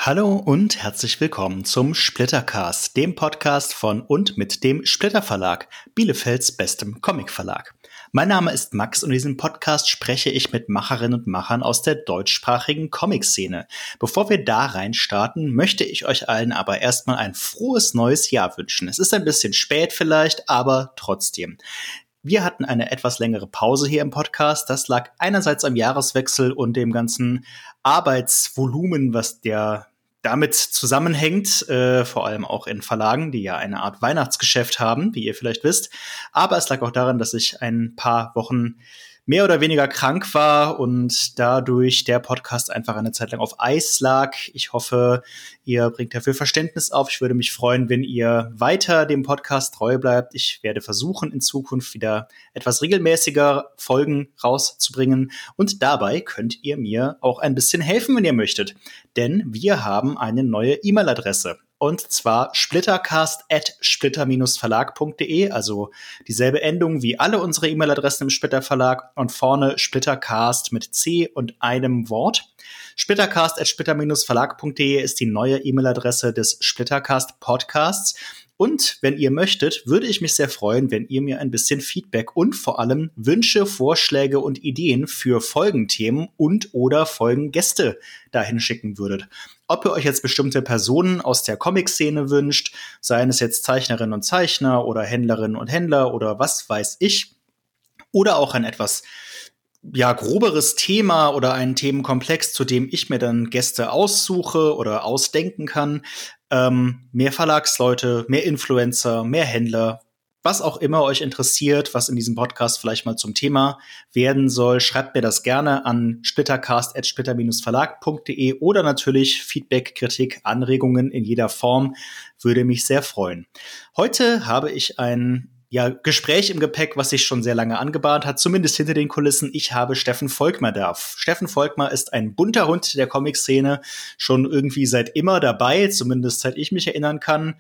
Hallo und herzlich willkommen zum Splittercast, dem Podcast von und mit dem Splitter Verlag, Bielefelds bestem Comicverlag. Mein Name ist Max und in diesem Podcast spreche ich mit Macherinnen und Machern aus der deutschsprachigen Comic-Szene. Bevor wir da rein starten, möchte ich euch allen aber erstmal ein frohes neues Jahr wünschen. Es ist ein bisschen spät vielleicht, aber trotzdem. Wir hatten eine etwas längere Pause hier im Podcast. Das lag einerseits am Jahreswechsel und dem ganzen Arbeitsvolumen, was der damit zusammenhängt, vor allem auch in Verlagen, die ja eine Art Weihnachtsgeschäft haben, wie ihr vielleicht wisst. Aber es lag auch daran, dass ich ein paar Wochen mehr oder weniger krank war und dadurch der Podcast einfach eine Zeit lang auf Eis lag. Ich hoffe, ihr bringt dafür Verständnis auf. Ich würde mich freuen, wenn ihr weiter dem Podcast treu bleibt. Ich werde versuchen, in Zukunft wieder etwas regelmäßiger Folgen rauszubringen. Und dabei könnt ihr mir auch ein bisschen helfen, wenn ihr möchtet. Denn wir haben eine neue E-Mail-Adresse. Und zwar splittercast@splitter-verlag.de, also dieselbe Endung wie alle unsere E-Mail-Adressen im Splitter Verlag und vorne Splittercast mit C und einem Wort. Splittercast@splitter-verlag.de ist die neue E-Mail-Adresse des Splittercast Podcasts. Und wenn ihr möchtet, würde ich mich sehr freuen, wenn ihr mir ein bisschen Feedback und vor allem Wünsche, Vorschläge und Ideen für Folgenthemen und oder Folgengäste dahin schicken würdet. Ob ihr euch jetzt bestimmte Personen aus der Comic-Szene wünscht, seien es jetzt Zeichnerinnen und Zeichner oder Händlerinnen und Händler oder was weiß ich, oder auch ein etwas groberes Thema oder einen Themenkomplex, zu dem ich mir dann Gäste aussuche oder ausdenken kann. Mehr Verlagsleute, mehr Influencer, mehr Händler, was auch immer euch interessiert, was in diesem Podcast vielleicht mal zum Thema werden soll, schreibt mir das gerne an splittercast@splitter-verlag.de oder natürlich Feedback, Kritik, Anregungen in jeder Form, würde mich sehr freuen. Heute habe ich ein Gespräch im Gepäck, was sich schon sehr lange angebahnt hat, zumindest hinter den Kulissen. Ich habe Steffen Volkmar da. Steffen Volkmar ist ein bunter Hund der Comic-Szene, schon irgendwie seit immer dabei, zumindest seit ich mich erinnern kann.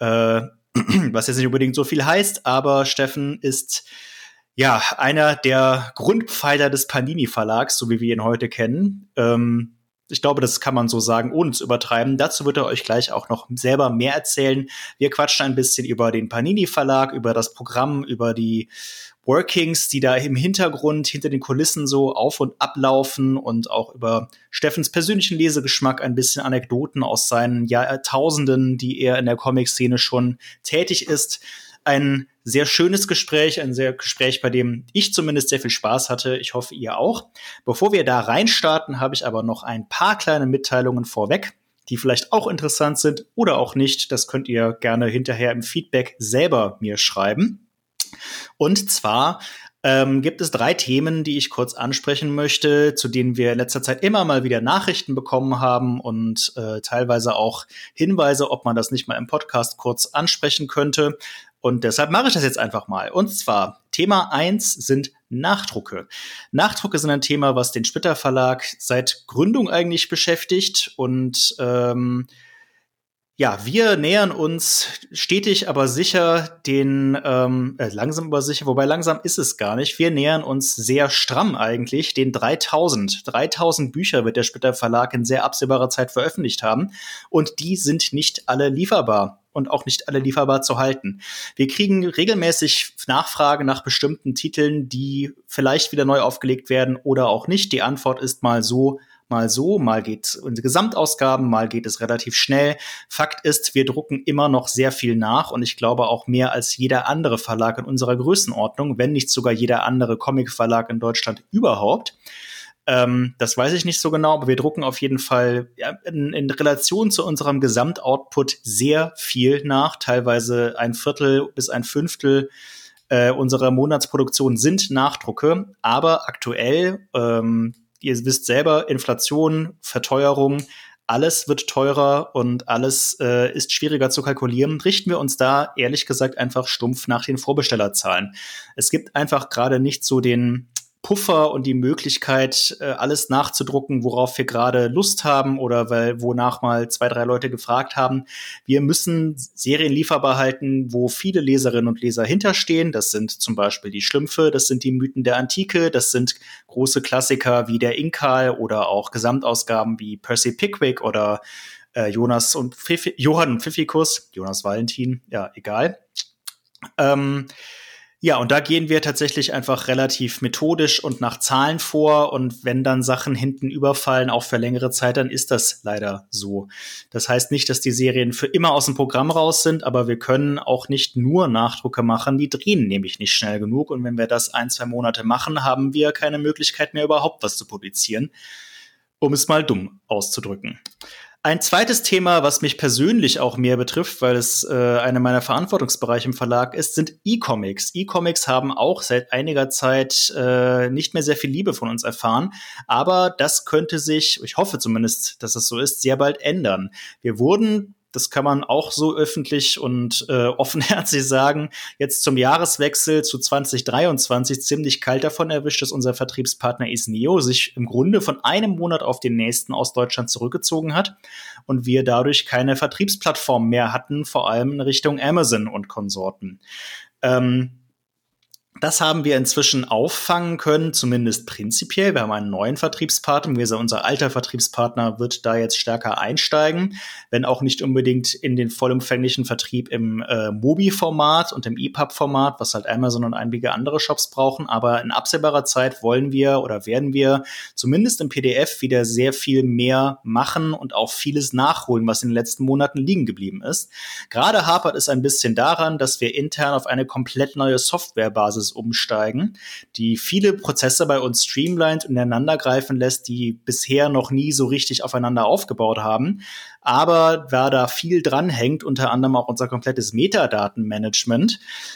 Was jetzt nicht unbedingt so viel heißt, aber Steffen ist einer der Grundpfeiler des Panini-Verlags, so wie wir ihn heute kennen. Ich glaube, das kann man so sagen, ohne zu übertreiben. Dazu wird er euch gleich auch noch selber mehr erzählen. Wir quatschen ein bisschen über den Panini-Verlag, über das Programm, über die Workings, die da im Hintergrund, hinter den Kulissen so auf- und ablaufen und auch über Steffens persönlichen Lesegeschmack, ein bisschen Anekdoten aus seinen Jahrtausenden, die er in der Comic-Szene schon tätig ist. Ein sehr schönes Gespräch, ein sehr Gespräch, bei dem ich zumindest sehr viel Spaß hatte. Ich hoffe, ihr auch. Bevor wir da reinstarten, habe ich aber noch ein paar kleine Mitteilungen vorweg, die vielleicht auch interessant sind oder auch nicht. Das könnt ihr gerne hinterher im Feedback selber mir schreiben. Und zwar gibt es 3 Themen, die ich kurz ansprechen möchte, zu denen wir in letzter Zeit immer mal wieder Nachrichten bekommen haben und teilweise auch Hinweise, ob man das nicht mal im Podcast kurz ansprechen könnte. Und deshalb mache ich das jetzt einfach mal. Und zwar Thema 1 sind Nachdrucke. Nachdrucke sind ein Thema, was den Splitter Verlag seit Gründung eigentlich beschäftigt. Und wir nähern uns stetig, aber sicher langsam aber sicher, wobei langsam ist es gar nicht. Wir nähern uns sehr stramm eigentlich den 3000. 3000 Bücher wird der Splitter Verlag in sehr absehbarer Zeit veröffentlicht haben. Und die sind nicht alle lieferbar. Und auch nicht alle lieferbar zu halten. Wir kriegen regelmäßig Nachfragen nach bestimmten Titeln, die vielleicht wieder neu aufgelegt werden oder auch nicht. Die Antwort ist mal so, mal geht es in Gesamtausgaben, mal geht es relativ schnell. Fakt ist, wir drucken immer noch sehr viel nach und ich glaube auch mehr als jeder andere Verlag in unserer Größenordnung, wenn nicht sogar jeder andere Comic-Verlag in Deutschland überhaupt. Das weiß ich nicht so genau, aber wir drucken auf jeden Fall in Relation zu unserem Gesamtoutput sehr viel nach. Teilweise 1/4 bis 1/5 unserer Monatsproduktion sind Nachdrucke. Aber aktuell, ihr wisst selber, Inflation, Verteuerung, alles wird teurer und alles ist schwieriger zu kalkulieren. Richten wir uns da ehrlich gesagt einfach stumpf nach den Vorbestellerzahlen. Es gibt einfach gerade nicht so den Puffer und die Möglichkeit, alles nachzudrucken, worauf wir gerade Lust haben oder wonach mal 2, 3 Leute gefragt haben. Wir müssen Serien lieferbar halten, wo viele Leserinnen und Leser hinterstehen. Das sind zum Beispiel die Schlümpfe, das sind die Mythen der Antike, das sind große Klassiker wie der Inkal oder auch Gesamtausgaben wie Percy Pickwick oder Johann Pfiffikus, Jonas Valentin, ja, egal. Ja, und da gehen wir tatsächlich einfach relativ methodisch und nach Zahlen vor. Und wenn dann Sachen hinten überfallen, auch für längere Zeit, dann ist das leider so. Das heißt nicht, dass die Serien für immer aus dem Programm raus sind, aber wir können auch nicht nur Nachdrucke machen. Die drehen nämlich nicht schnell genug. Und wenn wir das 1-2 Monate machen, haben wir keine Möglichkeit mehr, überhaupt was zu publizieren, um es mal dumm auszudrücken. Ein zweites Thema, was mich persönlich auch mehr betrifft, weil es einer meiner Verantwortungsbereiche im Verlag ist, sind E-Comics. E-Comics haben auch seit einiger Zeit nicht mehr sehr viel Liebe von uns erfahren, aber das könnte sich, ich hoffe zumindest, dass es so ist, sehr bald ändern. Wir wurden, das kann man auch so öffentlich und offenherzig sagen, jetzt zum Jahreswechsel zu 2023 ziemlich kalt davon erwischt, dass unser Vertriebspartner Isneo sich im Grunde von einem Monat auf den nächsten aus Deutschland zurückgezogen hat und wir dadurch keine Vertriebsplattform mehr hatten, vor allem in Richtung Amazon und Konsorten. Das haben wir inzwischen auffangen können, zumindest prinzipiell. Wir haben einen neuen Vertriebspartner. Unser alter Vertriebspartner wird da jetzt stärker einsteigen, wenn auch nicht unbedingt in den vollumfänglichen Vertrieb im Mobi-Format und im EPUB-Format, was halt Amazon und einige andere Shops brauchen. Aber in absehbarer Zeit wollen wir oder werden wir zumindest im PDF wieder sehr viel mehr machen und auch vieles nachholen, was in den letzten Monaten liegen geblieben ist. Gerade hapert es ein bisschen daran, dass wir intern auf eine komplett neue Softwarebasis umsteigen, die viele Prozesse bei uns streamlined und ineinander greifen lässt, die bisher noch nie so richtig aufeinander aufgebaut haben. Aber da viel dranhängt, unter anderem auch unser komplettes Metadatenmanagement,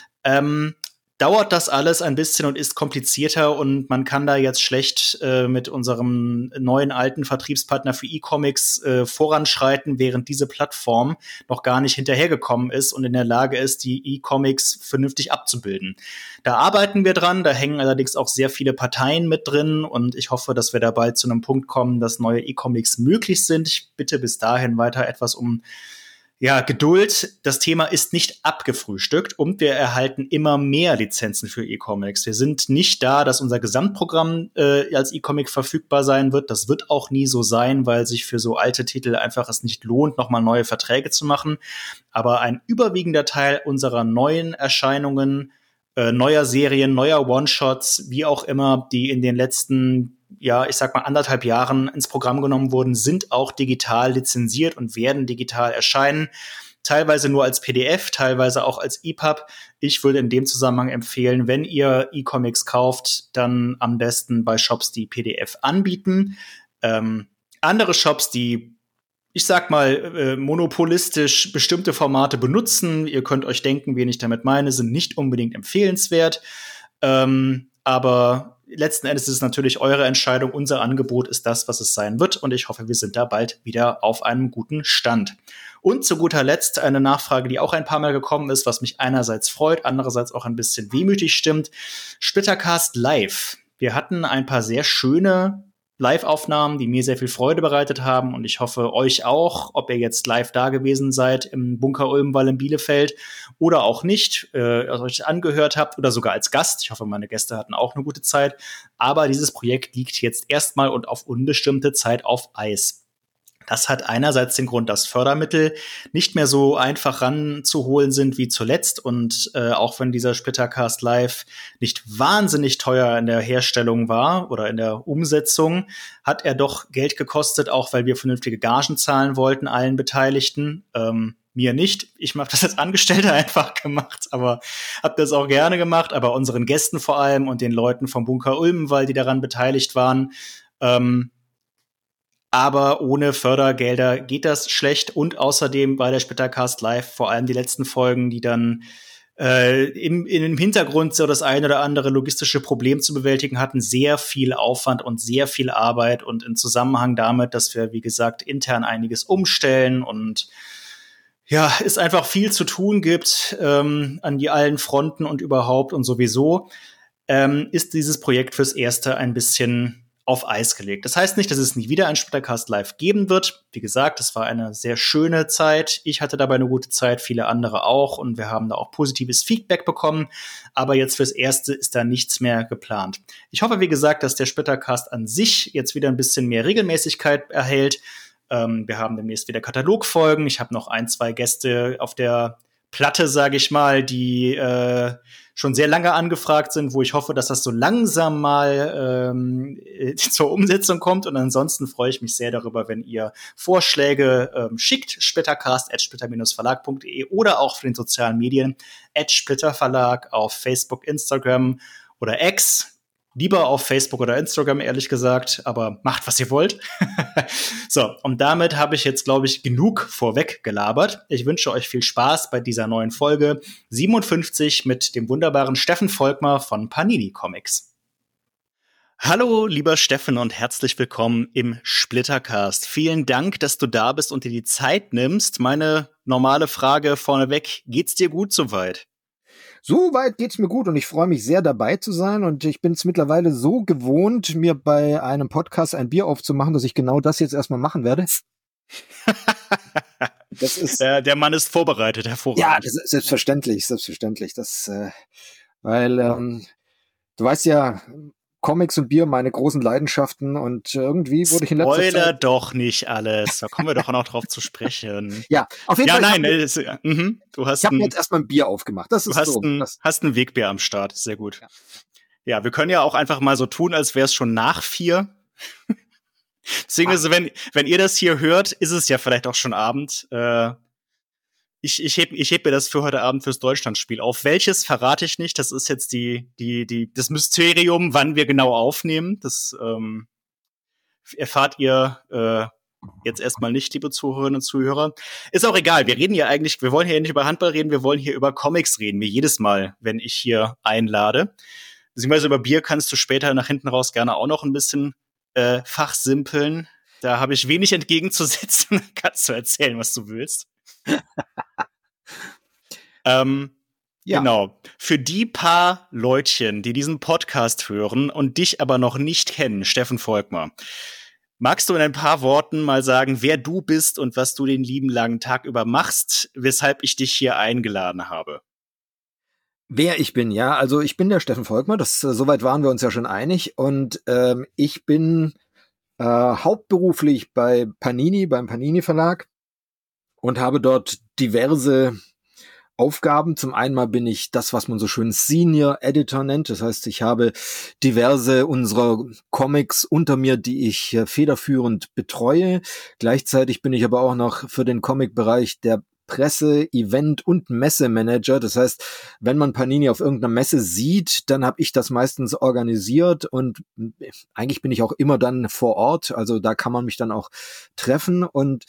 dauert das alles ein bisschen und ist komplizierter und man kann da jetzt schlecht mit unserem neuen alten Vertriebspartner für E-Comics voranschreiten, während diese Plattform noch gar nicht hinterhergekommen ist und in der Lage ist, die E-Comics vernünftig abzubilden. Da arbeiten wir dran, da hängen allerdings auch sehr viele Parteien mit drin und ich hoffe, dass wir da bald zu einem Punkt kommen, dass neue E-Comics möglich sind. Ich bitte bis dahin weiter etwas um Geduld. Das Thema ist nicht abgefrühstückt und wir erhalten immer mehr Lizenzen für E-Comics. Wir sind nicht da, dass unser Gesamtprogramm als E-Comic verfügbar sein wird. Das wird auch nie so sein, weil sich für so alte Titel einfach es nicht lohnt, nochmal neue Verträge zu machen. Aber ein überwiegender Teil unserer neuen Erscheinungen, neuer Serien, neuer One-Shots, wie auch immer, die in den letzten 1,5 Jahren ins Programm genommen wurden, sind auch digital lizenziert und werden digital erscheinen. Teilweise nur als PDF, teilweise auch als EPUB. Ich würde in dem Zusammenhang empfehlen, wenn ihr E-Comics kauft, dann am besten bei Shops, die PDF anbieten. Andere Shops, die, ich sag mal, monopolistisch bestimmte Formate benutzen, ihr könnt euch denken, wen ich damit meine, sind nicht unbedingt empfehlenswert. Aber letzten Endes ist es natürlich eure Entscheidung. Unser Angebot ist das, was es sein wird. Und ich hoffe, wir sind da bald wieder auf einem guten Stand. Und zu guter Letzt eine Nachfrage, die auch ein paar Mal gekommen ist, was mich einerseits freut, andererseits auch ein bisschen wehmütig stimmt. Splittercast Live. Wir hatten ein paar sehr schöne Live-Aufnahmen, die mir sehr viel Freude bereitet haben und ich hoffe euch auch, ob ihr jetzt live da gewesen seid im Bunker Ulmwall in Bielefeld oder auch nicht, euch angehört habt oder sogar als Gast. Ich hoffe, meine Gäste hatten auch eine gute Zeit. Aber dieses Projekt liegt jetzt erstmal und auf unbestimmte Zeit auf Eis. Das hat einerseits den Grund, dass Fördermittel nicht mehr so einfach ranzuholen sind wie zuletzt. Und auch wenn dieser Splittercast Live nicht wahnsinnig teuer in der Herstellung war oder in der Umsetzung, hat er doch Geld gekostet, auch weil wir vernünftige Gagen zahlen wollten, allen Beteiligten. Mir nicht. Ich habe das als Angestellter einfach gemacht, aber habe das auch gerne gemacht. Aber unseren Gästen vor allem und den Leuten vom Bunker Ulmenwall, die daran beteiligt waren, aber ohne Fördergelder geht das schlecht. Und außerdem war der Splittercast Live vor allem die letzten Folgen, die dann im Hintergrund so das eine oder andere logistische Problem zu bewältigen hatten, sehr viel Aufwand und sehr viel Arbeit. Und im Zusammenhang damit, dass wir, wie gesagt, intern einiges umstellen und es einfach viel zu tun gibt an allen Fronten und überhaupt und sowieso, ist dieses Projekt fürs Erste ein bisschen auf Eis gelegt. Das heißt nicht, dass es nie wieder ein Splittercast Live geben wird. Wie gesagt, es war eine sehr schöne Zeit. Ich hatte dabei eine gute Zeit, viele andere auch. Und wir haben da auch positives Feedback bekommen. Aber jetzt fürs Erste ist da nichts mehr geplant. Ich hoffe, wie gesagt, dass der Splittercast an sich jetzt wieder ein bisschen mehr Regelmäßigkeit erhält. Wir haben demnächst wieder Katalogfolgen. Ich habe noch 1, 2 Gäste auf der Platte, sage ich mal, die schon sehr lange angefragt sind, wo ich hoffe, dass das so langsam mal zur Umsetzung kommt. Und ansonsten freue ich mich sehr darüber, wenn ihr Vorschläge schickt, splittercast@splitter-verlag.de oder auch für den sozialen Medien @splitterverlag auf Facebook, Instagram oder X. Lieber auf Facebook oder Instagram, ehrlich gesagt, aber macht, was ihr wollt. So, und damit habe ich jetzt, glaube ich, genug vorweg gelabert. Ich wünsche euch viel Spaß bei dieser neuen Folge 57 mit dem wunderbaren Steffen Volkmar von Panini Comics. Hallo, lieber Steffen, und herzlich willkommen im Splittercast. Vielen Dank, dass du da bist und dir die Zeit nimmst. Meine normale Frage vorneweg: Geht's dir gut soweit? Soweit geht's mir gut und ich freue mich sehr, dabei zu sein. Und ich bin es mittlerweile so gewohnt, mir bei einem Podcast ein Bier aufzumachen, dass ich genau das jetzt erstmal machen werde. Das ist der Mann ist vorbereitet, hervorragend. Ja, das ist selbstverständlich. Das, weil du weißt ja, Comics und Bier meine großen Leidenschaften und irgendwie wurde ich in letzter Zeit... Spoiler doch nicht alles, da kommen wir doch noch drauf zu sprechen. Ja, auf jeden Fall. Ja, nein, du hast ich habe mir jetzt erstmal ein Bier aufgemacht. Das ist hast ein Wegbier am Start, sehr gut. Ja, wir können ja auch einfach mal so tun, als wäre es schon nach 4. Deswegen, also, wenn ihr das hier hört, ist es ja vielleicht auch schon Abend. Ich heb mir das für heute Abend fürs Deutschlandspiel auf. Welches verrate ich nicht. Das ist jetzt das Mysterium, wann wir genau aufnehmen. Das erfahrt ihr jetzt erstmal nicht, liebe Zuhörerinnen und Zuhörer. Ist auch egal. Wir wollen hier nicht über Handball reden, wir wollen hier über Comics reden, wie jedes Mal, wenn ich hier einlade. Beziehungsweise über Bier kannst du später nach hinten raus gerne auch noch ein bisschen fachsimpeln. Da habe ich wenig entgegenzusetzen. Kannst du erzählen, was du willst. Ja. Genau. Für die paar Leutchen, die diesen Podcast hören und dich aber noch nicht kennen, Steffen Volkmar, magst du in ein paar Worten mal sagen, wer du bist und was du den lieben langen Tag über machst, weshalb ich dich hier eingeladen habe? Wer ich bin, ja. Also ich bin der Steffen Volkmar, soweit waren wir uns ja schon einig. Und ich bin hauptberuflich bei Panini, beim Panini Verlag und habe dort diverse Aufgaben. Zum einen mal bin ich das, was man so schön Senior Editor nennt. Das heißt, ich habe diverse unserer Comics unter mir, die ich federführend betreue. Gleichzeitig bin ich aber auch noch für den Comic-Bereich der Presse-, Event- und Messemanager. Das heißt, wenn man Panini auf irgendeiner Messe sieht, dann habe ich das meistens organisiert und eigentlich bin ich auch immer dann vor Ort. Also da kann man mich dann auch treffen und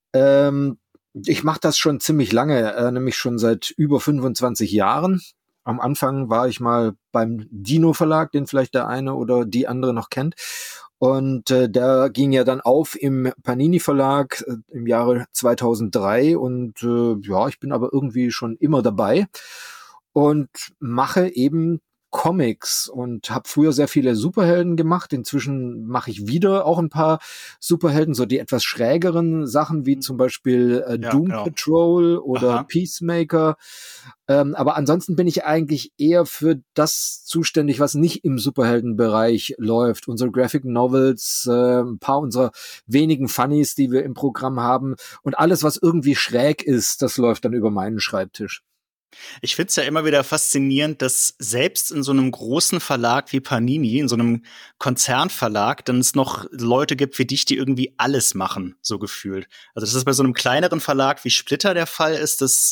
ich mache das schon ziemlich lange, nämlich schon seit über 25 Jahren. Am Anfang war ich mal beim Dino Verlag, den vielleicht der eine oder die andere noch kennt. Und der ging ja dann auf im Panini Verlag im Jahre 2003. Und ich bin aber irgendwie schon immer dabei und mache eben Comics und habe früher sehr viele Superhelden gemacht. Inzwischen mache ich wieder auch ein paar Superhelden, so die etwas schrägeren Sachen, wie zum Beispiel Doom Patrol oder Peacemaker. Aber ansonsten bin ich eigentlich eher für das zuständig, was nicht im Superheldenbereich läuft. Unsere Graphic Novels, ein paar unserer wenigen Funnies, die wir im Programm haben. Und alles, was irgendwie schräg ist, das läuft dann über meinen Schreibtisch. Ich find's ja immer wieder faszinierend, dass selbst in so einem großen Verlag wie Panini, in so einem Konzernverlag, dann es noch Leute gibt wie dich, die irgendwie alles machen, so gefühlt. Also dass es bei so einem kleineren Verlag wie Splitter der Fall ist, das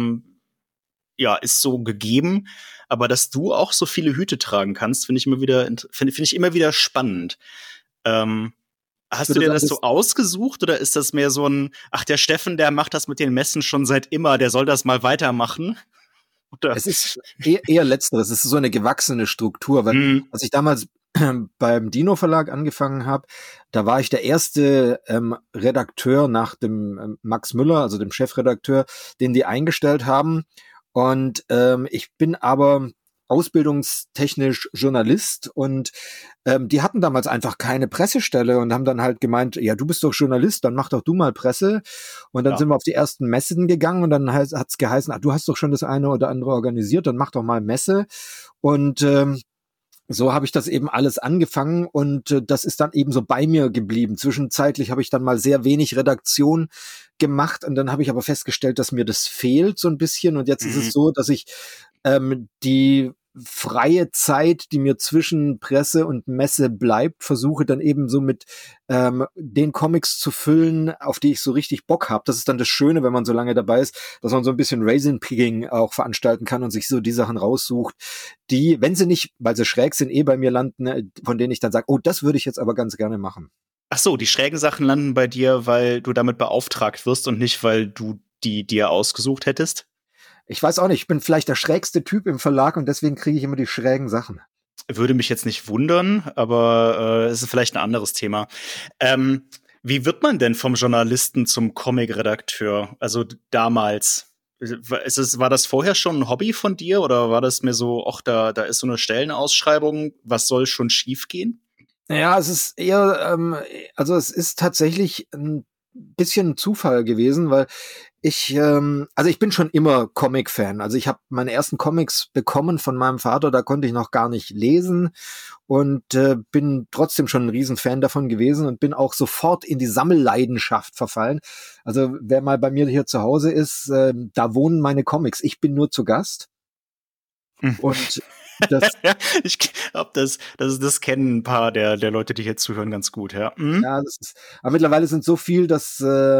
ist so gegeben. Aber dass du auch so viele Hüte tragen kannst, finde ich immer wieder spannend. Hast du dir das so ausgesucht oder ist das mehr so ein, der Steffen, der macht das mit den Messen schon seit immer, der soll das mal weitermachen? Oder? Es ist eher Letzteres, es ist so eine gewachsene Struktur, weil als ich damals beim Dino Verlag angefangen habe, da war ich der erste Redakteur nach dem Max Müller, also dem Chefredakteur, den die eingestellt haben. Und ich bin aber ausbildungstechnisch Journalist und die hatten damals einfach keine Pressestelle und haben dann halt gemeint, ja, du bist doch Journalist, dann mach doch du mal Presse. Und dann sind wir auf die ersten Messen gegangen und dann hat's geheißen, du hast doch schon das eine oder andere organisiert, dann mach doch mal Messe. Und so habe ich das eben alles angefangen und das ist dann eben so bei mir geblieben. Zwischenzeitlich habe ich dann mal sehr wenig Redaktion gemacht und dann habe ich aber festgestellt, dass mir das fehlt so ein bisschen und jetzt ist es so, dass ich die freie Zeit, die mir zwischen Presse und Messe bleibt, versuche dann eben so mit den Comics zu füllen, auf die ich so richtig Bock habe. Das ist dann das Schöne, wenn man so lange dabei ist, dass man so ein bisschen Raisin-Picking auch veranstalten kann und sich so die Sachen raussucht, die, wenn sie nicht, weil sie schräg sind, bei mir landen, von denen ich dann sage, oh, das würde ich jetzt aber ganz gerne machen. Ach so, die schrägen Sachen landen bei dir, weil du damit beauftragt wirst und nicht, weil du die dir ausgesucht hättest? Ich weiß auch nicht, ich bin vielleicht der schrägste Typ im Verlag und deswegen kriege ich immer die schrägen Sachen. Würde mich jetzt nicht wundern, aber es ist vielleicht ein anderes Thema. Wie wird man denn vom Journalisten zum Comic-Redakteur? Also damals. War das vorher schon ein Hobby von dir oder war das mir so, ach, da ist so eine Stellenausschreibung, was soll schon schiefgehen? Ja, es ist eher, also es ist tatsächlich ein bisschen Zufall gewesen, weil also ich bin schon immer Comic-Fan. Also ich habe meine ersten Comics bekommen von meinem Vater, da konnte ich noch gar nicht lesen und bin trotzdem schon ein Riesenfan davon gewesen und bin auch sofort in die Sammelleidenschaft verfallen. Also wer mal bei mir hier zu Hause ist, da wohnen meine Comics. Ich bin nur zu Gast. Und ich glaube, das kennen ein paar der Leute, die hier zuhören, ganz gut, ja. Ja, aber mittlerweile sind so viel, dass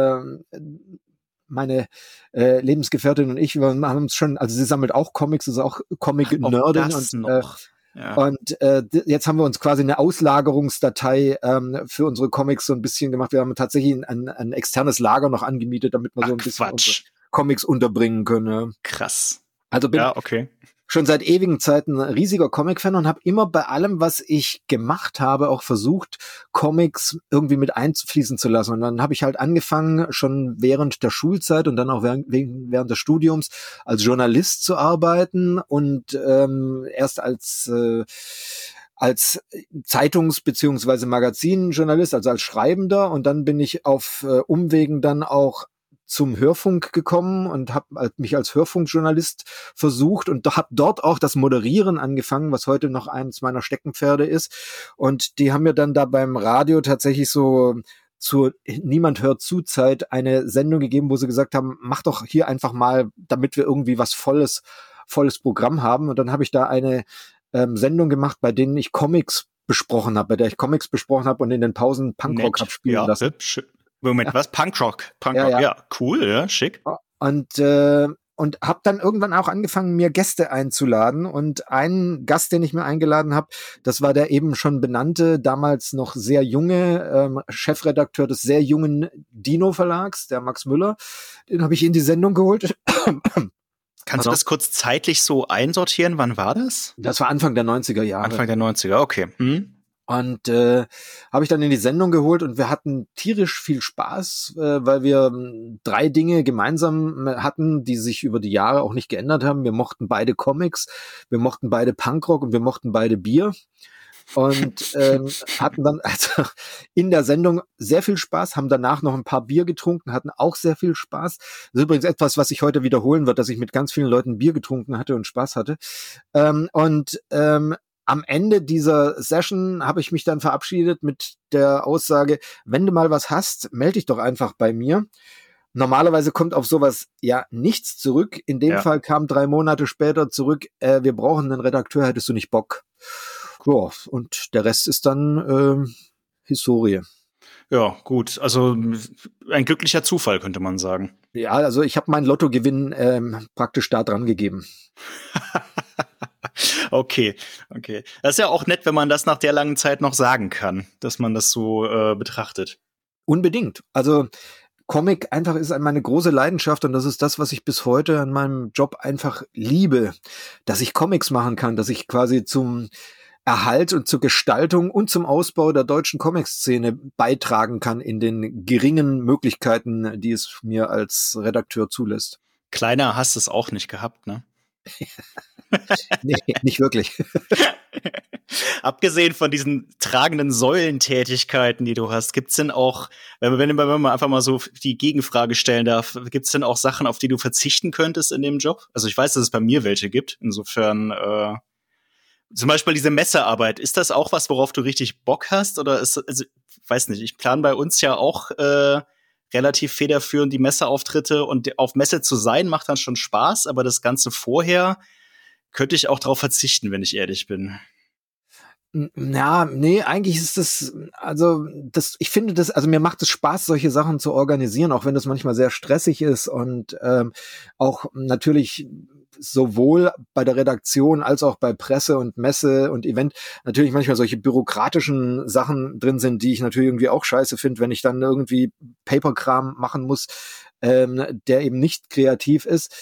meine Lebensgefährtin und ich, wir haben uns schon, also sie sammelt auch Comics, ist auch Comic-Nerdin und jetzt haben wir uns quasi eine Auslagerungsdatei für unsere Comics so ein bisschen gemacht. Wir haben tatsächlich ein externes Lager noch angemietet, damit wir so ein bisschen unsere Comics unterbringen können. Krass. Also bin schon seit ewigen Zeiten ein riesiger Comic-Fan und habe immer bei allem, was ich gemacht habe, auch versucht, Comics irgendwie mit einfließen zu lassen. Und dann habe ich halt angefangen, schon während der Schulzeit und dann auch während des Studiums als Journalist zu arbeiten und erst als Zeitungs- beziehungsweise Magazinjournalist, also als Schreibender. Und dann bin ich auf Umwegen dann auch zum Hörfunk gekommen und habe mich als Hörfunkjournalist versucht und habe dort auch das Moderieren angefangen, was heute noch eines meiner Steckenpferde ist. Und die haben mir dann da beim Radio tatsächlich so zur Niemand hört zu Zeit eine Sendung gegeben, wo sie gesagt haben, mach doch hier einfach mal, damit wir irgendwie was volles Programm haben. Und dann habe ich da eine Sendung gemacht, bei denen ich Comics besprochen habe, und in den Pausen Punkrock habe spielen lassen. Moment, was? Punkrock, ja, cool, ja, schick. Und habe dann irgendwann auch angefangen, mir Gäste einzuladen. Und einen Gast, den ich mir eingeladen habe, das war der eben schon benannte, damals noch sehr junge Chefredakteur des sehr jungen Dino-Verlags, der Max Müller. Den habe ich in die Sendung geholt. Kannst du das kurz zeitlich so einsortieren? Wann war das? Das war Anfang der 90er Jahre. Anfang der 90er, okay. Und habe ich dann in die Sendung geholt und wir hatten tierisch viel Spaß, weil wir 3 Dinge gemeinsam hatten, die sich über die Jahre auch nicht geändert haben. Wir mochten beide Comics, wir mochten beide Punkrock und wir mochten beide Bier. Und hatten dann also in der Sendung sehr viel Spaß, haben danach noch ein paar Bier getrunken, hatten auch sehr viel Spaß. Das ist übrigens etwas, was sich heute wiederholen wird, dass ich mit ganz vielen Leuten Bier getrunken hatte und Spaß hatte. Am Ende dieser Session habe ich mich dann verabschiedet mit der Aussage, wenn du mal was hast, melde dich doch einfach bei mir. Normalerweise kommt auf sowas ja nichts zurück. In dem Fall kam 3 Monate später zurück, wir brauchen einen Redakteur, hättest du nicht Bock? Ja, und der Rest ist dann Historie. Ja, gut. Also ein glücklicher Zufall, könnte man sagen. Ja, also ich habe meinen Lottogewinn praktisch da dran gegeben. Okay. Das ist ja auch nett, wenn man das nach der langen Zeit noch sagen kann, dass man das so betrachtet. Unbedingt. Also Comic einfach ist meine große Leidenschaft und das ist das, was ich bis heute an meinem Job einfach liebe, dass ich Comics machen kann, dass ich quasi zum Erhalt und zur Gestaltung und zum Ausbau der deutschen Comic-Szene beitragen kann in den geringen Möglichkeiten, die es mir als Redakteur zulässt. Kleiner hast du es auch nicht gehabt, ne? Nee, nicht wirklich. Abgesehen von diesen tragenden Säulentätigkeiten, die du hast, gibt's denn auch, wenn man einfach mal so die Gegenfrage stellen darf, gibt's denn auch Sachen, auf die du verzichten könntest in dem Job? Also ich weiß, dass es bei mir welche gibt. Insofern Zum Beispiel diese Messearbeit, ist das auch was, worauf du richtig Bock hast? Oder also, weiß nicht, ich plane bei uns ja auch relativ federführend die Messeauftritte und auf Messe zu sein macht dann schon Spaß, aber das Ganze vorher könnte ich auch drauf verzichten, wenn ich ehrlich bin. Ja, nee, eigentlich ist ich finde das, also mir macht es Spaß, solche Sachen zu organisieren, auch wenn das manchmal sehr stressig ist und auch natürlich sowohl bei der Redaktion als auch bei Presse und Messe und Event natürlich manchmal solche bürokratischen Sachen drin sind, die ich natürlich irgendwie auch scheiße finde, wenn ich dann irgendwie Paperkram machen muss, der eben nicht kreativ ist.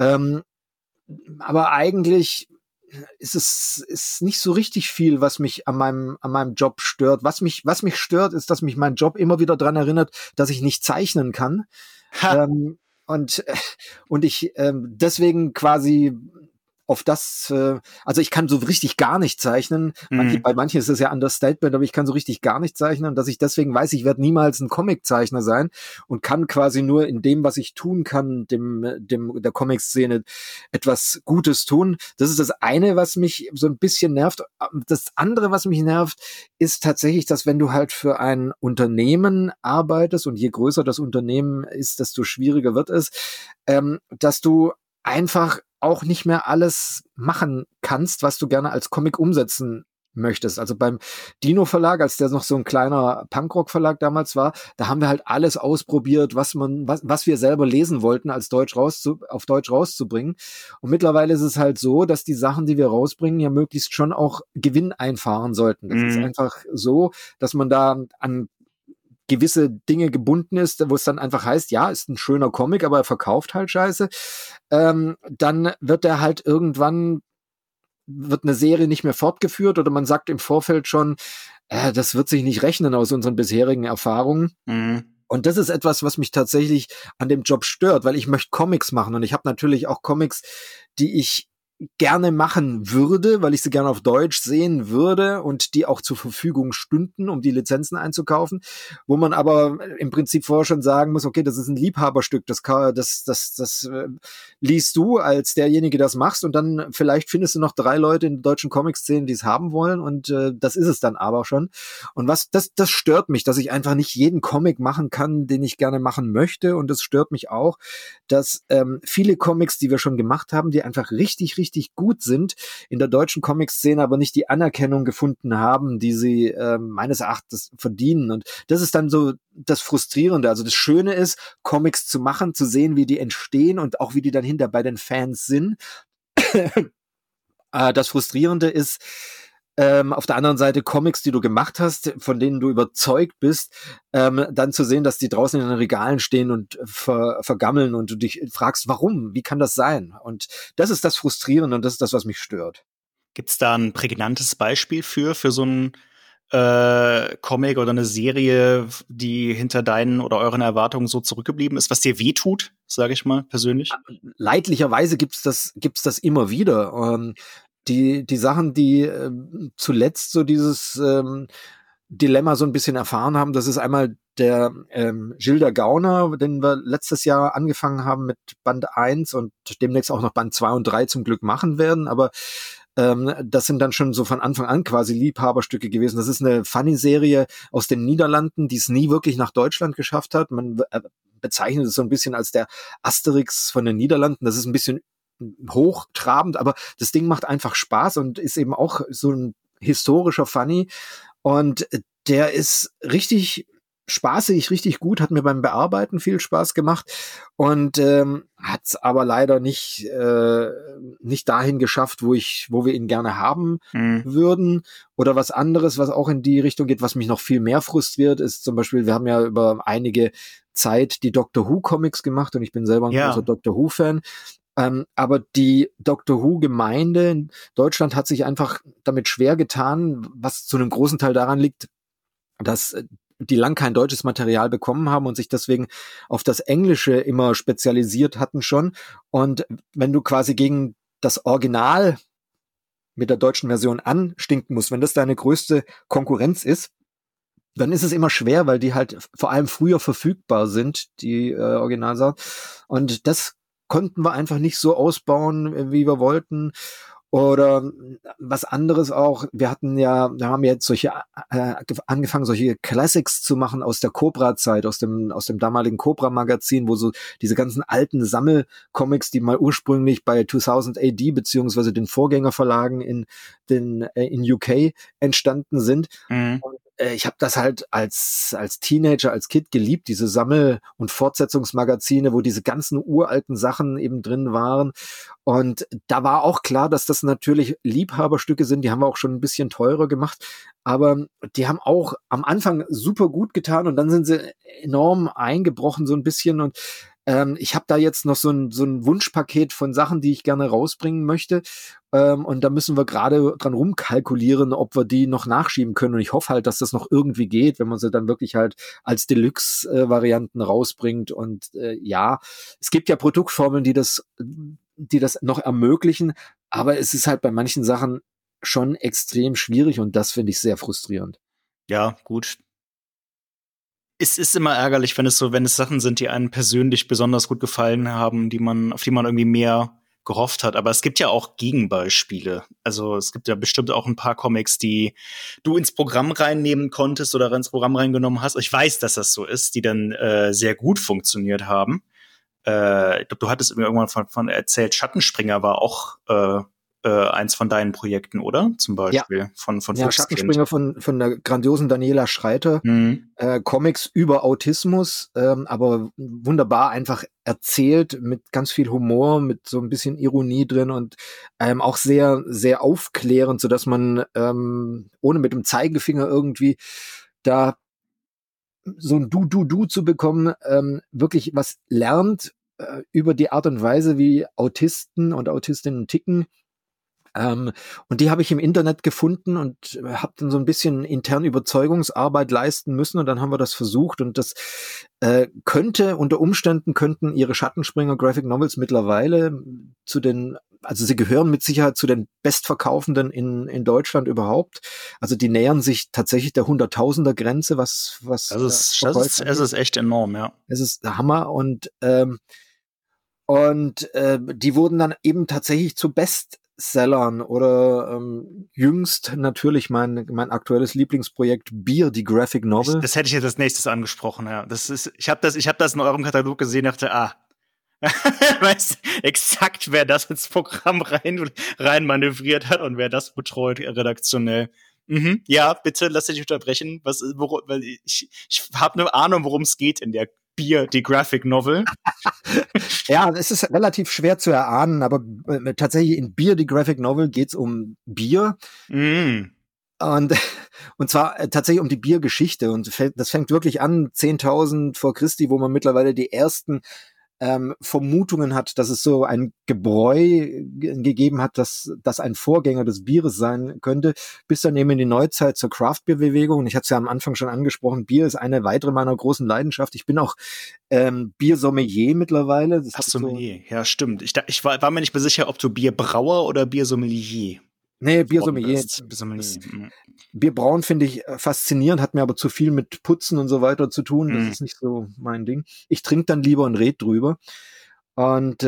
Aber eigentlich ist nicht so richtig viel, was mich an meinem Job stört. Was mich stört, ist, dass mich mein Job immer wieder dran erinnert, dass ich nicht zeichnen kann. Ha. Und, und ich deswegen quasi auf das, also ich kann so richtig gar nicht zeichnen. Bei manchen ist es ja Understatement, aber ich kann so richtig gar nicht zeichnen, dass ich deswegen weiß, ich werde niemals ein Comiczeichner sein und kann quasi nur in dem, was ich tun kann, der Comic-Szene etwas Gutes tun. Das ist das eine, was mich so ein bisschen nervt. Das andere, was mich nervt, ist tatsächlich, dass wenn du halt für ein Unternehmen arbeitest und je größer das Unternehmen ist, desto schwieriger wird es, dass du einfach auch nicht mehr alles machen kannst, was du gerne als Comic umsetzen möchtest. Also beim Dino Verlag, als der noch so ein kleiner Punkrock Verlag damals war, da haben wir halt alles ausprobiert, was wir selber lesen wollten, auf Deutsch rauszubringen. Und mittlerweile ist es halt so, dass die Sachen, die wir rausbringen, ja möglichst schon auch Gewinn einfahren sollten. Das ist einfach so, dass man da an gewisse Dinge gebunden ist, wo es dann einfach heißt, ja, ist ein schöner Comic, aber er verkauft halt scheiße, dann wird er halt irgendwann, wird eine Serie nicht mehr fortgeführt oder man sagt im Vorfeld schon, das wird sich nicht rechnen aus unseren bisherigen Erfahrungen. Und das ist etwas, was mich tatsächlich an dem Job stört, weil ich möchte Comics machen und ich habe natürlich auch Comics, die ich gerne machen würde, weil ich sie gerne auf Deutsch sehen würde und die auch zur Verfügung stünden, um die Lizenzen einzukaufen, wo man aber im Prinzip vorher schon sagen muss, okay, das ist ein Liebhaberstück, das liest du als derjenige, das machst und dann vielleicht findest du noch 3 Leute in der deutschen Comic-Szene, die es haben wollen und das ist es dann aber schon. Und das stört mich, dass ich einfach nicht jeden Comic machen kann, den ich gerne machen möchte und es stört mich auch, dass viele Comics, die wir schon gemacht haben, die einfach richtig gut sind, in der deutschen Comic-Szene aber nicht die Anerkennung gefunden haben, die sie meines Erachtens verdienen. Und das ist dann so das Frustrierende. Also das Schöne ist, Comics zu machen, zu sehen, wie die entstehen und auch wie die dann hinter bei den Fans sind. Das Frustrierende ist, auf der anderen Seite Comics, die du gemacht hast, von denen du überzeugt bist, dann zu sehen, dass die draußen in den Regalen stehen und vergammeln und du dich fragst, warum? Wie kann das sein? Und das ist das Frustrierende und das ist das, was mich stört. Gibt's da ein prägnantes Beispiel für so ein Comic oder eine Serie, die hinter deinen oder euren Erwartungen so zurückgeblieben ist, was dir wehtut, sage ich mal, persönlich? Leidlicherweise gibt's das immer wieder. Die Sachen, die zuletzt so dieses Dilemma so ein bisschen erfahren haben, das ist einmal der Gilles der Gauner, den wir letztes Jahr angefangen haben mit Band 1 und demnächst auch noch Band 2 und 3 zum Glück machen werden, aber das sind dann schon so von Anfang an quasi Liebhaberstücke gewesen. Das ist eine Funny-Serie aus den Niederlanden, die es nie wirklich nach Deutschland geschafft hat. Man bezeichnet es so ein bisschen als der Asterix von den Niederlanden. Das ist ein bisschen hochtrabend, aber das Ding macht einfach Spaß und ist eben auch so ein historischer Funny und der ist richtig spaßig, richtig gut, hat mir beim Bearbeiten viel Spaß gemacht und hat es aber leider nicht dahin geschafft, wo wir ihn gerne haben würden. Oder was anderes, was auch in die Richtung geht, was mich noch viel mehr frustriert, ist zum Beispiel, wir haben ja über einige Zeit die Doctor Who Comics gemacht und ich bin selber ein großer Doctor Who Fan. Aber die Doctor Who-Gemeinde in Deutschland hat sich einfach damit schwer getan, was zu einem großen Teil daran liegt, dass die lang kein deutsches Material bekommen haben und sich deswegen auf das Englische immer spezialisiert hatten schon. Und wenn du quasi gegen das Original mit der deutschen Version anstinken musst, wenn das deine größte Konkurrenz ist, dann ist es immer schwer, weil die halt vor allem früher verfügbar sind, die Originalsachen. Und das konnten wir einfach nicht so ausbauen, wie wir wollten. Oder was anderes auch, wir haben jetzt angefangen, solche Classics zu machen aus der Cobra-Zeit, aus dem damaligen Cobra-Magazin, wo so diese ganzen alten Sammelcomics, die mal ursprünglich bei 2000 AD beziehungsweise den Vorgängerverlagen in UK entstanden sind. Mhm. Ich habe das halt als Teenager, als Kind geliebt, diese Sammel- und Fortsetzungsmagazine, wo diese ganzen uralten Sachen eben drin waren. Und da war auch klar, dass das natürlich Liebhaberstücke sind, die haben wir auch schon ein bisschen teurer gemacht, aber die haben auch am Anfang super gut getan und dann sind sie enorm eingebrochen so ein bisschen und ich habe da jetzt noch so ein Wunschpaket von Sachen, die ich gerne rausbringen möchte. Und da müssen wir gerade dran rumkalkulieren, ob wir die noch nachschieben können. Und ich hoffe halt, dass das noch irgendwie geht, wenn man sie dann wirklich halt als Deluxe-Varianten rausbringt. Und ja, es gibt ja Produktformeln, die das noch ermöglichen, aber es ist halt bei manchen Sachen schon extrem schwierig und das finde ich sehr frustrierend. Ja, gut. Es ist immer ärgerlich, wenn es Sachen sind, die einem persönlich besonders gut gefallen haben, auf die man irgendwie mehr gehofft hat. Aber es gibt ja auch Gegenbeispiele. Also es gibt ja bestimmt auch ein paar Comics, die du ins Programm reinnehmen konntest oder ins Programm reingenommen hast. Ich weiß, dass das so ist, die dann sehr gut funktioniert haben. Ich glaube, du hattest mir irgendwann von erzählt, Schattenspringer war auch eins von deinen Projekten, oder? Zum Ja, Beispiel von ja, Fuchskind. Schattenspringer von der grandiosen Daniela Schreiter. Mhm. Comics über Autismus, aber wunderbar einfach erzählt mit ganz viel Humor, mit so ein bisschen Ironie drin und auch sehr, sehr aufklärend, so dass man ohne mit dem Zeigefinger irgendwie da so ein Du zu bekommen, wirklich was lernt über die Art und Weise, wie Autisten und Autistinnen ticken. Und die habe ich im Internet gefunden und habe dann so ein bisschen intern Überzeugungsarbeit leisten müssen und dann haben wir das versucht und das unter Umständen könnten ihre Schattenspringer Graphic Novels mittlerweile also sie gehören mit Sicherheit zu den bestverkaufenden in Deutschland überhaupt. Also die nähern sich tatsächlich der Hunderttausender-Grenze, was Verkäufe Es angeht. ist echt enorm, ja. Es ist der Hammer und die wurden dann eben tatsächlich zu Bestsellern oder jüngst natürlich mein aktuelles Lieblingsprojekt Bier, die Graphic Novel. Das hätte ich jetzt als nächstes angesprochen, ja. Ich habe das in eurem Katalog gesehen, dachte, weißt exakt, wer das ins Programm rein manövriert hat und wer das betreut redaktionell. Mhm. Ja, bitte lass dich unterbrechen. Weil ich habe eine Ahnung, worum es geht in der Bier, die Graphic Novel. Ja, es ist relativ schwer zu erahnen, aber tatsächlich in Bier, die Graphic Novel, geht's um Bier. Mm. Und, und zwar tatsächlich um die Biergeschichte. Und das fängt wirklich an, 10.000 vor Christi, wo man mittlerweile die ersten Vermutungen hat, dass es so ein Gebräu gegeben hat, das ein Vorgänger des Bieres sein könnte, bis dann eben in die Neuzeit zur Craft-Bier-Bewegung. Und ich hatte es ja am Anfang schon angesprochen, Bier ist eine weitere meiner großen Leidenschaft. Ich bin auch Biersommelier mittlerweile. Das Ach, habe ich so. Sommelier. Ja, stimmt. War mir nicht mehr sicher, ob du Bierbrauer oder Biersommelier Nee, geworden Biersommelier. bist. Biersommelier. Bierbrauen finde ich faszinierend, hat mir aber zu viel mit Putzen und so weiter zu tun. Das Mm. ist nicht so mein Ding. Ich trinke dann lieber und red drüber. Und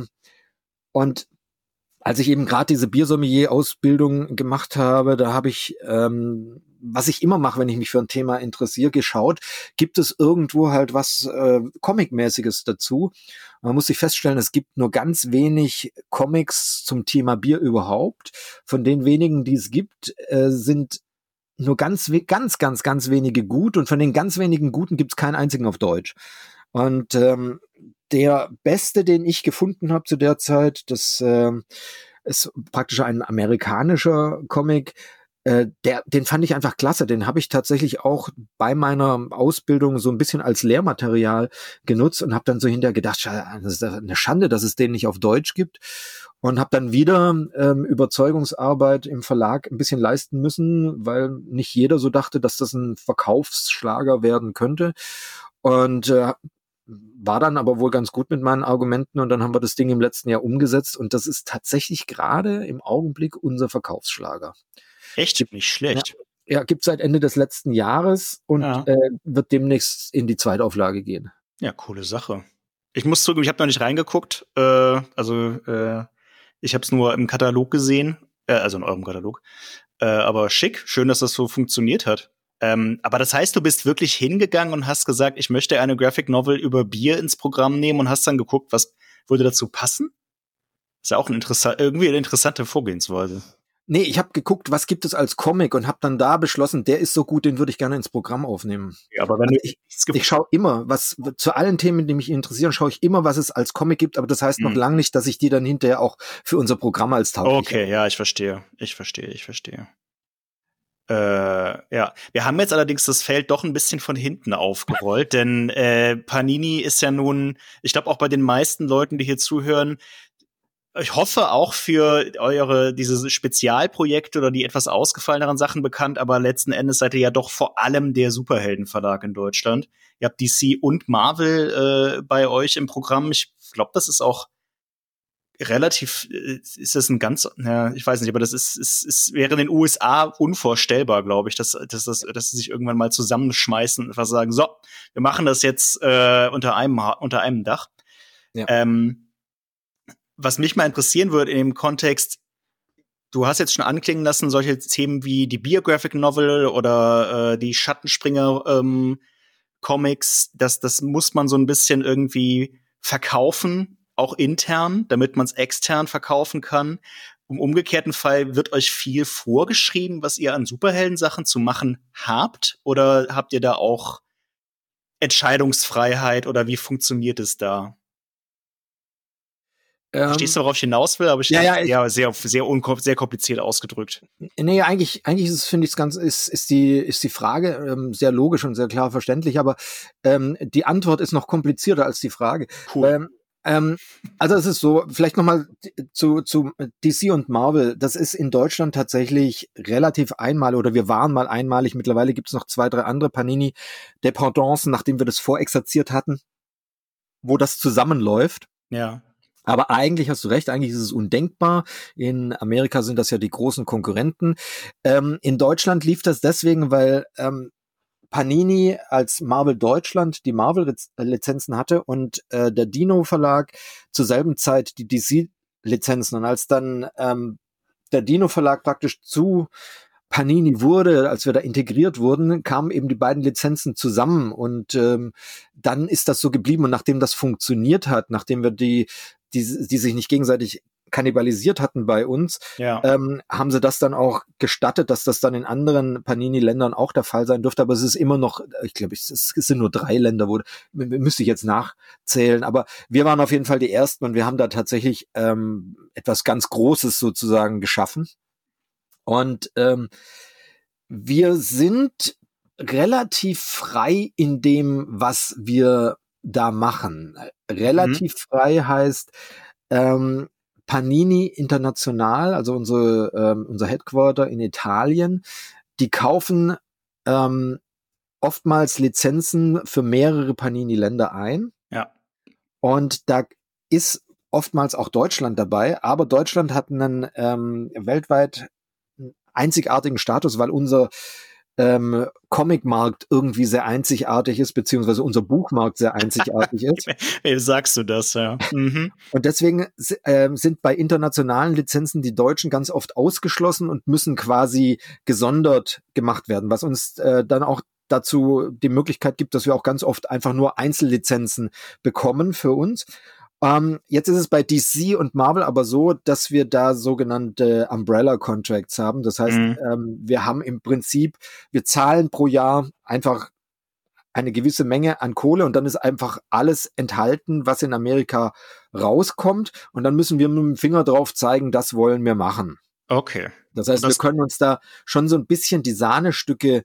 und als ich eben gerade diese Biersommelier-Ausbildung gemacht habe, da habe ich, was ich immer mache, wenn ich mich für ein Thema interessiere, geschaut, gibt es irgendwo halt was Comic-mäßiges dazu. Man muss sich feststellen, es gibt nur ganz wenig Comics zum Thema Bier überhaupt. Von den wenigen, die es gibt, sind nur ganz wenige gut und von den ganz wenigen guten gibt es keinen einzigen auf Deutsch. Und der beste, den ich gefunden habe zu der Zeit, das ist praktisch ein amerikanischer Comic. Den fand ich einfach klasse. Den habe ich tatsächlich auch bei meiner Ausbildung so ein bisschen als Lehrmaterial genutzt und habe dann so hinterher gedacht, das ist eine Schande, dass es den nicht auf Deutsch gibt. Und habe dann wieder Überzeugungsarbeit im Verlag ein bisschen leisten müssen, weil nicht jeder so dachte, dass das ein Verkaufsschlager werden könnte. Und war dann aber wohl ganz gut mit meinen Argumenten und dann haben wir das Ding im letzten Jahr umgesetzt und das ist tatsächlich gerade im Augenblick unser Verkaufsschlager. Echt? Nicht schlecht. Ja, gibt seit Ende des letzten Jahres und Ja. wird demnächst in die Zweitauflage gehen. Ja, coole Sache. Ich muss zugeben, ich habe noch nicht reingeguckt. Ich habe es nur im Katalog gesehen, also in eurem Katalog. Aber schick, schön, dass das so funktioniert hat. Aber das heißt, du bist wirklich hingegangen und hast gesagt, ich möchte eine Graphic Novel über Bier ins Programm nehmen und hast dann geguckt, was würde dazu passen? Ist ja auch irgendwie eine interessante Vorgehensweise. Nee, ich habe geguckt, was gibt es als Comic und habe dann da beschlossen, der ist so gut, den würde ich gerne ins Programm aufnehmen. Ja, aber wenn Also du ich schaue immer, was zu allen Themen, die mich interessieren, schaue ich immer, was es als Comic gibt, aber das heißt noch lange nicht, dass ich die dann hinterher auch für unser Programm als tauglich Okay, ja, ich verstehe. Ja, wir haben jetzt allerdings das Feld doch ein bisschen von hinten aufgerollt, denn Panini ist ja nun, ich glaube auch bei den meisten Leuten, die hier zuhören, ich hoffe auch für diese Spezialprojekte oder die etwas ausgefalleneren Sachen bekannt, aber letzten Endes seid ihr ja doch vor allem der Superheldenverlag in Deutschland. Ihr habt DC und Marvel bei euch im Programm. Ich glaube, das ist auch relativ, ist das ein ganz, ja, ich weiß nicht, aber das wäre in den USA unvorstellbar, glaube ich, dass sie sich irgendwann mal zusammenschmeißen und einfach sagen, so, wir machen das jetzt unter einem Dach. Ja. Was mich mal interessieren würde in dem Kontext, du hast jetzt schon anklingen lassen, solche Themen wie die Biographic Novel oder die Schattenspringer Comics, das muss man so ein bisschen irgendwie verkaufen, auch intern, damit man es extern verkaufen kann. Im umgekehrten Fall wird euch viel vorgeschrieben, was ihr an Superheldensachen zu machen habt? Oder habt ihr da auch Entscheidungsfreiheit oder wie funktioniert es da? Verstehst du, worauf ich hinaus will? Aber sehr kompliziert ausgedrückt. Nee, eigentlich finde ich es ist die Frage sehr logisch und sehr klar verständlich, aber die Antwort ist noch komplizierter als die Frage. Cool. Also es ist so, vielleicht nochmal zu DC und Marvel, das ist in Deutschland tatsächlich relativ einmalig, oder wir waren mal einmalig, mittlerweile gibt es noch 2, 3 andere Panini-Dependancen, nachdem wir das vorexerziert hatten, wo das zusammenläuft. Ja. Aber eigentlich hast du recht, eigentlich ist es undenkbar. In Amerika sind das ja die großen Konkurrenten. In Deutschland lief das deswegen, weil Panini als Marvel Deutschland die Marvel-Lizenzen hatte und der Dino Verlag zur selben Zeit die DC-Lizenzen. Und als dann der Dino Verlag praktisch zu Panini wurde, als wir da integriert wurden, kamen eben die beiden Lizenzen zusammen und dann ist das so geblieben. Und nachdem das funktioniert hat, nachdem wir die sich nicht gegenseitig kannibalisiert hatten bei uns, ja. Haben sie das dann auch gestattet, dass das dann in anderen Panini-Ländern auch der Fall sein dürfte. Aber es ist immer noch, ich glaube, es sind nur 3 Länder, müsste ich jetzt nachzählen. Aber wir waren auf jeden Fall die Ersten und wir haben da tatsächlich etwas ganz Großes sozusagen geschaffen. Und wir sind relativ frei in dem, was wir da machen. Relativ frei heißt Panini International, also unser Headquarter in Italien, die kaufen oftmals Lizenzen für mehrere Panini-Länder ein. Ja. Und da ist oftmals auch Deutschland dabei, aber Deutschland hat einen weltweit einzigartigen Status, weil unser Comic-Markt irgendwie sehr einzigartig ist, beziehungsweise unser Buchmarkt sehr einzigartig ist. Wie sagst du das, ja? Und deswegen sind bei internationalen Lizenzen die Deutschen ganz oft ausgeschlossen und müssen quasi gesondert gemacht werden, was uns dann auch dazu die Möglichkeit gibt, dass wir auch ganz oft einfach nur Einzellizenzen bekommen für uns. Jetzt ist es bei DC und Marvel aber so, dass wir da sogenannte Umbrella Contracts haben. Das heißt, wir haben im Prinzip, wir zahlen pro Jahr einfach eine gewisse Menge an Kohle und dann ist einfach alles enthalten, was in Amerika rauskommt. Und dann müssen wir mit dem Finger drauf zeigen, das wollen wir machen. Okay. Das heißt, wir können uns da schon so ein bisschen die Sahnestücke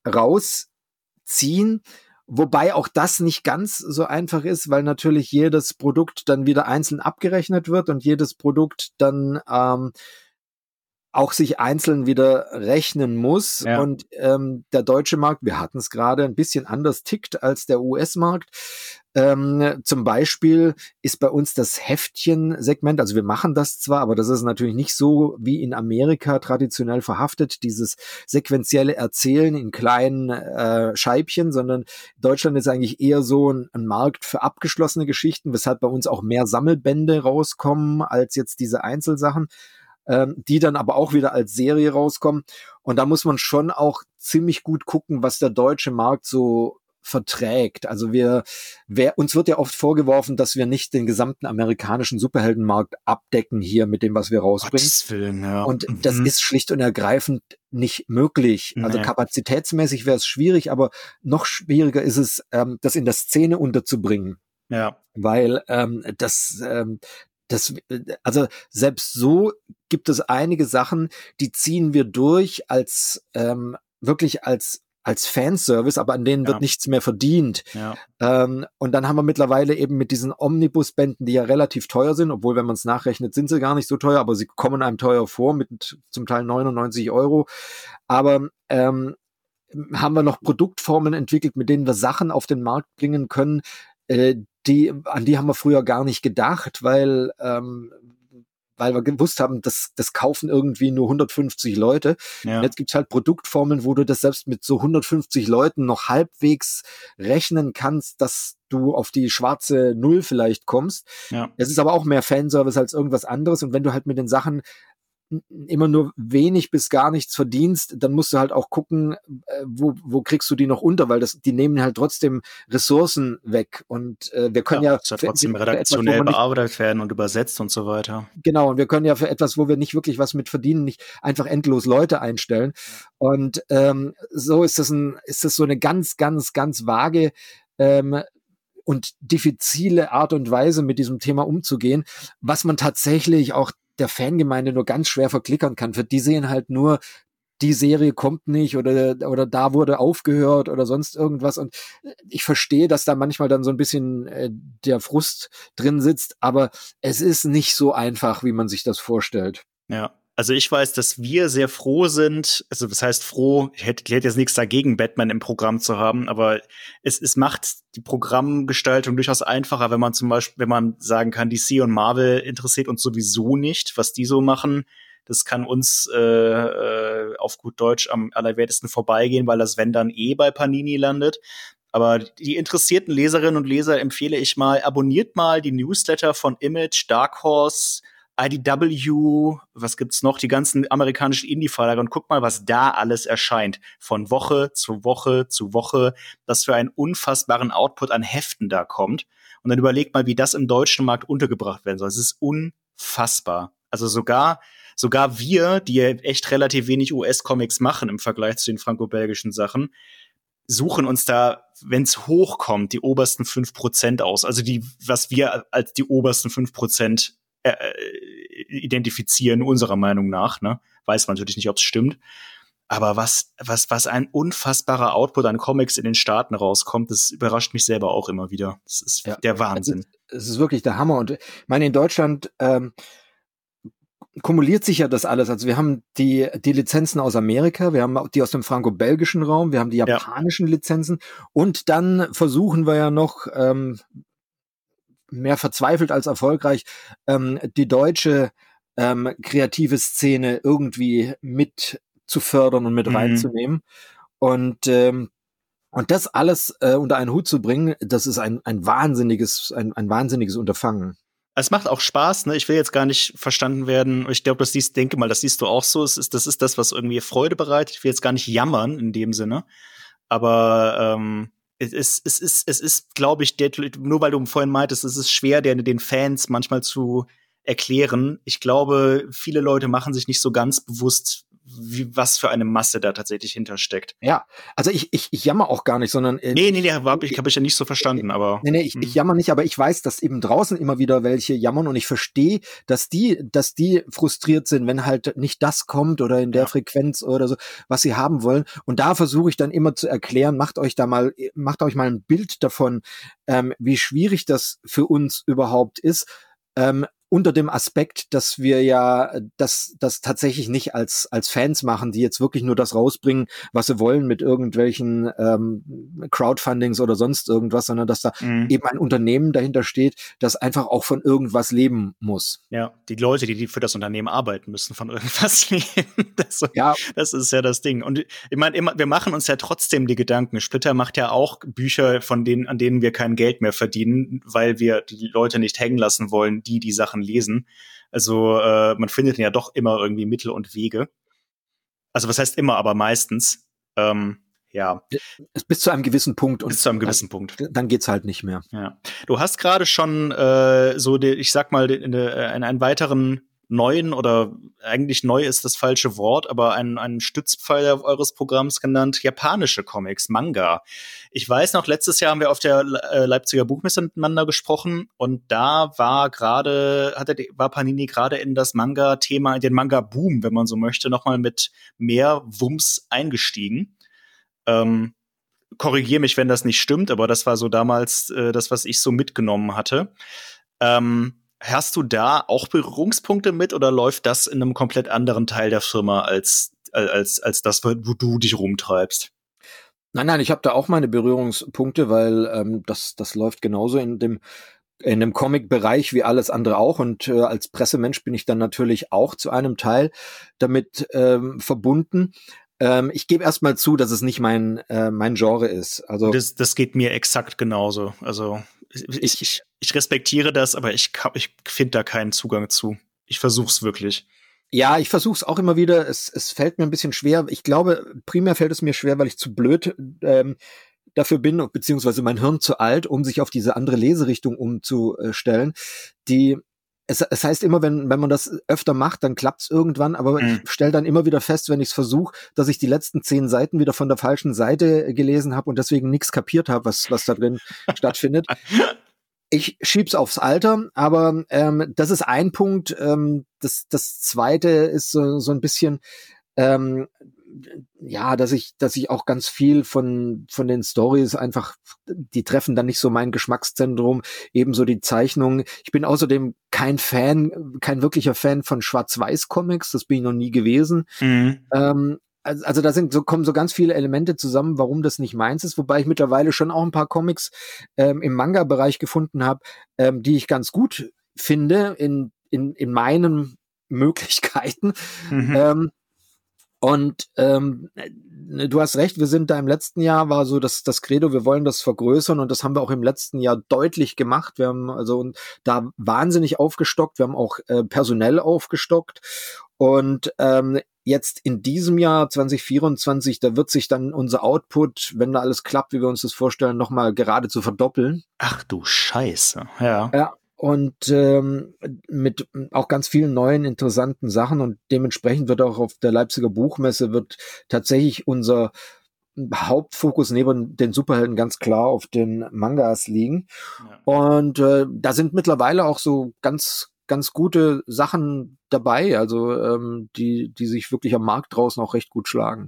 rausziehen. Wobei auch das nicht ganz so einfach ist, weil natürlich jedes Produkt dann wieder einzeln abgerechnet wird und jedes Produkt dann auch sich einzeln wieder rechnen muss. Ja. Und der deutsche Markt, wir hatten es gerade, ein bisschen anders tickt als der US-Markt. Zum Beispiel ist bei uns das Heftchen-Segment, also wir machen das zwar, aber das ist natürlich nicht so wie in Amerika traditionell verhaftet, dieses sequentielle Erzählen in kleinen Scheibchen, sondern Deutschland ist eigentlich eher so ein Markt für abgeschlossene Geschichten, weshalb bei uns auch mehr Sammelbände rauskommen als jetzt diese Einzelsachen, die dann aber auch wieder als Serie rauskommen. Und da muss man schon auch ziemlich gut gucken, was der deutsche Markt so verträgt. Also uns wird ja oft vorgeworfen, dass wir nicht den gesamten amerikanischen Superheldenmarkt abdecken hier mit dem, was wir rausbringen. Gottes Willen, ja. Und das ist schlicht und ergreifend nicht möglich. Also kapazitätsmäßig wäre es schwierig, aber noch schwieriger ist es, das in der Szene unterzubringen. Ja. Weil also selbst so gibt es einige Sachen, die ziehen wir durch wirklich als Fanservice, aber an denen wird nichts mehr verdient. Ja. Und dann haben wir mittlerweile eben mit diesen Omnibusbänden, die ja relativ teuer sind, obwohl, wenn man es nachrechnet, sind sie gar nicht so teuer, aber sie kommen einem teuer vor, mit zum Teil 99 Euro. Aber haben wir noch Produktformen entwickelt, mit denen wir Sachen auf den Markt bringen können, an die haben wir früher gar nicht gedacht, weil wir gewusst haben, das kaufen irgendwie nur 150 Leute. Ja. Und jetzt gibt's halt Produktformeln, wo du das selbst mit so 150 Leuten noch halbwegs rechnen kannst, dass du auf die schwarze Null vielleicht kommst. Ja. Es ist aber auch mehr Fanservice als irgendwas anderes. Und wenn du halt mit den Sachen immer nur wenig bis gar nichts verdienst, dann musst du halt auch gucken, wo kriegst du die noch unter, weil die nehmen halt trotzdem Ressourcen weg und wir können muss ja trotzdem redaktionell bearbeitet werden und übersetzt und so weiter. Genau, und wir können ja für etwas, wo wir nicht wirklich was mit verdienen, nicht einfach endlos Leute einstellen. Und so ist das so eine ganz, ganz, ganz vage und diffizile Art und Weise, mit diesem Thema umzugehen, was man tatsächlich auch der Fangemeinde nur ganz schwer verklickern kann. Für die sehen halt nur, die Serie kommt nicht oder da wurde aufgehört oder sonst irgendwas. Und ich verstehe, dass da manchmal dann so ein bisschen der Frust drin sitzt, aber es ist nicht so einfach, wie man sich das vorstellt. Ja. Also ich weiß, dass wir sehr froh sind, also das heißt froh, ich hätte jetzt nichts dagegen, Batman im Programm zu haben, aber es macht die Programmgestaltung durchaus einfacher, wenn man zum Beispiel, wenn man sagen kann, DC und Marvel interessiert uns sowieso nicht, was die so machen. Das kann uns auf gut Deutsch am allerwertesten vorbeigehen, weil das wenn dann bei Panini landet. Aber die interessierten Leserinnen und Leser empfehle ich mal, abonniert mal die Newsletter von Image, Dark Horse, IDW, was gibt's noch? Die ganzen amerikanischen Indie-Verlage und guck mal, was da alles erscheint. Von Woche zu Woche zu Woche, was für einen unfassbaren Output an Heften da kommt. Und dann überlegt mal, wie das im deutschen Markt untergebracht werden soll. Es ist unfassbar. Also sogar wir, die ja echt relativ wenig US-Comics machen im Vergleich zu den franco-belgischen Sachen, suchen uns da, wenn's hochkommt, die obersten 5% aus. Also was wir als die obersten 5% identifizieren, unserer Meinung nach, ne? Weiß man natürlich nicht, ob es stimmt. Aber was ein unfassbarer Output an Comics in den Staaten rauskommt, das überrascht mich selber auch immer wieder. Das ist der Wahnsinn. Es ist wirklich der Hammer. Und ich meine, in Deutschland kumuliert sich ja das alles. Also wir haben die Lizenzen aus Amerika, wir haben die aus dem franco-belgischen Raum, wir haben die japanischen Lizenzen und dann versuchen wir ja noch mehr verzweifelt als erfolgreich, die deutsche kreative Szene irgendwie mit zu fördern und mit reinzunehmen. Und das alles unter einen Hut zu bringen, das ist ein wahnsinniges Unterfangen. Es macht auch Spaß, ne? Ich will jetzt gar nicht verstanden werden. Ich glaube, das siehst du auch so. Das ist das, was irgendwie Freude bereitet. Ich will jetzt gar nicht jammern in dem Sinne. Aber es ist, glaube ich, nur weil du vorhin meintest, es ist schwer, den Fans manchmal zu erklären. Ich glaube, viele Leute machen sich nicht so ganz bewusst, was für eine Masse da tatsächlich hintersteckt. Ja, also ich jammer auch gar nicht, sondern Nee, hab ich ja nicht so verstanden, aber ich jammer nicht, aber ich weiß, dass eben draußen immer wieder welche jammern und ich verstehe, dass die frustriert sind, wenn halt nicht das kommt oder in der Frequenz oder so, was sie haben wollen. Und da versuche ich dann immer zu erklären, macht euch mal ein Bild davon, wie schwierig das für uns überhaupt ist. unter dem Aspekt, dass wir ja das tatsächlich nicht als Fans machen, die jetzt wirklich nur das rausbringen, was sie wollen mit irgendwelchen Crowdfundings oder sonst irgendwas, sondern dass da eben ein Unternehmen dahinter steht, das einfach auch von irgendwas leben muss. Ja, die Leute, die für das Unternehmen arbeiten, müssen von irgendwas leben. Das ist ja das Ding. Und ich meine, wir machen uns ja trotzdem die Gedanken. Splitter macht ja auch Bücher, an denen wir kein Geld mehr verdienen, weil wir die Leute nicht hängen lassen wollen, die Sachen lesen. Also man findet ja doch immer irgendwie Mittel und Wege. Also was heißt immer, aber meistens. Ja. Bis zu einem gewissen Punkt. Und bis zu einem gewissen Punkt. Dann geht's halt nicht mehr. Ja. Du hast gerade schon ich sag mal, in einen weiteren neuen, oder eigentlich neu ist das falsche Wort, aber einen Stützpfeiler eures Programms genannt, japanische Comics, Manga. Ich weiß noch, letztes Jahr haben wir auf der Leipziger Buchmesse miteinander gesprochen und da war Panini gerade in das Manga-Thema, in den Manga-Boom, wenn man so möchte, nochmal mit mehr Wumms eingestiegen. Korrigiere mich, wenn das nicht stimmt, aber das war so damals das, was ich so mitgenommen hatte. Hast du da auch Berührungspunkte mit oder läuft das in einem komplett anderen Teil der Firma als das, wo du dich rumtreibst? Nein, ich habe da auch meine Berührungspunkte, weil das läuft genauso in dem Comic-Bereich wie alles andere auch, und als Pressemensch bin ich dann natürlich auch zu einem Teil damit verbunden. Ich gebe erstmal zu, dass es nicht mein Genre ist. Also das geht mir exakt genauso. Also ich respektiere das, aber ich finde da keinen Zugang zu. Ich versuch's wirklich. Ja, ich versuch's auch immer wieder. Es fällt mir ein bisschen schwer. Ich glaube, primär fällt es mir schwer, weil ich zu blöd dafür bin, beziehungsweise mein Hirn zu alt, um sich auf diese andere Leserichtung umzustellen. Es heißt immer, wenn man das öfter macht, dann klappt's irgendwann, aber ich stelle dann immer wieder fest, wenn ich es versuche, dass ich die letzten 10 Seiten wieder von der falschen Seite gelesen habe und deswegen nichts kapiert habe, was da drin stattfindet. Ich schieb's aufs Alter, aber das ist ein Punkt. Das zweite ist so ein bisschen dass ich auch ganz viel von den Stories einfach, die treffen dann nicht so mein Geschmackszentrum, ebenso die Zeichnungen. Ich bin außerdem kein wirklicher Fan von Schwarz-Weiß-Comics, das bin ich noch nie gewesen. Also da kommen so ganz viele Elemente zusammen, warum das nicht meins ist, wobei ich mittlerweile schon auch ein paar Comics im Manga-Bereich gefunden habe, die ich ganz gut finde in meinen Möglichkeiten. Und du hast recht, wir sind da im letzten Jahr, war so das Credo, wir wollen das vergrößern, und das haben wir auch im letzten Jahr deutlich gemacht. Wir haben also da wahnsinnig aufgestockt, wir haben auch personell aufgestockt, und jetzt in diesem Jahr 2024, da wird sich dann unser Output, wenn da alles klappt, wie wir uns das vorstellen, nochmal geradezu verdoppeln. Ach du Scheiße, ja. Ja. Und mit auch ganz vielen neuen, interessanten Sachen, und dementsprechend wird auch auf der Leipziger Buchmesse wird tatsächlich unser Hauptfokus neben den Superhelden ganz klar auf den Mangas liegen. Ja. Und da sind mittlerweile auch so ganz gute Sachen dabei, also die sich wirklich am Markt draußen auch recht gut schlagen.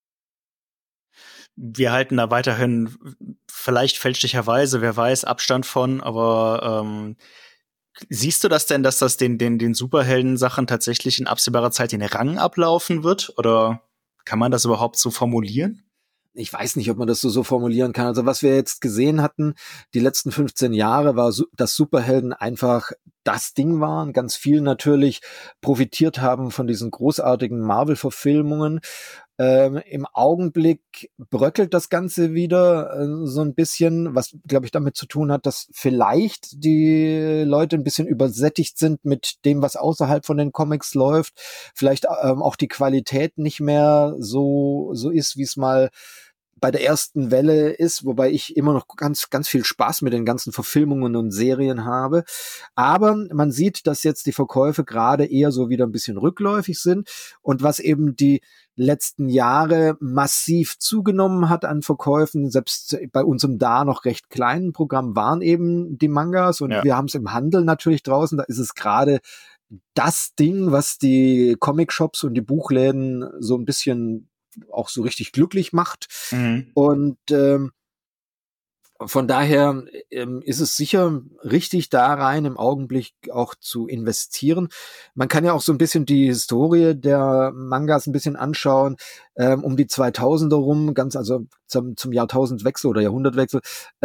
Wir halten da weiterhin, vielleicht fälschlicherweise, wer weiß, Abstand von, aber siehst du das denn, dass das den Superhelden-Sachen tatsächlich in absehbarer Zeit den Rang ablaufen wird? Oder kann man das überhaupt so formulieren? Ich weiß nicht, ob man das so formulieren kann. Also was wir jetzt gesehen hatten, die letzten 15 Jahre, war, dass Superhelden einfach das Ding waren. Ganz viel natürlich profitiert haben von diesen großartigen Marvel-Verfilmungen. Im Augenblick bröckelt das Ganze wieder so ein bisschen, was, glaube ich, damit zu tun hat, dass vielleicht die Leute ein bisschen übersättigt sind mit dem, was außerhalb von den Comics läuft. Vielleicht auch die Qualität nicht mehr so ist, wie es mal bei der ersten Welle ist, wobei ich immer noch ganz viel Spaß mit den ganzen Verfilmungen und Serien habe. Aber man sieht, dass jetzt die Verkäufe gerade eher so wieder ein bisschen rückläufig sind, und was eben die letzten Jahre massiv zugenommen hat an Verkäufen, selbst bei unserem da noch recht kleinen Programm, waren eben die Mangas, und wir haben es im Handel natürlich draußen, da ist es gerade das Ding, was die Comic-Shops und die Buchläden so ein bisschen auch so richtig glücklich macht. Und Von daher ist es sicher richtig, da rein im Augenblick auch zu investieren. Man kann ja auch so ein bisschen die Historie der Mangas ein bisschen anschauen, um die 2000er rum, also zum Jahrtausendwechsel oder Jahrhundertwechsel.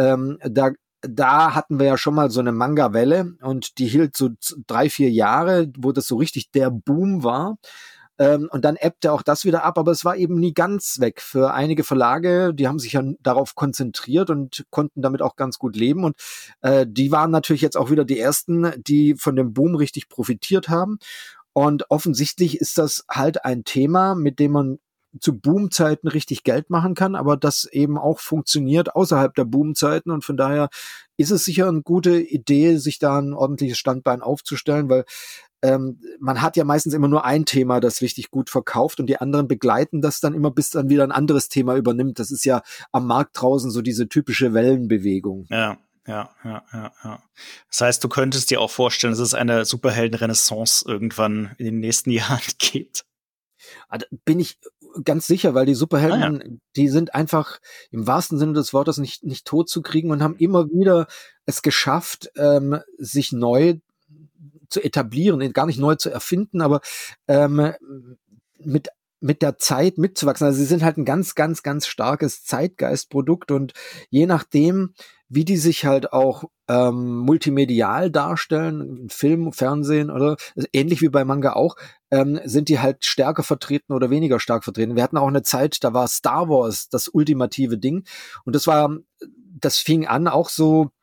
Da hatten wir ja schon mal so eine Manga-Welle und die hielt so 3, 4 Jahre, wo das so richtig der Boom war. Und dann ebbte auch das wieder ab, aber es war eben nie ganz weg. Für einige Verlage, die haben sich ja darauf konzentriert und konnten damit auch ganz gut leben. Und die waren natürlich jetzt auch wieder die ersten, die von dem Boom richtig profitiert haben. Und offensichtlich ist das halt ein Thema, mit dem man zu Boomzeiten richtig Geld machen kann, aber das eben auch funktioniert außerhalb der Boomzeiten. Und von daher ist es sicher eine gute Idee, sich da ein ordentliches Standbein aufzustellen, weil man hat ja meistens immer nur ein Thema, das richtig gut verkauft und die anderen begleiten das dann immer, bis dann wieder ein anderes Thema übernimmt. Das ist ja am Markt draußen so diese typische Wellenbewegung. Ja. Das heißt, du könntest dir auch vorstellen, dass es eine Superhelden-Renaissance irgendwann in den nächsten Jahren gibt. Da bin ich ganz sicher, weil die Superhelden, die sind einfach im wahrsten Sinne des Wortes nicht tot zu kriegen und haben immer wieder es geschafft, sich neu zu etablieren, gar nicht neu zu erfinden, aber mit der Zeit mitzuwachsen. Also sie sind halt ein ganz, ganz, ganz starkes Zeitgeistprodukt und je nachdem, wie die sich halt auch multimedial darstellen, Film, Fernsehen oder ähnlich wie bei Manga auch, sind die halt stärker vertreten oder weniger stark vertreten. Wir hatten auch eine Zeit, da war Star Wars das ultimative Ding und das fing an auch so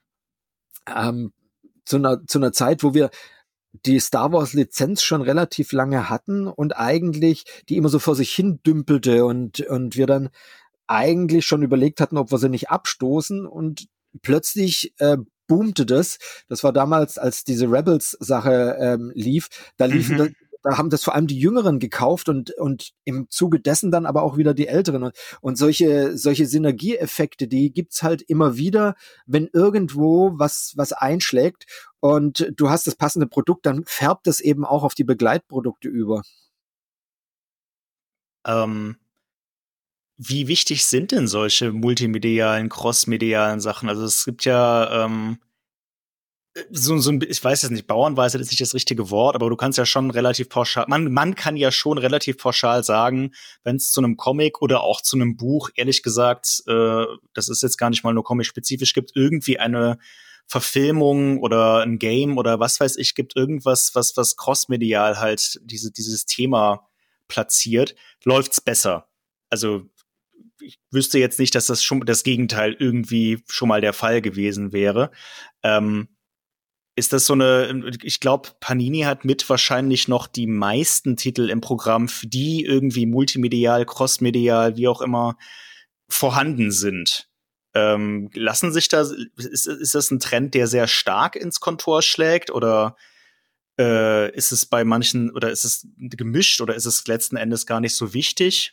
zu einer Zeit, wo wir die Star Wars Lizenz schon relativ lange hatten und eigentlich die immer so vor sich hin dümpelte und wir dann eigentlich schon überlegt hatten, ob wir sie nicht abstoßen und plötzlich boomte das. Das war damals, als diese Rebels-Sache lief. Da haben das vor allem die Jüngeren gekauft und im Zuge dessen dann aber auch wieder die Älteren. Und solche Synergieeffekte, die gibt's halt immer wieder, wenn irgendwo was einschlägt und du hast das passende Produkt, dann färbt das eben auch auf die Begleitprodukte über. Wie wichtig sind denn solche multimedialen, crossmedialen Sachen? Also es gibt ja ich weiß jetzt nicht, Bauernweisheit ist nicht das richtige Wort, aber du kannst ja schon relativ pauschal, man kann ja schon relativ pauschal sagen, wenn es zu einem Comic oder auch zu einem Buch, ehrlich gesagt, das ist jetzt gar nicht mal nur comic-spezifisch, gibt irgendwie eine Verfilmung oder ein Game oder was weiß ich, gibt irgendwas, was crossmedial halt dieses Thema platziert, läuft's besser. Also ich wüsste jetzt nicht, dass das schon das Gegenteil irgendwie schon mal der Fall gewesen wäre. Ist das ich glaube, Panini hat mit wahrscheinlich noch die meisten Titel im Programm, die irgendwie multimedial, crossmedial, wie auch immer, vorhanden sind. Lassen sich ist das ein Trend, der sehr stark ins Kontor schlägt oder ist es bei manchen, oder ist es gemischt oder ist es letzten Endes gar nicht so wichtig?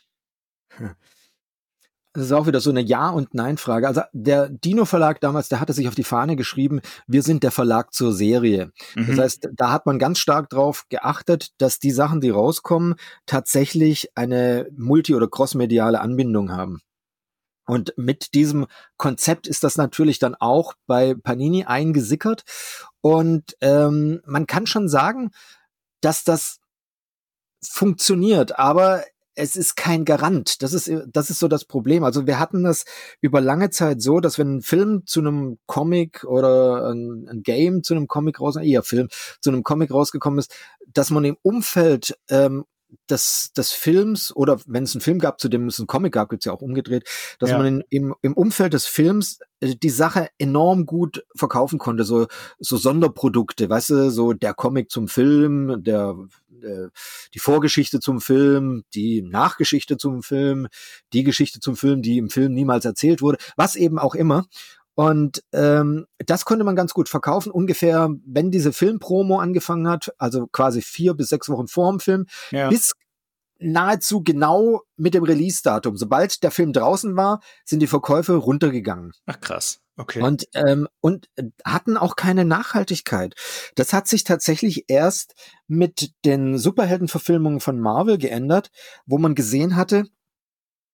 Das ist auch wieder so eine Ja- und Nein-Frage. Also der Dino-Verlag damals, der hatte sich auf die Fahne geschrieben, wir sind der Verlag zur Serie. Mhm. Das heißt, da hat man ganz stark drauf geachtet, dass die Sachen, die rauskommen, tatsächlich eine multi- oder crossmediale Anbindung haben. Und mit diesem Konzept ist das natürlich dann auch bei Panini eingesickert. Und man kann schon sagen, dass das funktioniert, aber es ist kein Garant. Das ist so das Problem. Also wir hatten das über lange Zeit so, dass wenn ein Film zu einem Comic oder ein Game zu einem Comic Film zu einem Comic rausgekommen ist, dass man im Umfeld des Films oder wenn es einen Film gab, zu dem es einen Comic gab, gibt's ja auch umgedreht, dass man im Umfeld des Films die Sache enorm gut verkaufen konnte, so Sonderprodukte, weißt du, so der Comic zum Film, die Vorgeschichte zum Film, die Nachgeschichte zum Film, die Geschichte zum Film, die im Film niemals erzählt wurde, was eben auch immer. Und das konnte man ganz gut verkaufen, ungefähr, wenn diese Filmpromo angefangen hat, also quasi 4 bis 6 Wochen vor dem Film, bis nahezu genau mit dem Release-Datum. Sobald der Film draußen war, sind die Verkäufe runtergegangen. Ach krass, okay. Und hatten auch keine Nachhaltigkeit. Das hat sich tatsächlich erst mit den Superheldenverfilmungen von Marvel geändert, wo man gesehen hatte,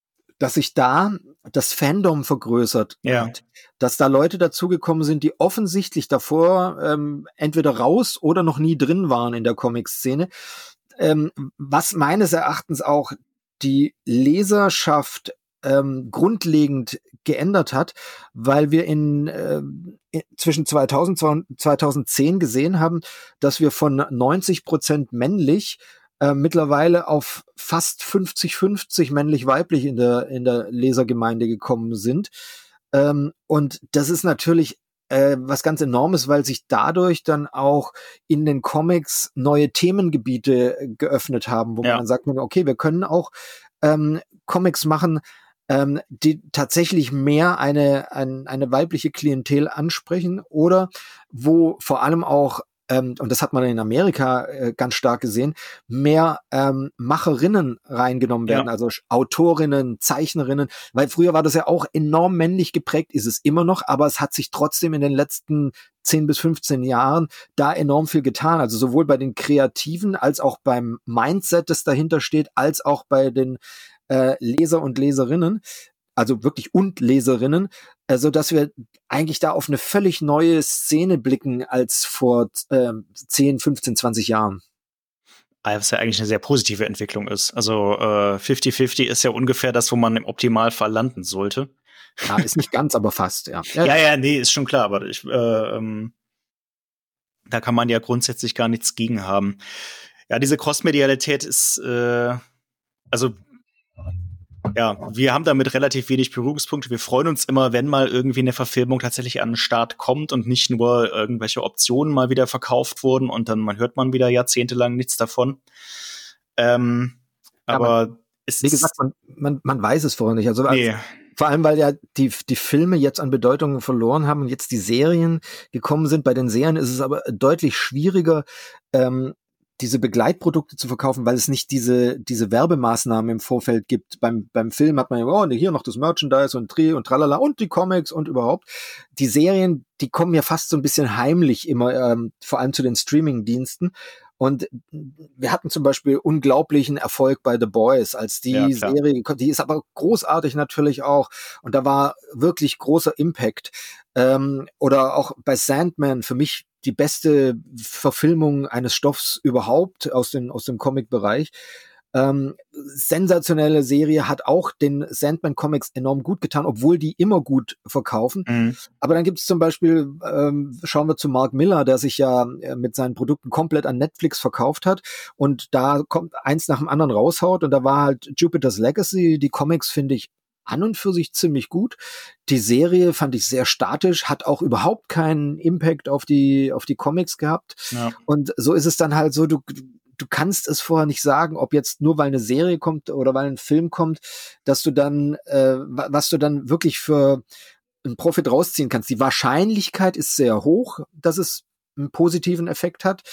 dass sich da das Fandom vergrößert hat, dass da Leute dazugekommen sind, die offensichtlich davor entweder raus oder noch nie drin waren in der Comic-Szene, was meines Erachtens auch die Leserschaft grundlegend geändert hat, weil wir zwischen 2000 und 2010 gesehen haben, dass wir von 90% männlich mittlerweile auf fast 50-50 männlich-weiblich in der Lesergemeinde gekommen sind. Und das ist natürlich was ganz Enormes, weil sich dadurch dann auch in den Comics neue Themengebiete geöffnet haben, wo man dann sagt, okay, wir können auch Comics machen, die tatsächlich mehr eine weibliche Klientel ansprechen oder wo vor allem auch und das hat man in Amerika ganz stark gesehen, mehr Macherinnen reingenommen werden, also Autorinnen, Zeichnerinnen, weil früher war das ja auch enorm männlich geprägt, ist es immer noch, aber es hat sich trotzdem in den letzten 10 bis 15 Jahren da enorm viel getan, also sowohl bei den Kreativen als auch beim Mindset, das dahinter steht, als auch bei den Leser und Leserinnen, also wirklich und Leserinnen, so dass wir eigentlich da auf eine völlig neue Szene blicken als vor 10, 15, 20 Jahren. Was ja eigentlich eine sehr positive Entwicklung ist. Also 50-50 ist ja ungefähr das, wo man im Optimalfall landen sollte. Ja, ist nicht ganz, aber fast, ja. Nee, ist schon klar, aber da kann man ja grundsätzlich gar nichts gegen haben. Ja, diese Crossmedialität ist, wir haben damit relativ wenig Berührungspunkte. Wir freuen uns immer, wenn mal irgendwie eine Verfilmung tatsächlich an den Start kommt und nicht nur irgendwelche Optionen mal wieder verkauft wurden und dann hört man wieder jahrzehntelang nichts davon. Aber wie gesagt, man weiß es vorher nicht. Also vor allem, weil ja die Filme jetzt an Bedeutung verloren haben und jetzt die Serien gekommen sind. Bei den Serien ist es aber deutlich schwieriger, diese Begleitprodukte zu verkaufen, weil es nicht diese Werbemaßnahmen im Vorfeld gibt. Beim Film hat man ja, hier noch das Merchandise und Dreh und tralala und die Comics und überhaupt. Die Serien, die kommen ja fast so ein bisschen heimlich immer, vor allem zu den Streaming-Diensten. Und wir hatten zum Beispiel unglaublichen Erfolg bei The Boys, als die Serie, die ist aber großartig natürlich auch. Und da war wirklich großer Impact. Oder auch bei Sandman, für mich die beste Verfilmung eines Stoffs überhaupt aus dem Comic-Bereich. Sensationelle Serie, hat auch den Sandman-Comics enorm gut getan, obwohl die immer gut verkaufen. Mhm. Aber dann gibt es zum Beispiel, schauen wir zu Mark Millar, der sich ja mit seinen Produkten komplett an Netflix verkauft hat und da kommt eins nach dem anderen raushaut und da war halt Jupiter's Legacy, die Comics finde ich an und für sich ziemlich gut. Die Serie fand ich sehr statisch, hat auch überhaupt keinen Impact auf die Comics gehabt. Ja. Und so ist es dann halt so, du kannst es vorher nicht sagen, ob jetzt nur weil eine Serie kommt oder weil ein Film kommt, dass du dann, was du dann wirklich für einen Profit rausziehen kannst. Die Wahrscheinlichkeit ist sehr hoch, dass es einen positiven Effekt hat.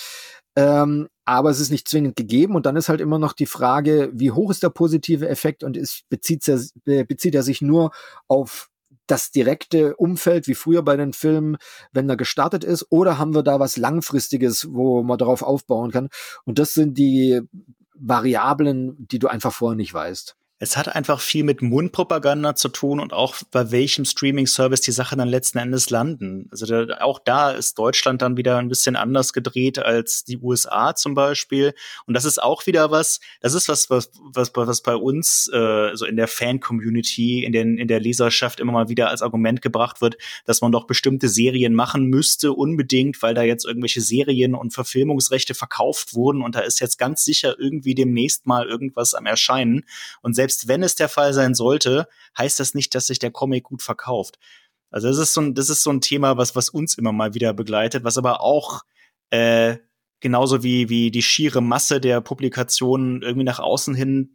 Aber es ist nicht zwingend gegeben und dann ist halt immer noch die Frage, wie hoch ist der positive Effekt und bezieht er sich nur auf das direkte Umfeld, wie früher bei den Filmen, wenn er gestartet ist, oder haben wir da was Langfristiges, wo man darauf aufbauen kann? Und das sind die Variablen, die du einfach vorher nicht weißt. Es hat einfach viel mit Mundpropaganda zu tun und auch bei welchem Streaming-Service die Sachen dann letzten Endes landen. Also auch da ist Deutschland dann wieder ein bisschen anders gedreht als die USA zum Beispiel. Und das ist auch wieder was bei uns so in der Fan-Community, in der Leserschaft immer mal wieder als Argument gebracht wird, dass man doch bestimmte Serien machen müsste, unbedingt, weil da jetzt irgendwelche Serien und Verfilmungsrechte verkauft wurden und da ist jetzt ganz sicher irgendwie demnächst mal irgendwas am Erscheinen. Und selbst wenn es der Fall sein sollte, heißt das nicht, dass sich der Comic gut verkauft. Also das ist so ein Thema, was uns immer mal wieder begleitet, was aber auch genauso wie die schiere Masse der Publikationen irgendwie nach außen hin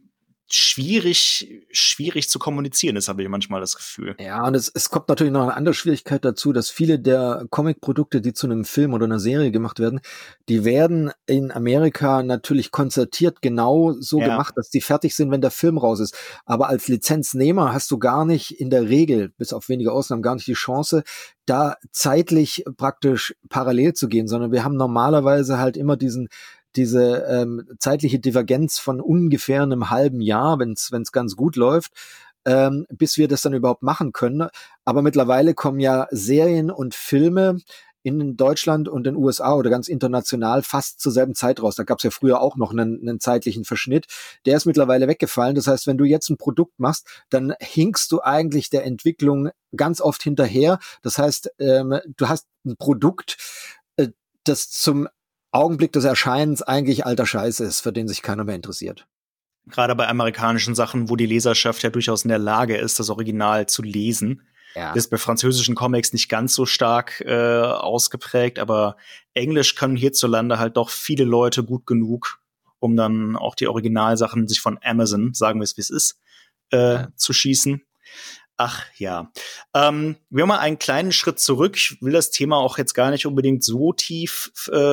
schwierig zu kommunizieren ist, habe ich manchmal das Gefühl. Ja, und es kommt natürlich noch eine andere Schwierigkeit dazu, dass viele der Comic-Produkte, die zu einem Film oder einer Serie gemacht werden, die werden in Amerika natürlich konzertiert genau so gemacht, dass die fertig sind, wenn der Film raus ist. Aber als Lizenznehmer hast du gar nicht in der Regel, bis auf wenige Ausnahmen, gar nicht die Chance, da zeitlich praktisch parallel zu gehen, sondern wir haben normalerweise halt immer diese zeitliche Divergenz von ungefähr einem halben Jahr, wenn es ganz gut läuft, bis wir das dann überhaupt machen können. Aber mittlerweile kommen ja Serien und Filme in Deutschland und den USA oder ganz international fast zur selben Zeit raus. Da gab es ja früher auch noch einen zeitlichen Verschnitt. Der ist mittlerweile weggefallen. Das heißt, wenn du jetzt ein Produkt machst, dann hinkst du eigentlich der Entwicklung ganz oft hinterher. Das heißt, du hast ein Produkt, das zum Augenblick des Erscheinens eigentlich alter Scheiß ist, für den sich keiner mehr interessiert. Gerade bei amerikanischen Sachen, wo die Leserschaft ja durchaus in der Lage ist, das Original zu lesen. Ja. Das ist bei französischen Comics nicht ganz so stark ausgeprägt, aber Englisch können hierzulande halt doch viele Leute gut genug, um dann auch die Originalsachen sich von Amazon, sagen wir es wie es ist, zu schießen. Ach ja. Wir haben mal einen kleinen Schritt zurück. Ich will das Thema auch jetzt gar nicht unbedingt so tief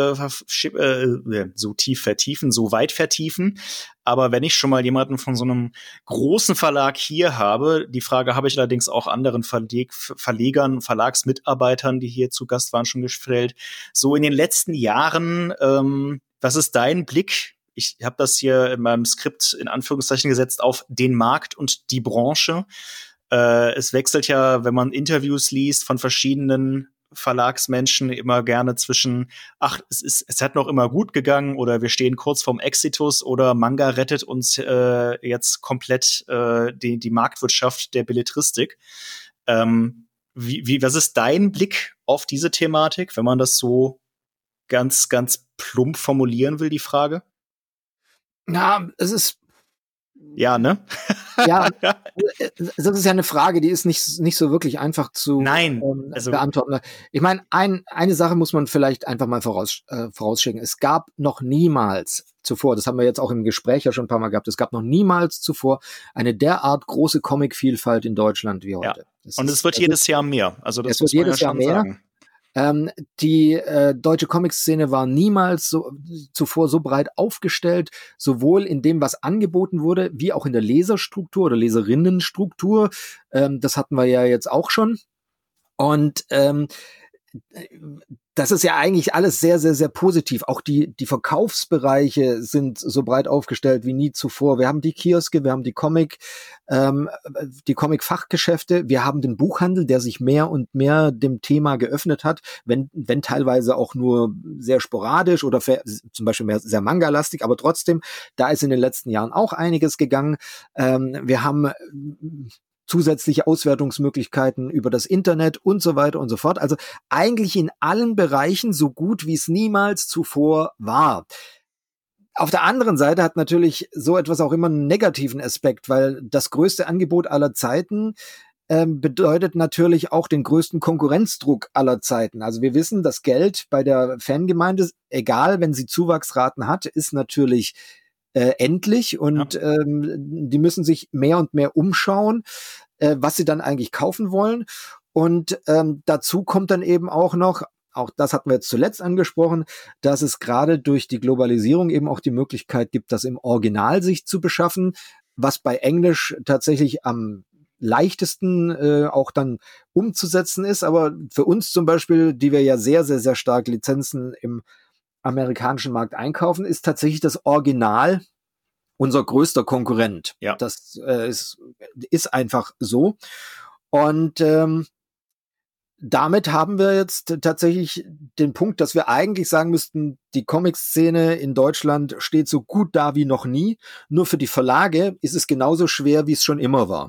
vertiefen, so weit vertiefen. Aber wenn ich schon mal jemanden von so einem großen Verlag hier habe, die Frage habe ich allerdings auch anderen Verlegern, Verlagsmitarbeitern, die hier zu Gast waren, schon gestellt. So in den letzten Jahren, was ist dein Blick? Ich habe das hier in meinem Skript in Anführungszeichen gesetzt auf den Markt und die Branche. Es wechselt ja, wenn man Interviews liest von verschiedenen Verlagsmenschen, immer gerne zwischen, es hat noch immer gut gegangen oder wir stehen kurz vorm Exitus oder Manga rettet uns jetzt komplett die Marktwirtschaft der Belletristik. Was ist dein Blick auf diese Thematik, wenn man das so ganz, ganz plump formulieren will, die Frage? Na, es ist ja, ne? Ja, das ist ja eine Frage, die ist nicht so wirklich einfach zu beantworten. Ich meine, eine Sache muss man vielleicht einfach mal vorausschicken. Es gab noch niemals zuvor, das haben wir jetzt auch im Gespräch ja schon ein paar Mal gehabt, es gab noch niemals zuvor eine derart große Comic-Vielfalt in Deutschland wie heute. Ja. Und es wird jedes Jahr mehr. Also das muss man ja schon sagen. Die deutsche Comic-Szene war niemals zuvor so breit aufgestellt, sowohl in dem, was angeboten wurde, wie auch in der Leserstruktur oder Leserinnenstruktur. Das hatten wir ja jetzt auch schon. Und das ist ja eigentlich alles sehr, sehr, sehr positiv. Auch die Verkaufsbereiche sind so breit aufgestellt wie nie zuvor. Wir haben die Kioske, wir haben die Comic-Fachgeschäfte, wir haben den Buchhandel, der sich mehr und mehr dem Thema geöffnet hat, wenn teilweise auch nur sehr sporadisch oder zum Beispiel mehr sehr Manga-lastig, aber trotzdem, da ist in den letzten Jahren auch einiges gegangen. Wir haben zusätzliche Auswertungsmöglichkeiten über das Internet und so weiter und so fort. Also eigentlich in allen Bereichen so gut, wie es niemals zuvor war. Auf der anderen Seite hat natürlich so etwas auch immer einen negativen Aspekt, weil das größte Angebot aller Zeiten bedeutet natürlich auch den größten Konkurrenzdruck aller Zeiten. Also wir wissen, das Geld bei der Fangemeinde, egal wenn sie Zuwachsraten hat, ist natürlich endlich und die müssen sich mehr und mehr umschauen, was sie dann eigentlich kaufen wollen. Und dazu kommt dann eben auch noch, auch das hatten wir jetzt zuletzt angesprochen, dass es gerade durch die Globalisierung eben auch die Möglichkeit gibt, das im Original sich zu beschaffen, was bei Englisch tatsächlich am leichtesten auch dann umzusetzen ist. Aber für uns zum Beispiel, die wir ja sehr, sehr, sehr stark Lizenzen im amerikanischen Markt einkaufen, ist tatsächlich das Original unser größter Konkurrent. Ja. Das ist einfach so. Und damit haben wir jetzt tatsächlich den Punkt, dass wir eigentlich sagen müssten, die Comic-Szene in Deutschland steht so gut da wie noch nie. Nur für die Verlage ist es genauso schwer, wie es schon immer war.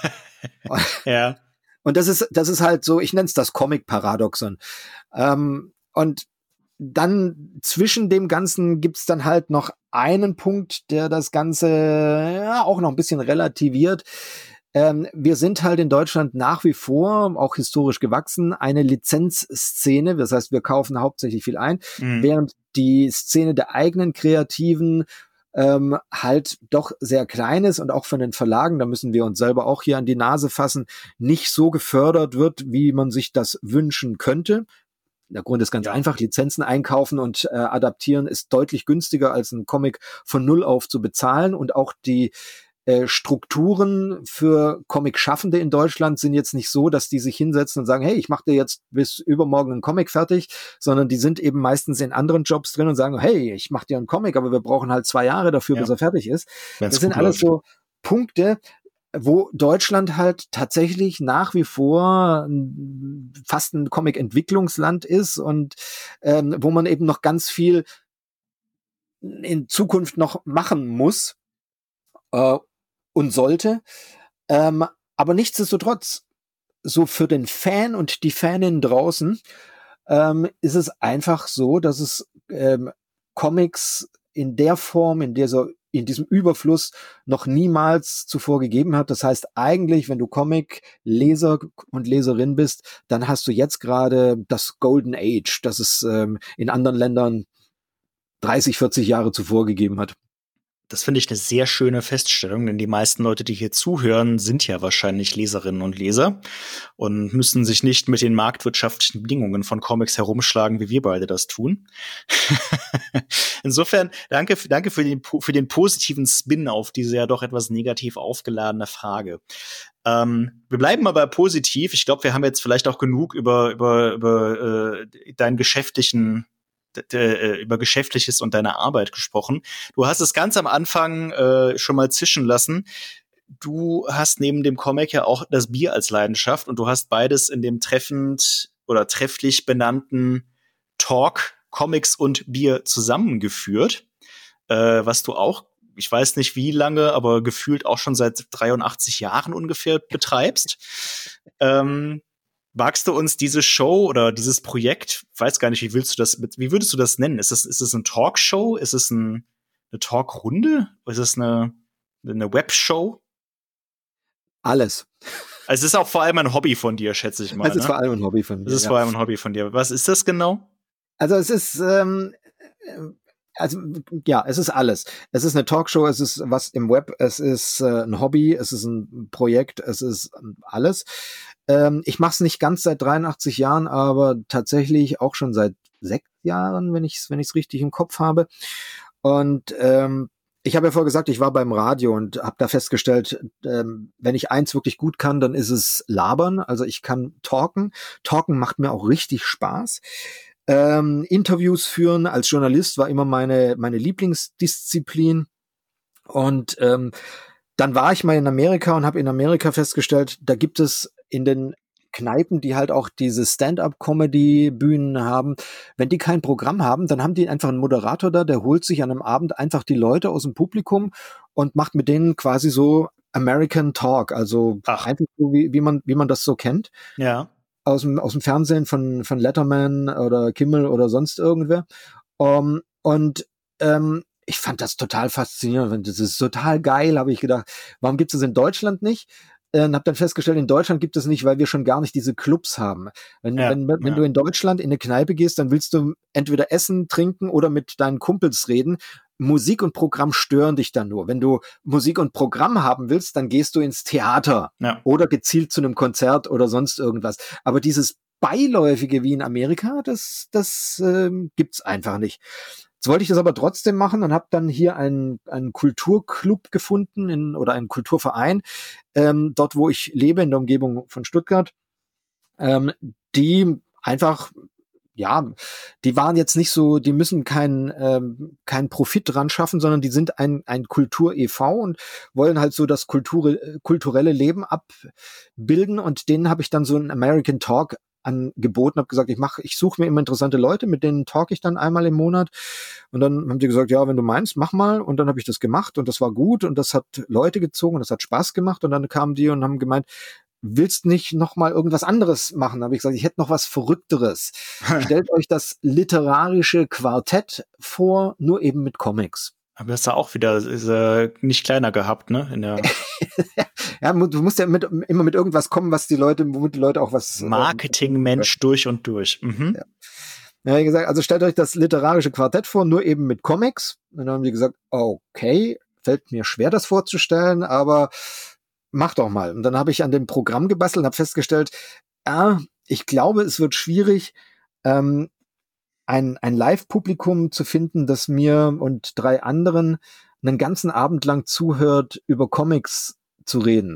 Ja. Und das ist halt so, ich nenne es das Comic-Paradoxon. Und dann zwischen dem Ganzen gibt's dann halt noch einen Punkt, der das Ganze auch noch ein bisschen relativiert. Wir sind halt in Deutschland nach wie vor, auch historisch gewachsen, eine Lizenzszene. Das heißt, wir kaufen hauptsächlich viel ein, während die Szene der eigenen Kreativen halt doch sehr klein ist und auch von den Verlagen, da müssen wir uns selber auch hier an die Nase fassen, nicht so gefördert wird, wie man sich das wünschen könnte. Der Grund ist ganz einfach, Lizenzen einkaufen und adaptieren ist deutlich günstiger, als einen Comic von Null auf zu bezahlen. Und auch die Strukturen für Comic-Schaffende in Deutschland sind jetzt nicht so, dass die sich hinsetzen und sagen, hey, ich mache dir jetzt bis übermorgen einen Comic fertig, sondern die sind eben meistens in anderen Jobs drin und sagen, hey, ich mache dir einen Comic, aber wir brauchen halt 2 Jahre dafür, bis er fertig ist. Das sind alles so Punkte, wo Deutschland halt tatsächlich nach wie vor fast ein Comic-Entwicklungsland ist und wo man eben noch ganz viel in Zukunft noch machen muss äh, und sollte. Aber nichtsdestotrotz, so für den Fan und die Fanin draußen, ist es einfach so, dass es Comics in der Form, in diesem Überfluss noch niemals zuvor gegeben hat. Das heißt eigentlich, wenn du Comic-Leser und Leserin bist, dann hast du jetzt gerade das Golden Age, das es in anderen Ländern 30, 40 Jahre zuvor gegeben hat. Das finde ich eine sehr schöne Feststellung, denn die meisten Leute, die hier zuhören, sind ja wahrscheinlich Leserinnen und Leser und müssen sich nicht mit den marktwirtschaftlichen Bedingungen von Comics herumschlagen, wie wir beide das tun. Insofern danke für den positiven Spin auf diese ja doch etwas negativ aufgeladene Frage. Wir bleiben aber positiv. Ich glaube, wir haben jetzt vielleicht auch genug über deinen geschäftlichen über Geschäftliches und deine Arbeit gesprochen. Du hast es ganz am Anfang schon mal zischen lassen. Du hast neben dem Comic ja auch das Bier als Leidenschaft und du hast beides in dem treffend oder trefflich benannten Talk Comics und Bier zusammengeführt, was du auch, ich weiß nicht wie lange, aber gefühlt auch schon seit 83 Jahren ungefähr betreibst. Magst du uns diese Show oder dieses Projekt, weiß gar nicht, wie würdest du das nennen? Ist es eine Talkshow? Ist es eine Talkrunde? Ist es eine Webshow? Alles. Also es ist auch vor allem ein Hobby von dir, schätze ich mal. Es ist vor allem ein Hobby von mir. Es ist vor allem ein Hobby von dir. Was ist das genau? Also es ist es ist alles. Es ist eine Talkshow, es ist was im Web, es ist ein Hobby, es ist ein Projekt, es ist alles. Ich mache es nicht ganz seit 83 Jahren, aber tatsächlich auch schon seit 6 Jahren, wenn ich es richtig im Kopf habe. Und ich habe ja vorher gesagt, ich war beim Radio und habe da festgestellt, wenn ich eins wirklich gut kann, dann ist es labern. Also ich kann talken. Talken macht mir auch richtig Spaß. Interviews führen als Journalist war immer meine Lieblingsdisziplin. Und dann war ich mal in Amerika und habe in Amerika festgestellt, da gibt es in den Kneipen, die halt auch diese Stand-up-Comedy-Bühnen haben, wenn die kein Programm haben, dann haben die einfach einen Moderator da, der holt sich an einem Abend einfach die Leute aus dem Publikum und macht mit denen quasi so American Talk, also einfach so, wie man das so kennt. Ja. Aus dem Fernsehen von Letterman oder Kimmel oder sonst irgendwer. Ich fand das total faszinierend. Das ist total geil, habe ich gedacht. Warum gibt es das in Deutschland nicht? Und habe dann festgestellt, in Deutschland gibt es nicht, weil wir schon gar nicht diese Clubs haben. Wenn du in Deutschland in eine Kneipe gehst, dann willst du entweder essen, trinken oder mit deinen Kumpels reden. Musik und Programm stören dich dann nur. Wenn du Musik und Programm haben willst, dann gehst du ins Theater oder gezielt zu einem Konzert oder sonst irgendwas. Aber dieses Beiläufige wie in Amerika, das gibt's einfach nicht. Jetzt wollte ich das aber trotzdem machen und habe dann hier einen Kulturclub gefunden oder einen Kulturverein, dort wo ich lebe, in der Umgebung von Stuttgart, die einfach die waren jetzt nicht so, die müssen kein Profit dran schaffen, sondern die sind ein Kultur-e.V. und wollen halt so das kulturelle Leben abbilden und denen habe ich dann so einen American Talk angeboten, habe gesagt, ich suche mir immer interessante Leute, mit denen talk ich dann einmal im Monat und dann haben die gesagt, ja, wenn du meinst, mach mal und dann habe ich das gemacht und das war gut und das hat Leute gezogen und das hat Spaß gemacht und dann kamen die und haben gemeint, willst nicht noch mal irgendwas anderes machen? Da habe ich gesagt, ich hätte noch was Verrückteres. Stellt euch das literarische Quartett vor, nur eben mit Comics. Aber das ist ja auch wieder nicht kleiner gehabt, ne? Ja, du musst ja immer mit irgendwas kommen, womit die Leute auch was. Marketingmensch durch und durch. Mhm. Ja, wie gesagt, also stellt euch das literarische Quartett vor, nur eben mit Comics. Und dann haben die gesagt, okay, fällt mir schwer, das vorzustellen, aber mach doch mal. Und dann habe ich an dem Programm gebastelt und habe festgestellt, ich glaube, es wird schwierig, ein Live-Publikum zu finden, das mir und 3 anderen einen ganzen Abend lang zuhört, über Comics zu reden.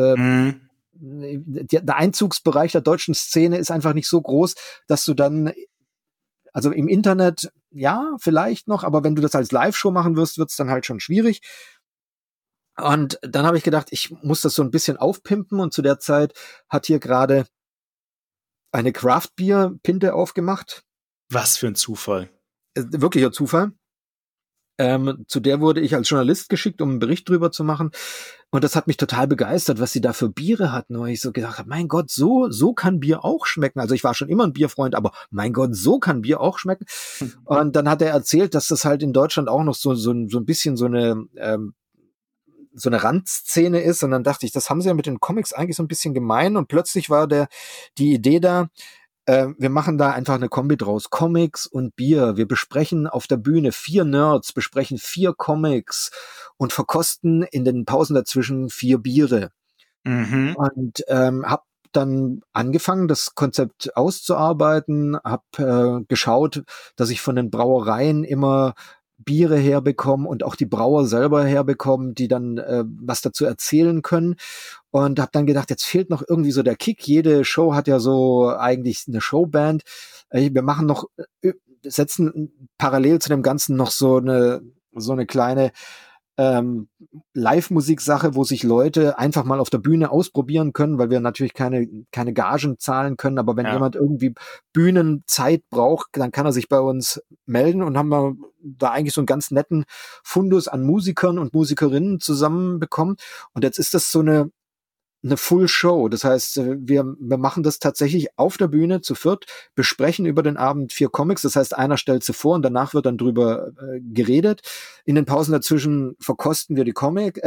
Der Einzugsbereich der deutschen Szene ist einfach nicht so groß, dass du dann, also im Internet, ja, vielleicht noch, aber wenn du das als Live-Show machen wirst, wird es dann halt schon schwierig. Und dann habe ich gedacht, ich muss das so ein bisschen aufpimpen und zu der Zeit hat hier gerade eine Craft-Bier-Pinte aufgemacht. Was für ein Zufall. Wirklicher Zufall. Zu der wurde ich als Journalist geschickt, um einen Bericht drüber zu machen. Und das hat mich total begeistert, was sie da für Biere hatten. Und ich so gedacht habe, mein Gott, so kann Bier auch schmecken. Also ich war schon immer ein Bierfreund, aber mein Gott, so kann Bier auch schmecken. Und dann hat er erzählt, dass das halt in Deutschland auch noch so ein bisschen so eine Randszene ist. Und dann dachte ich, das haben sie ja mit den Comics eigentlich so ein bisschen gemein. Und plötzlich war die Idee da, wir machen da einfach eine Kombi draus. Comics und Bier. Wir besprechen auf der Bühne 4 Nerds, besprechen 4 Comics und verkosten in den Pausen dazwischen 4 Biere. Mhm. Und habe dann angefangen, das Konzept auszuarbeiten, habe geschaut, dass ich von den Brauereien immer Biere herbekommen und auch die Brauer selber herbekommen, die dann was dazu erzählen können. Und habe dann gedacht, jetzt fehlt noch irgendwie so der Kick. Jede Show hat ja so eigentlich eine Showband. Wir machen noch, setzen parallel zu dem Ganzen noch so eine kleine Live-Musik-Sache, wo sich Leute einfach mal auf der Bühne ausprobieren können, weil wir natürlich keine Gagen zahlen können, aber wenn jemand irgendwie Bühnenzeit braucht, dann kann er sich bei uns melden und haben wir da eigentlich so einen ganz netten Fundus an Musikern und Musikerinnen zusammenbekommen. Und jetzt ist das so eine Full Show. Das heißt, wir machen das tatsächlich auf der Bühne zu viert, besprechen über den Abend 4 Comics. Das heißt, einer stellt sie vor und danach wird dann drüber geredet. In den Pausen dazwischen verkosten wir die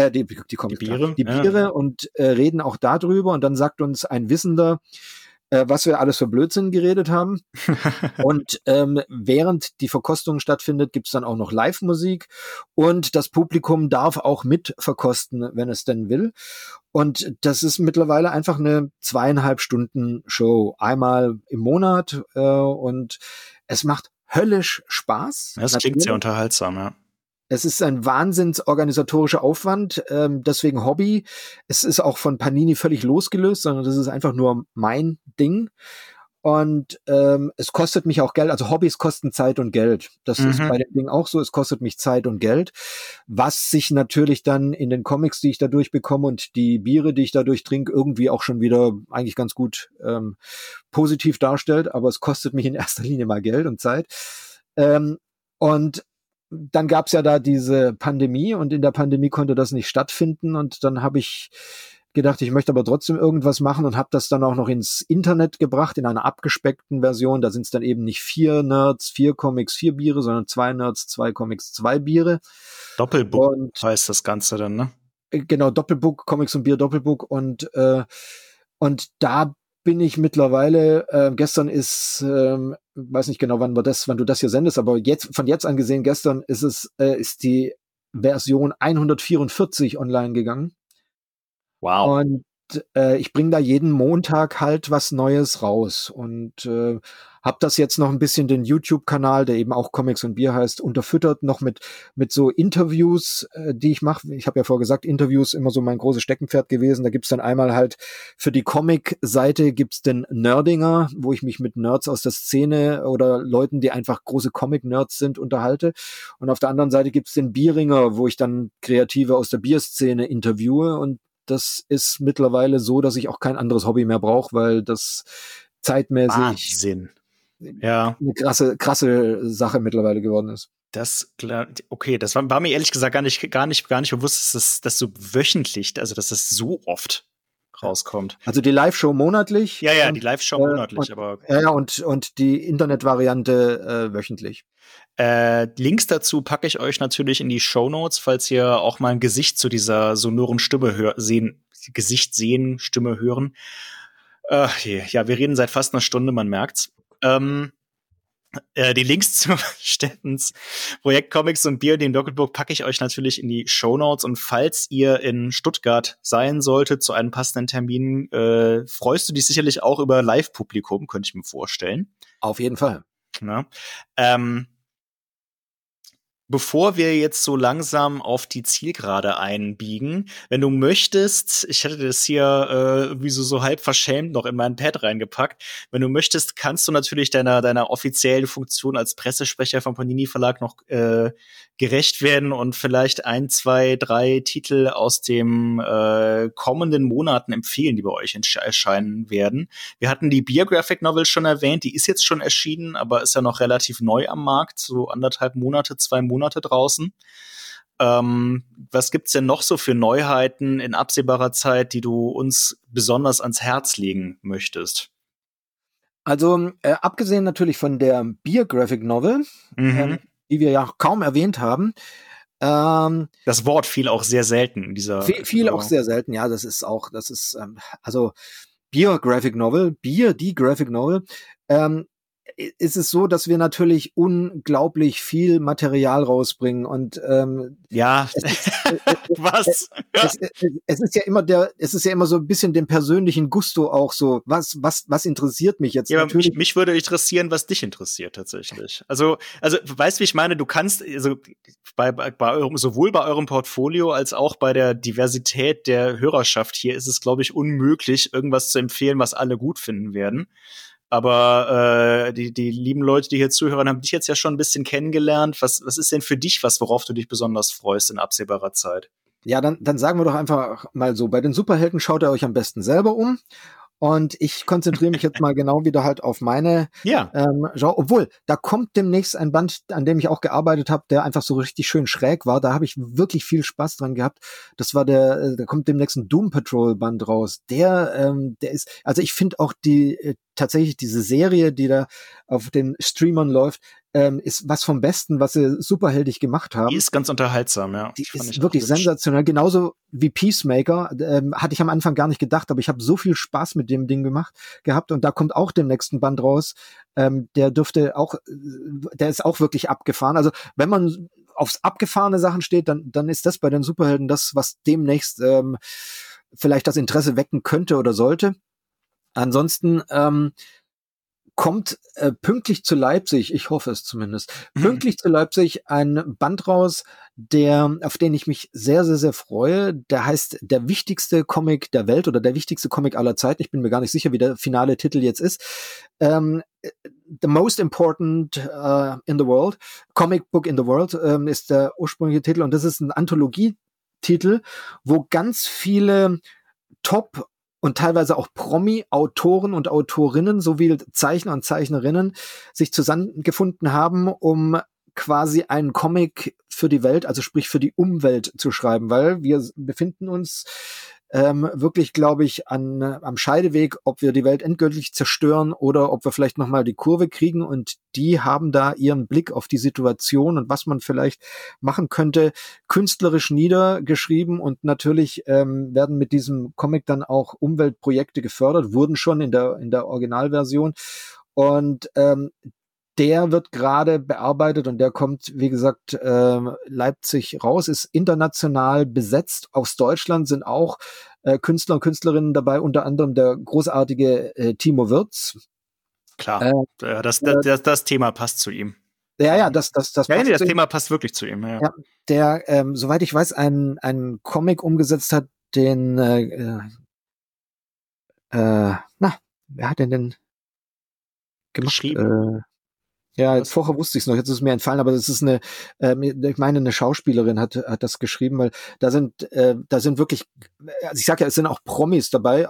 Biere und reden auch darüber. Und dann sagt uns ein Wissender, was wir alles für Blödsinn geredet haben. Und während die Verkostung stattfindet, gibt's dann auch noch Live-Musik und das Publikum darf auch mit verkosten, wenn es denn will. Und das ist mittlerweile einfach eine 2,5 Stunden Show, einmal im Monat und es macht höllisch Spaß. Das klingt sehr unterhaltsam, ja. Es ist ein wahnsinnsorganisatorischer Aufwand, deswegen Hobby. Es ist auch von Panini völlig losgelöst, sondern das ist einfach nur mein Ding. Und es kostet mich auch Geld, also Hobbys kosten Zeit und Geld. Das ist bei dem Ding auch so, es kostet mich Zeit und Geld, was sich natürlich dann in den Comics, die ich dadurch bekomme und die Biere, die ich dadurch trinke, irgendwie auch schon wieder eigentlich ganz gut positiv darstellt, aber es kostet mich in erster Linie mal Geld und Zeit. Und dann gab's ja da diese Pandemie und in der Pandemie konnte das nicht stattfinden und dann habe ich gedacht, ich möchte aber trotzdem irgendwas machen und habe das dann auch noch ins Internet gebracht, in einer abgespeckten Version. Da sind es dann eben nicht 4 Nerds, 4 Comics, 4 Biere, sondern 2 Nerds, 2 Comics, 2 Biere. Doppelbook heißt das Ganze dann, ne? Genau, Doppelbook, Comics und Bier, Doppelbook und da bin ich mittlerweile, gestern ist, weiß nicht genau, wann du das hier sendest, aber von jetzt an gesehen, gestern ist die Version 144 online gegangen. Wow. Und ich bringe da jeden Montag halt was Neues raus und habe das jetzt noch ein bisschen den YouTube-Kanal, der eben auch Comics und Bier heißt, unterfüttert noch mit so Interviews, die ich mache. Ich habe ja vorher gesagt, Interviews immer so mein großes Steckenpferd gewesen. Da gibt's dann einmal halt für die Comic-Seite gibt's den Nerdinger, wo ich mich mit Nerds aus der Szene oder Leuten, die einfach große Comic-Nerds sind, unterhalte. Und auf der anderen Seite gibt's den Bieringer, wo ich dann Kreative aus der Bierszene interviewe und das ist mittlerweile so, dass ich auch kein anderes Hobby mehr brauche, weil das zeitmäßig Wahnsinn. Ja. eine krasse Sache mittlerweile geworden ist. Okay, das war mir ehrlich gesagt gar nicht bewusst, dass das so wöchentlich, also dass das so oft rauskommt. Also die Live-Show monatlich. Ja, die Live-Show monatlich, aber. Ja, und die Internetvariante wöchentlich. Links dazu packe ich euch natürlich in die Shownotes, falls ihr auch mal ein Gesicht zu dieser sonoren Stimme Gesicht sehen, Stimme hören. Ja, wir reden seit fast einer Stunde, man merkt's. Die Links zu Stettens Projekt Comics und Bier, dem Doppelbook, packe ich euch natürlich in die Shownotes. Und falls ihr in Stuttgart sein solltet zu einem passenden Termin, freust du dich sicherlich auch über Live-Publikum, könnte ich mir vorstellen. Auf jeden Fall. Ja. Bevor wir jetzt so langsam auf die Zielgerade einbiegen, wenn du möchtest, ich hätte das hier wie so halb verschämt noch in mein Pad reingepackt. Wenn du möchtest, kannst du natürlich deiner offiziellen Funktion als Pressesprecher vom Panini Verlag noch gerecht werden und vielleicht 1, 2, 3 Titel aus dem kommenden Monaten empfehlen, die bei euch erscheinen werden. Wir hatten die Beer Graphic Novel schon erwähnt, die ist jetzt schon erschienen, aber ist ja noch relativ neu am Markt, so 1,5 Monate, 2 Monate draußen. Was gibt's denn noch so für Neuheiten in absehbarer Zeit, die du uns besonders ans Herz legen möchtest? Also abgesehen natürlich von der Beer Graphic Novel, die wir ja kaum erwähnt haben. Das Wort fiel auch sehr selten in dieser. Viel auch sehr selten, ja. Also Beer Graphic Novel, die Graphic Novel. Ist es so, dass wir natürlich unglaublich viel Material rausbringen und ja, was? Es ist ja immer so ein bisschen dem persönlichen Gusto auch so, was interessiert mich jetzt? Ja, natürlich. Mich würde interessieren, was dich interessiert tatsächlich. Also weißt du, wie ich meine? Du kannst also sowohl bei eurem Portfolio als auch bei der Diversität der Hörerschaft hier ist es, glaube ich, unmöglich, irgendwas zu empfehlen, was alle gut finden werden. Aber die lieben Leute, die hier zuhören, haben dich jetzt ja schon ein bisschen kennengelernt. Was ist denn für dich worauf du dich besonders freust in absehbarer Zeit? Ja, dann sagen wir doch einfach mal so, bei den Superhelden schaut ihr euch am besten selber um. Und ich konzentriere mich jetzt mal genau wieder halt auf meine Genre. Obwohl, da kommt demnächst ein Band, an dem ich auch gearbeitet habe, der einfach so richtig schön schräg war. Da habe ich wirklich viel Spaß dran gehabt. Das war da kommt demnächst ein Doom Patrol Band raus. Der ist, also ich finde auch tatsächlich diese Serie, die da auf den Streamern läuft, ist was vom Besten, was sie superheldig gemacht haben. Die ist ganz unterhaltsam, ja. Die ist wirklich sensationell. Genauso wie Peacemaker, hatte ich am Anfang gar nicht gedacht, aber ich habe so viel Spaß mit dem Ding gehabt und da kommt auch dem nächsten Band raus. Der ist auch wirklich abgefahren. Also wenn man aufs abgefahrene Sachen steht, dann ist das bei den Superhelden das, was demnächst vielleicht das Interesse wecken könnte oder sollte. Ansonsten kommt pünktlich zu Leipzig, ich hoffe es zumindest, pünktlich zu Leipzig ein Band raus, auf den ich mich sehr, sehr, sehr freue. Der heißt Der wichtigste Comic der Welt oder der wichtigste Comic aller Zeiten. Ich bin mir gar nicht sicher, wie der finale Titel jetzt ist. The Most Important in the World, Comic Book in the World ist der ursprüngliche Titel und das ist ein Anthologietitel, wo ganz viele Top- und teilweise auch Promi-Autoren und Autorinnen sowie Zeichner und Zeichnerinnen sich zusammengefunden haben, um quasi einen Comic für die Welt, also sprich für die Umwelt zu schreiben, weil wir befinden uns wirklich, glaube ich, am Scheideweg, ob wir die Welt endgültig zerstören oder ob wir vielleicht nochmal die Kurve kriegen und die haben da ihren Blick auf die Situation und was man vielleicht machen könnte, künstlerisch niedergeschrieben und natürlich werden mit diesem Comic dann auch Umweltprojekte gefördert, wurden schon in der Originalversion und der wird gerade bearbeitet und der kommt, wie gesagt, Leipzig raus, ist international besetzt. Aus Deutschland sind auch Künstler und Künstlerinnen dabei, unter anderem der großartige Timo Wirz. Klar, das Thema passt zu ihm. Ja, das Thema passt wirklich zu ihm. Ja, der, soweit ich weiß, einen Comic umgesetzt hat, den wer hat denn gemacht? Geschrieben. Ja, vorher wusste ich es noch, jetzt ist es mir entfallen, aber das ist ich meine, eine Schauspielerin hat das geschrieben, weil da sind wirklich, also ich sag ja, es sind auch Promis dabei.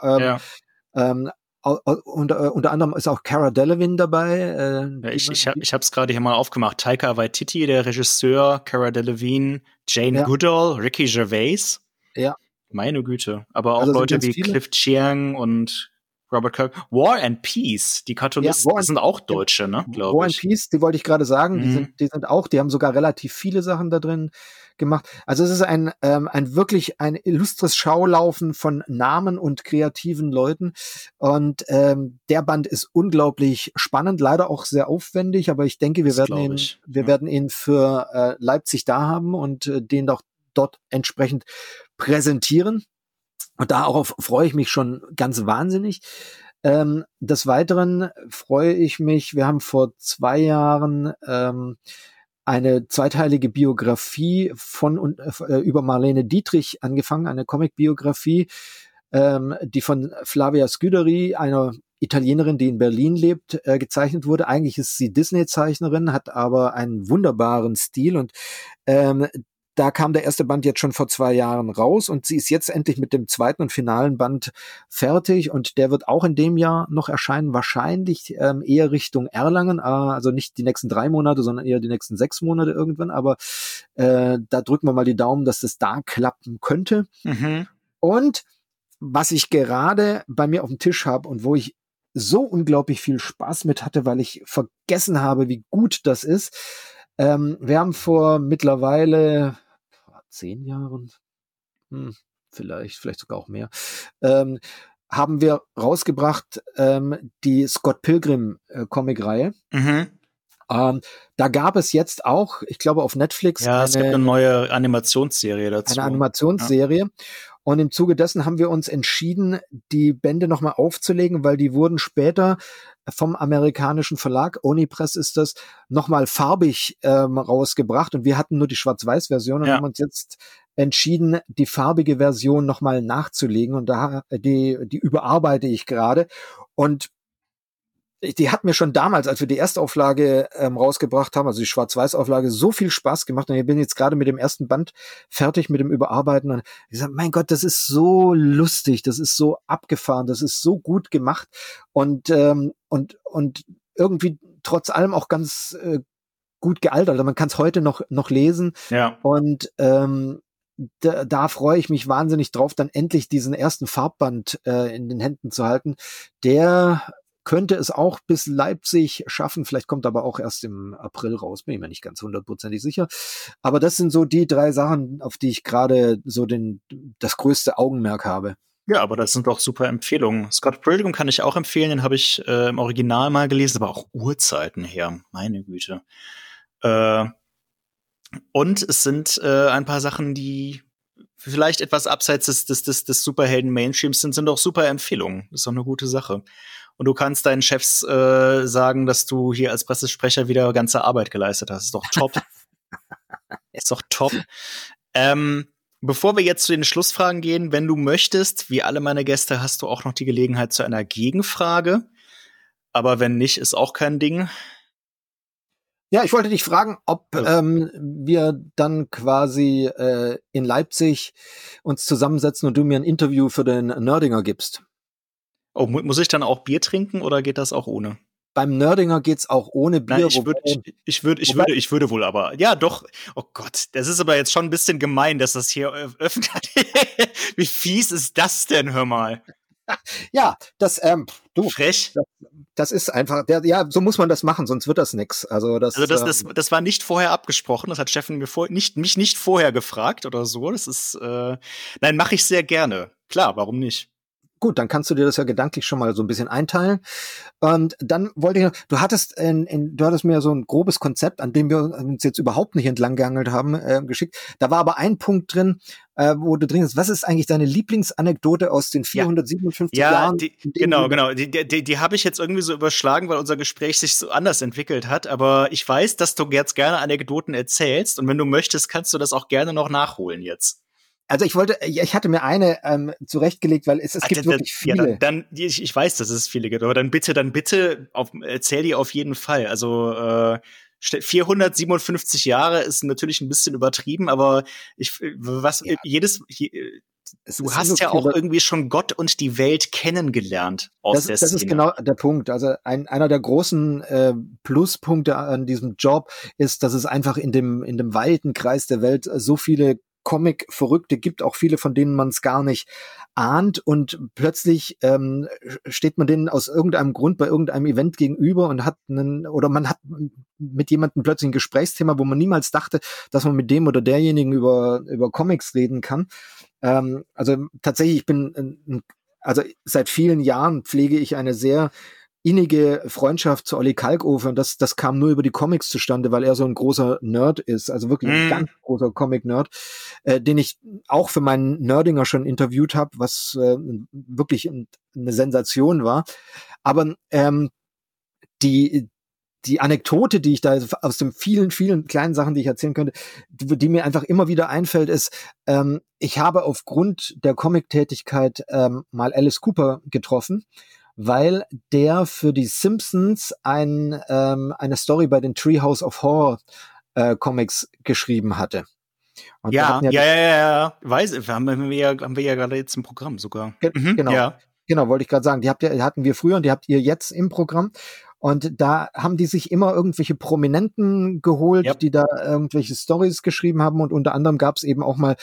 Unter anderem ist auch Cara Delevingne dabei. Ich habe es gerade hier mal aufgemacht. Taika Waititi, der Regisseur, Cara Delevingne, Jane Goodall, Ricky Gervais. Ja. Meine Güte. Aber auch also Leute wie Cliff Chiang und Robert Kirk. War and Peace, die Cartoonisten, das sind auch Deutsche, ne, glaube ich. War and Peace, die wollte ich gerade sagen, die haben sogar relativ viele Sachen da drin gemacht. Also es ist ein wirklich ein illustres Schaulaufen von Namen und kreativen Leuten und der Band ist unglaublich spannend, leider auch sehr aufwendig, aber ich denke, wir werden ihn für Leipzig da haben und den doch dort entsprechend präsentieren. Und darauf freue ich mich schon ganz wahnsinnig. Des Weiteren freue ich mich, wir haben vor 2 Jahren eine zweiteilige Biografie von und über Marlene Dietrich angefangen, eine Comic-Biografie, die von Flavia Scuderi, einer Italienerin, die in Berlin lebt, gezeichnet wurde. Eigentlich ist sie Disney-Zeichnerin, hat aber einen wunderbaren Stil und da kam der erste Band jetzt schon vor 2 Jahren raus und sie ist jetzt endlich mit dem zweiten und finalen Band fertig und der wird auch in dem Jahr noch erscheinen, wahrscheinlich eher Richtung Erlangen, also nicht die nächsten 3 Monate, sondern eher die nächsten 6 Monate irgendwann, aber da drücken wir mal die Daumen, dass das da klappen könnte. Mhm. Und was ich gerade bei mir auf dem Tisch habe und wo ich so unglaublich viel Spaß mit hatte, weil ich vergessen habe, wie gut das ist. Wir haben vor mittlerweile 10 Jahren, vielleicht sogar auch mehr, haben wir rausgebracht die Scott Pilgrim Comic-Reihe. Mhm. Da gab es jetzt auch, ich glaube auf Netflix, Ja, es gibt eine neue Animationsserie dazu. Eine Animationsserie. Ja. Und im Zuge dessen haben wir uns entschieden, die Bände nochmal aufzulegen, weil die wurden später vom amerikanischen Verlag, Onipress ist das, nochmal farbig rausgebracht. Und wir hatten nur die Schwarz-Weiß-Version und haben uns jetzt entschieden, die farbige Version nochmal nachzulegen. Und da die überarbeite ich gerade. Und die hat mir schon damals, als wir die Erstauflage rausgebracht haben, also die Schwarz-Weiß-Auflage, so viel Spaß gemacht. Und ich bin jetzt gerade mit dem ersten Band fertig mit dem Überarbeiten. Und ich sage, mein Gott, das ist so lustig, das ist so abgefahren, das ist so gut gemacht und irgendwie trotz allem auch ganz gut gealtert. Also man kann es heute noch lesen. Ja. Und da freue ich mich wahnsinnig drauf, dann endlich diesen ersten Farbband in den Händen zu halten. Der könnte es auch bis Leipzig schaffen, vielleicht kommt aber auch erst im April raus, bin ich mir nicht ganz 100% sicher. Aber das sind so die 3 Sachen, auf die ich gerade so das größte Augenmerk habe. Ja, aber das sind doch super Empfehlungen. Scott Pilgrim kann ich auch empfehlen, den habe ich im Original mal gelesen, aber auch Urzeiten her, meine Güte. Und es sind ein paar Sachen, die vielleicht etwas abseits des Superhelden-Mainstreams sind auch super Empfehlungen. Das ist doch eine gute Sache. Und du kannst deinen Chefs sagen, dass du hier als Pressesprecher wieder ganze Arbeit geleistet hast. Ist doch top. Ist doch top. Bevor wir jetzt zu den Schlussfragen gehen, wenn du möchtest, wie alle meine Gäste, hast du auch noch die Gelegenheit zu einer Gegenfrage. Aber wenn nicht, ist auch kein Ding. Ja, ich wollte dich fragen, ob wir dann quasi in Leipzig uns zusammensetzen und du mir ein Interview für den Nerdinger gibst. Oh, muss ich dann auch Bier trinken oder geht das auch ohne? Beim Nerdinger geht's auch ohne Bier. Nein, ich würde wohl, aber ja, doch. Oh Gott, das ist aber jetzt schon ein bisschen gemein, dass das hier öffnet. Wie fies ist das denn, hör mal? Ja, frech. Das ist einfach, so muss man das machen, sonst wird das nix. Also das war nicht vorher abgesprochen. Das hat Steffen mich nicht vorher gefragt oder so. Das ist, nein, mache ich sehr gerne. Klar, warum nicht? Gut, dann kannst du dir das ja gedanklich schon mal so ein bisschen einteilen. Und dann wollte ich noch, du hattest mir so ein grobes Konzept, an dem wir uns jetzt überhaupt nicht entlang geangelt haben, geschickt. Da war aber ein Punkt drin, wo du drin bist. Was ist eigentlich deine Lieblingsanekdote aus den 457 Jahren? Genau. Die habe ich jetzt irgendwie so überschlagen, weil unser Gespräch sich so anders entwickelt hat. Aber ich weiß, dass du jetzt gerne Anekdoten erzählst. Und wenn du möchtest, kannst du das auch gerne noch nachholen jetzt. Also ich hatte mir eine zurechtgelegt, weil es gibt wirklich viele. Ja, ich weiß, dass es viele gibt, aber dann bitte erzähl die auf jeden Fall. Also 457 Jahre ist natürlich ein bisschen übertrieben, aber du hast ja auch irgendwie schon Gott und die Welt kennengelernt aus der Szene. Das ist genau der Punkt. Also einer der großen Pluspunkte an diesem Job ist, dass es einfach in dem weiten Kreis der Welt so viele Comic-Verrückte gibt, auch viele, von denen man es gar nicht ahnt und plötzlich steht man denen aus irgendeinem Grund bei irgendeinem Event gegenüber und man hat mit jemandem plötzlich ein Gesprächsthema, wo man niemals dachte, dass man mit dem oder derjenigen über Comics reden kann. Also tatsächlich, also seit vielen Jahren pflege ich eine sehr innige Freundschaft zu Olli Kalkofe und das kam nur über die Comics zustande, weil er so ein großer Nerd ist, also wirklich ein ganz großer Comic-Nerd, den ich auch für meinen Nerdinger schon interviewt habe, was wirklich eine Sensation war. Aber die Anekdote, die ich da aus den vielen, vielen kleinen Sachen, die ich erzählen könnte, die mir einfach immer wieder einfällt, ist, ich habe aufgrund der Comic-Tätigkeit mal Alice Cooper getroffen, weil der für die Simpsons eine Story bei den Treehouse of Horror Comics geschrieben hatte. Und ja. Weiß, haben wir ja gerade jetzt im Programm sogar. Genau. Ja. Genau, wollte ich gerade sagen. Die hatten wir früher und die habt ihr jetzt im Programm. Und da haben die sich immer irgendwelche Prominenten geholt, die da irgendwelche Stories geschrieben haben. Und unter anderem gab es eben auch mal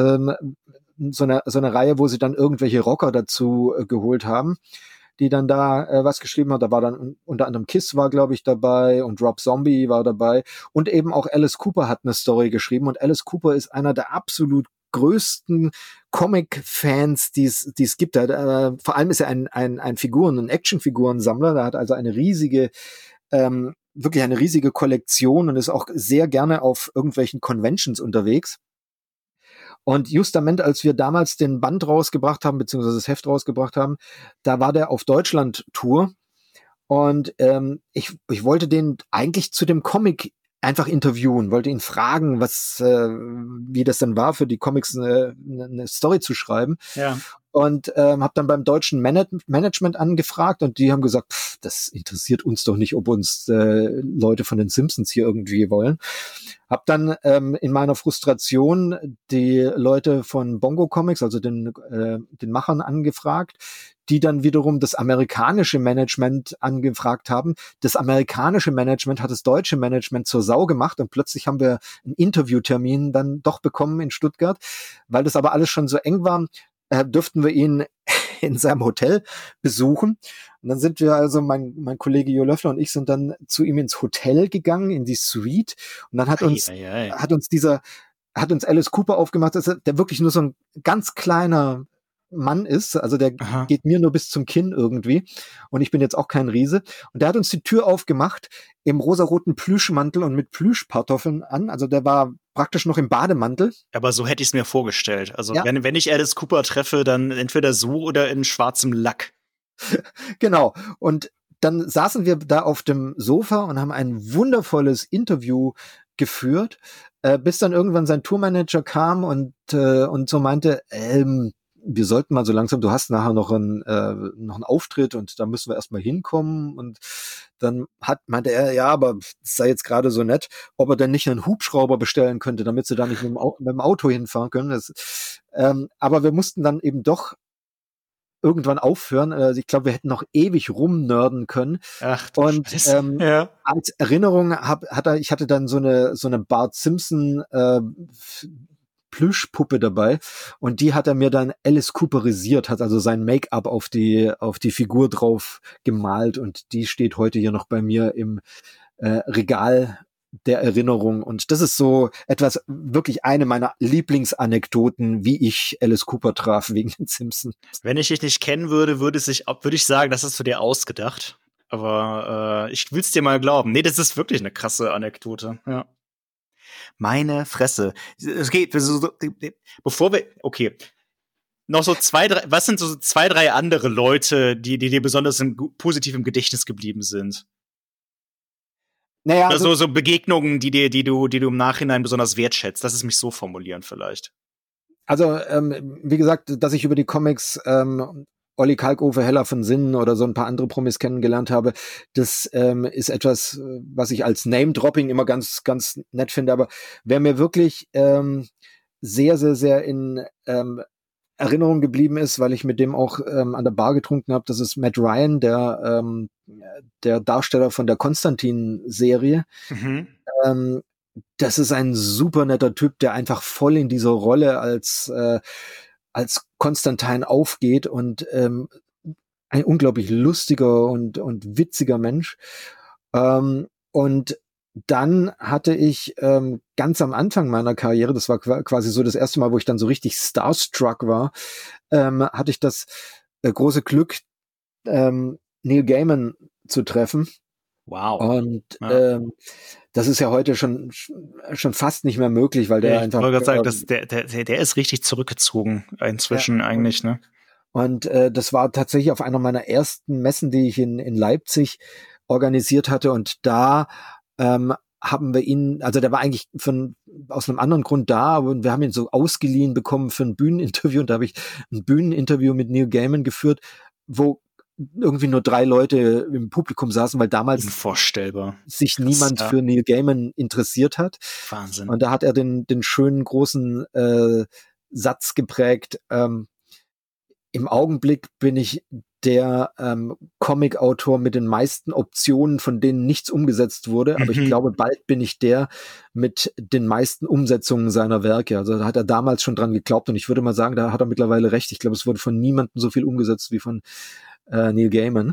so eine Reihe, wo sie dann irgendwelche Rocker dazu geholt haben, die dann da was geschrieben hat. Da war dann unter anderem Kiss war, glaube ich, dabei und Rob Zombie war dabei. Und eben auch Alice Cooper hat eine Story geschrieben. Und Alice Cooper ist einer der absolut größten Comic-Fans, die es gibt. Vor allem ist er ein Figuren- und Actionfigurensammler. Der hat also eine riesige, wirklich eine riesige Kollektion und ist auch sehr gerne auf irgendwelchen Conventions unterwegs. Und justament, als wir damals den Band rausgebracht haben, beziehungsweise das Heft rausgebracht haben, da war der auf Deutschland-Tour. Und ich wollte den eigentlich zu dem Comic einfach interviewen, wollte ihn fragen, wie das denn war, für die Comics eine Story zu schreiben. Ja. Und habe dann beim deutschen Management angefragt und die haben gesagt, das interessiert uns doch nicht, ob uns Leute von den Simpsons hier irgendwie wollen. Hab dann in meiner Frustration die Leute von Bongo Comics, also den Machern, angefragt, die dann wiederum das amerikanische Management angefragt haben. Das amerikanische Management hat das deutsche Management zur Sau gemacht und plötzlich haben wir einen Interviewtermin dann doch bekommen in Stuttgart. Weil das aber alles schon so eng war, dürften wir ihn in seinem Hotel besuchen. Und dann sind wir also, mein Kollege Jo Löffler und ich sind dann zu ihm ins Hotel gegangen, in die Suite. Und dann hat uns Alice Cooper aufgemacht, der wirklich nur so ein ganz kleiner Mann ist, also der geht mir nur bis zum Kinn irgendwie und ich bin jetzt auch kein Riese und der hat uns die Tür aufgemacht im rosaroten Plüschmantel und mit Plüschpantoffeln an, also der war praktisch noch im Bademantel. Aber so hätte ich es mir vorgestellt, also wenn ich Alice Cooper treffe, dann entweder so oder in schwarzem Lack. Genau, und dann saßen wir da auf dem Sofa und haben ein wundervolles Interview geführt, bis dann irgendwann sein Tourmanager kam und so meinte, wir sollten mal so langsam, du hast nachher noch einen Auftritt und da müssen wir erstmal hinkommen. Und dann meinte er, ja, aber es sei jetzt gerade so nett, ob er denn nicht einen Hubschrauber bestellen könnte, damit sie da nicht mit dem Auto hinfahren können. Aber wir mussten dann eben doch irgendwann aufhören. Also ich glaube, wir hätten noch ewig rumnörden können. Ach, und als Erinnerung ich hatte dann so eine Bart Simpson Plüschpuppe dabei und die hat er mir dann Alice Cooperisiert, hat also sein Make-up auf die Figur drauf gemalt und die steht heute hier noch bei mir im Regal der Erinnerung und das ist so etwas, wirklich eine meiner Lieblingsanekdoten, wie ich Alice Cooper traf wegen den Simpsons. Wenn ich dich nicht kennen würde, würde ich sagen, das hast du dir ausgedacht. Aber ich will's dir mal glauben. Nee, das ist wirklich eine krasse Anekdote. Ja. Meine Fresse. Es geht, bevor wir, okay. Noch so was sind so 2, 3 andere Leute, die dir besonders positiv im Gedächtnis geblieben sind? Naja, also so Begegnungen, die du im Nachhinein besonders wertschätzt. Lass es mich so formulieren vielleicht. Also, wie gesagt, dass ich über die Comics Olli Kalkofe, Hella von Sinnen oder so ein paar andere Promis kennengelernt habe, das ist etwas, was ich als Name-Dropping immer ganz, ganz nett finde. Aber wer mir wirklich sehr, sehr, sehr in Erinnerung geblieben ist, weil ich mit dem auch an der Bar getrunken habe, das ist Matt Ryan, der Darsteller von der Konstantin-Serie. Das ist ein super netter Typ, der einfach voll in dieser Rolle als Konstantin aufgeht und ein unglaublich lustiger und witziger Mensch. Und dann hatte ich ganz am Anfang meiner Karriere, das war quasi so das erste Mal, wo ich dann so richtig starstruck war, hatte ich das große Glück, Neil Gaiman zu treffen. Wow. Und das ist ja heute schon fast nicht mehr möglich, weil der einfach. Ich wollte gerade sagen, der ist richtig zurückgezogen inzwischen eigentlich, ne? Und das war tatsächlich auf einer meiner ersten Messen, die ich in Leipzig organisiert hatte. Und da haben wir ihn, also der war eigentlich aus einem anderen Grund da, und wir haben ihn so ausgeliehen bekommen für ein Bühneninterview, und da habe ich ein Bühneninterview mit Neil Gaiman geführt, wo irgendwie nur 3 Leute im Publikum saßen, weil damals unvorstellbar sich krass, niemand für Neil Gaiman interessiert hat. Wahnsinn. Und da hat er den schönen großen Satz geprägt, im Augenblick bin ich der Comic-Autor mit den meisten Optionen, von denen nichts umgesetzt wurde, aber ich glaube, bald bin ich der mit den meisten Umsetzungen seiner Werke. Also da hat er damals schon dran geglaubt, und ich würde mal sagen, da hat er mittlerweile recht. Ich glaube, es wurde von niemandem so viel umgesetzt wie von Neil Gaiman.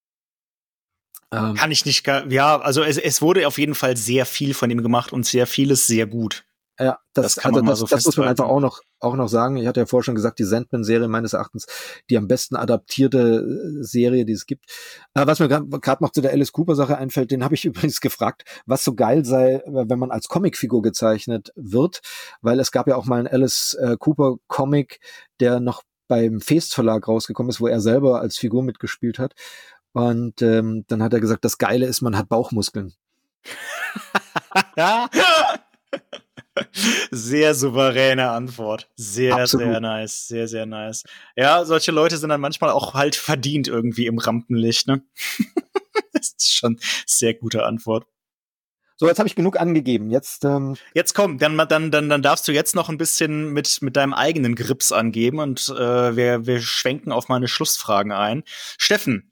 Kann ich nicht, also es wurde auf jeden Fall sehr viel von ihm gemacht und sehr vieles sehr gut. Ja, das muss man einfach auch noch sagen. Ich hatte ja vorher schon gesagt, die Sandman-Serie meines Erachtens die am besten adaptierte Serie, die es gibt. Was mir gerade noch zu der Alice Cooper-Sache einfällt, den habe ich übrigens gefragt, was so geil sei, wenn man als Comicfigur gezeichnet wird, weil es gab ja auch mal einen Alice Cooper-Comic, der noch beim Feest Verlag rausgekommen ist, wo er selber als Figur mitgespielt hat. Und dann hat er gesagt, das Geile ist, man hat Bauchmuskeln. Sehr souveräne Antwort. Sehr, Absolut. Sehr nice. Sehr, sehr nice. Ja, solche Leute sind dann manchmal auch halt verdient irgendwie im Rampenlicht, ne? Das ist schon eine sehr gute Antwort. So, jetzt habe ich genug angegeben. Jetzt komm, dann darfst du jetzt noch ein bisschen mit deinem eigenen Grips angeben, und wir schwenken auf meine Schlussfragen ein. Steffen,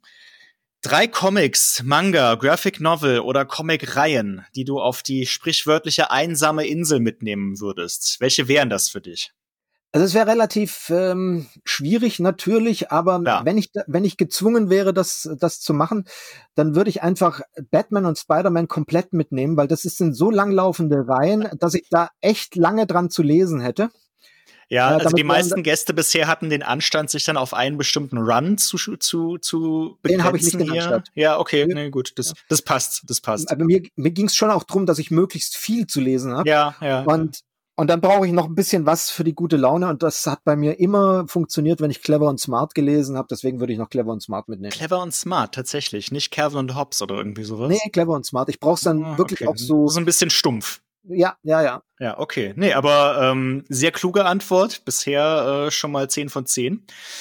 3 Comics, Manga, Graphic Novel oder Comic-Reihen, die du auf die sprichwörtliche einsame Insel mitnehmen würdest. Welche wären das für dich? Also es wäre relativ schwierig natürlich, aber wenn ich gezwungen wäre, das zu machen, dann würde ich einfach Batman und Spider-Man komplett mitnehmen, weil das sind so langlaufende Reihen, dass ich da echt lange dran zu lesen hätte. Ja, also die meisten Gäste bisher hatten den Anstand, sich dann auf einen bestimmten Run zu begrenzen. Den habe ich nicht den Anstand. Ja, okay, nee, gut, das passt. Aber mir ging es schon auch darum, dass ich möglichst viel zu lesen habe. Ja. Und dann brauche ich noch ein bisschen was für die gute Laune, und das hat bei mir immer funktioniert, wenn ich Clever und Smart gelesen habe. Deswegen würde ich noch Clever und Smart mitnehmen. Clever und Smart, tatsächlich. Nicht Calvin und Hobbes oder irgendwie sowas? Nee, Clever und Smart. Ich brauche es dann wirklich auch so ein bisschen stumpf. Ja. Ja, okay. Nee, aber sehr kluge Antwort. Bisher schon mal 10 von 10.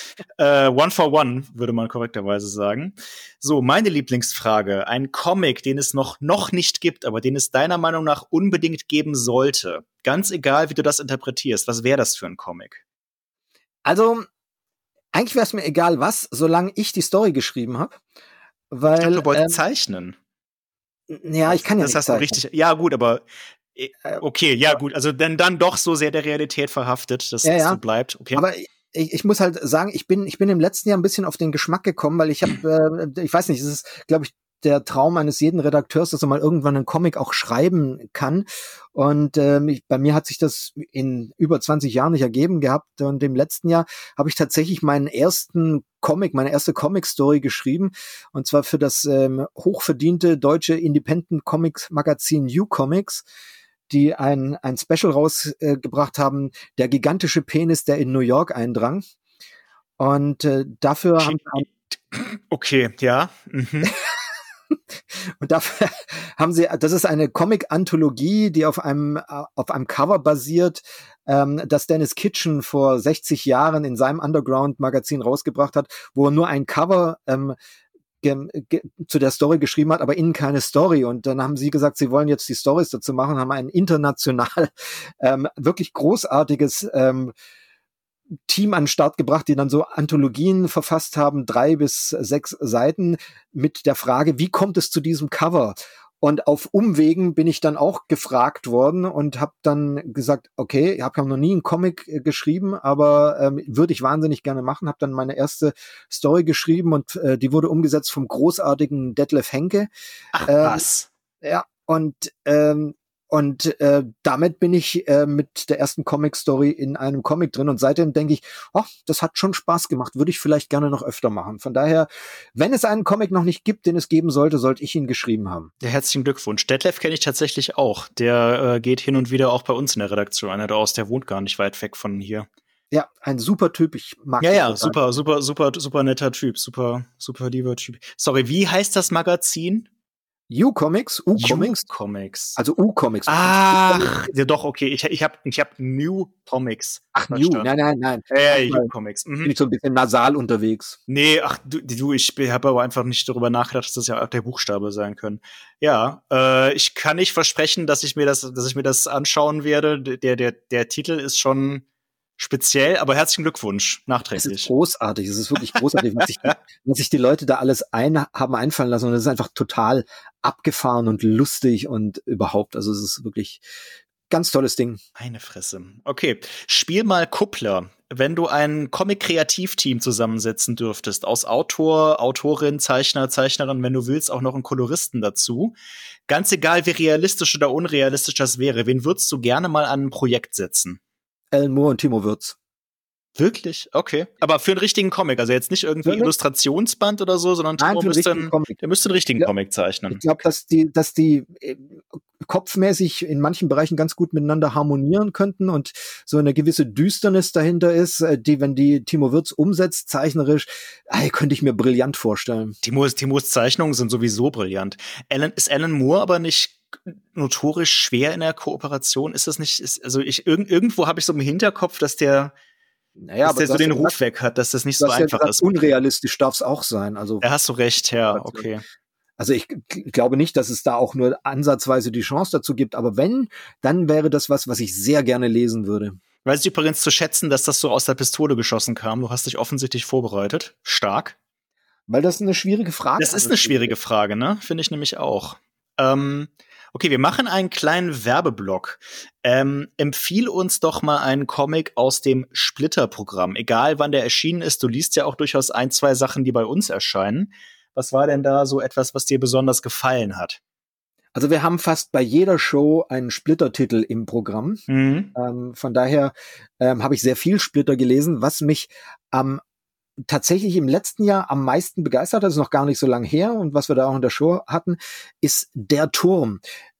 One for one, würde man korrekterweise sagen. So, meine Lieblingsfrage. Ein Comic, den es noch nicht gibt, aber den es deiner Meinung nach unbedingt geben sollte. Ganz egal, wie du das interpretierst. Was wäre das für ein Comic? Also, eigentlich wäre es mir egal was, solange ich die Story geschrieben habe. Weil, ich dachte, du wolltest zeichnen. Ja, ich kann ja das nicht hast du richtig. Ja, gut, aber okay, ja gut, also dann doch so sehr der Realität verhaftet, dass es so bleibt. Okay. Aber ich muss halt sagen, ich bin im letzten Jahr ein bisschen auf den Geschmack gekommen, weil ich habe, ich weiß nicht, es ist, glaube ich, der Traum eines jeden Redakteurs, dass er mal irgendwann einen Comic auch schreiben kann. Und bei mir hat sich das in über 20 Jahren nicht ergeben gehabt. Und im letzten Jahr habe ich tatsächlich meine erste Comic-Story geschrieben. Und zwar für das hochverdiente deutsche Independent-Comics-Magazin New Comics, die ein Special rausgebracht haben, der gigantische Penis, der in New York eindrang. Und dafür Okay, ja. Mhm. Und dafür haben sie, das ist eine Comic-Anthologie, die auf einem Cover basiert, das Dennis Kitchen vor 60 Jahren in seinem Underground-Magazin rausgebracht hat, wo er nur ein Cover zu der Story geschrieben hat, aber innen keine Story. Und dann haben sie gesagt, sie wollen jetzt die Stories dazu machen, haben ein international wirklich großartiges Team an den Start gebracht, die dann so Anthologien verfasst haben, 3 bis 6 Seiten mit der Frage, wie kommt es zu diesem Cover? Und auf Umwegen bin ich dann auch gefragt worden und habe dann gesagt, okay, ich habe noch nie einen Comic geschrieben, aber würde ich wahnsinnig gerne machen. Habe dann meine erste Story geschrieben und die wurde umgesetzt vom großartigen Detlef Henke. Ach, was? Ja, und damit bin ich mit der ersten Comic-Story in einem Comic drin, und seitdem denke ich, das hat schon Spaß gemacht, würde ich vielleicht gerne noch öfter machen. Von daher, wenn es einen Comic noch nicht gibt, den es geben sollte, sollte ich ihn geschrieben haben. Ja, herzlichen Glückwunsch. Detlef kenne ich tatsächlich auch. Der geht hin und wieder auch bei uns in der Redaktion einer raus. Der wohnt gar nicht weit weg von hier. Ja, ein super Typ. Ich mag Ja, den ja, total. super netter Typ, super lieber Typ. Sorry, wie heißt das Magazin? U-Comics, You U-Comics, Comics. also U-Comics. Ach, ja doch, okay. Ich hab New Comics Ach, New, verstanden. nein. Ja, Manchmal You Comics. bin ich so ein bisschen nasal unterwegs. Nee, ach ich habe aber einfach nicht darüber nachgedacht, dass das ja auch der Buchstabe sein können. Ja, ich kann nicht versprechen, dass ich mir das anschauen werde. Der Titel ist schon speziell, aber herzlichen Glückwunsch, Es ist nachträglich. großartig. Es ist wirklich großartig, was sich die Leute da alles haben einfallen lassen. Und es ist einfach total abgefahren und lustig und überhaupt. Also es ist wirklich ganz tolles Ding. Meine Fresse. Okay, spiel mal Kuppler. Wenn du ein Comic-Kreativteam zusammensetzen dürftest, aus Autor, Autorin, Zeichner, Zeichnerin, wenn du willst, auch noch einen Koloristen dazu. Ganz egal, wie realistisch oder unrealistisch das wäre, wen würdest du gerne mal an ein Projekt setzen? Alan Moore und Timo Würz. Wirklich? Okay. Aber für einen richtigen Comic, also jetzt nicht irgendwie Wirklich? Illustrationsband oder so, sondern Nein, Timo für einen richtigen Comic. der müsste einen richtigen Ja, Comic ich zeichnen. glaube, Okay. dass die kopfmäßig in manchen Bereichen ganz gut miteinander harmonieren könnten und so eine gewisse Düsternis dahinter ist, die, wenn die Timo Würz umsetzt, zeichnerisch, könnte ich mir brillant vorstellen. Timos Zeichnungen sind sowieso brillant. Ist Alan Moore aber nicht notorisch schwer in der Kooperation? Ist das nicht, irgendwo habe ich so im Hinterkopf, Naja, dass aber der so den Ruf weg hat, dass das nicht du so hast ja einfach gesagt, ist mit dem. unrealistisch darf es auch sein. Also, Da hast du recht, ja, okay. also ich glaube nicht, dass es da auch nur ansatzweise die Chance dazu gibt, aber wenn, dann wäre das was ich sehr gerne lesen würde. Weiß ich übrigens zu schätzen, dass das so aus der Pistole geschossen kam. Du hast dich offensichtlich vorbereitet. Stark. Weil das eine schwierige Frage Das ist eine schwierige Frage, ne? Finde ich nämlich auch. Okay, wir machen einen kleinen Werbeblock. Empfiehl uns doch mal einen Comic aus dem Splitter-Programm. Egal, wann der erschienen ist, du liest ja auch durchaus ein, zwei Sachen, die bei uns erscheinen. Was war denn da so etwas, was dir besonders gefallen hat? Also wir haben fast bei jeder Show einen Splitter-Titel im Programm. Mhm. Von daher habe ich sehr viel Splitter gelesen, was mich tatsächlich im letzten Jahr am meisten begeistert hat, ist noch gar nicht so lange her und was wir da auch in der Show hatten, ist Der Turm.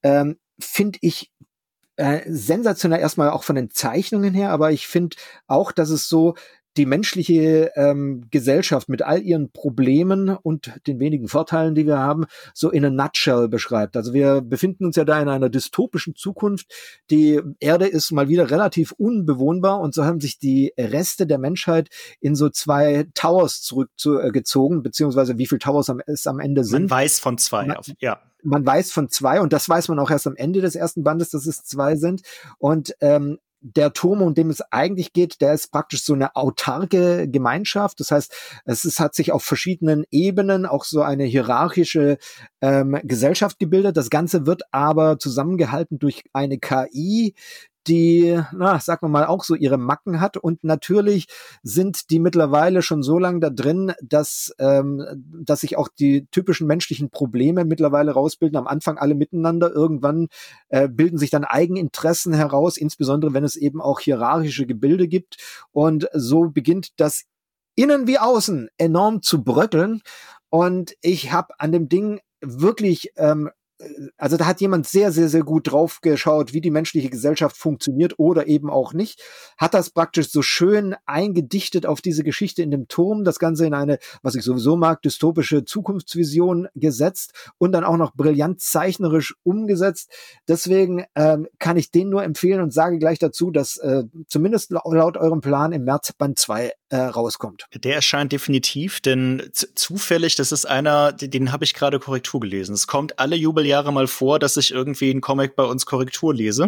Finde ich sensationell erstmal auch von den Zeichnungen her, aber ich finde auch, dass es so die menschliche Gesellschaft mit all ihren Problemen und den wenigen Vorteilen, die wir haben, so in a nutshell beschreibt. Also wir befinden uns ja da in einer dystopischen Zukunft. Die Erde ist mal wieder relativ unbewohnbar und so haben sich die Reste der Menschheit in so 2 Towers zurückgezogen, beziehungsweise wie viele Towers es am Ende sind. Man weiß von 2, ja. Man weiß von 2 und das weiß man auch erst am Ende des ersten Bandes, dass es 2 sind. Und der Turm, um den es eigentlich geht, der ist praktisch so eine autarke Gemeinschaft. Das heißt, hat sich auf verschiedenen Ebenen auch so eine hierarchische Gesellschaft gebildet. Das Ganze wird aber zusammengehalten durch eine KI, die, sagen wir mal, auch so ihre Macken hat. Und natürlich sind die mittlerweile schon so lange da drin, dass sich auch die typischen menschlichen Probleme mittlerweile rausbilden. Am Anfang alle miteinander. Irgendwann bilden sich dann Eigeninteressen heraus, insbesondere wenn es eben auch hierarchische Gebilde gibt. Und so beginnt das innen wie außen enorm zu bröckeln. Und ich habe an dem Ding wirklich also da hat jemand sehr, sehr, sehr gut drauf geschaut, wie die menschliche Gesellschaft funktioniert oder eben auch nicht. Hat das praktisch so schön eingedichtet auf diese Geschichte in dem Turm, das Ganze in eine, was ich sowieso mag, dystopische Zukunftsvision gesetzt und dann auch noch brillant zeichnerisch umgesetzt. Deswegen kann ich den nur empfehlen und sage gleich dazu, dass zumindest laut eurem Plan im März Band 2 rauskommt. Der erscheint definitiv, denn zufällig, das ist einer, den habe ich gerade Korrektur gelesen. Es kommt alle Jubeljahre mal vor, dass ich irgendwie einen Comic bei uns Korrektur lese.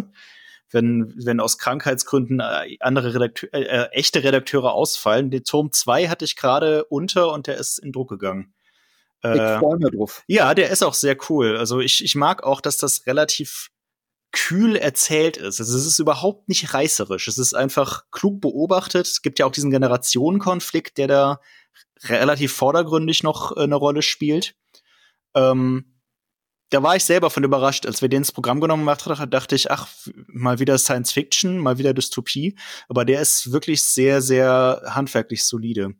Wenn aus Krankheitsgründen andere echte Redakteure ausfallen. Den Turm 2 hatte ich gerade unter und der ist in Druck gegangen. Ich freue mich drauf. Ja, der ist auch sehr cool. Also ich mag auch, dass das relativ kühl erzählt ist. Also es ist überhaupt nicht reißerisch. Es ist einfach klug beobachtet. Es gibt ja auch diesen Generationenkonflikt, der da relativ vordergründig noch eine Rolle spielt. Da war ich selber von überrascht. Als wir den ins Programm genommen haben, dachte ich, ach, mal wieder Science Fiction, mal wieder Dystopie. Aber der ist wirklich sehr, sehr handwerklich solide.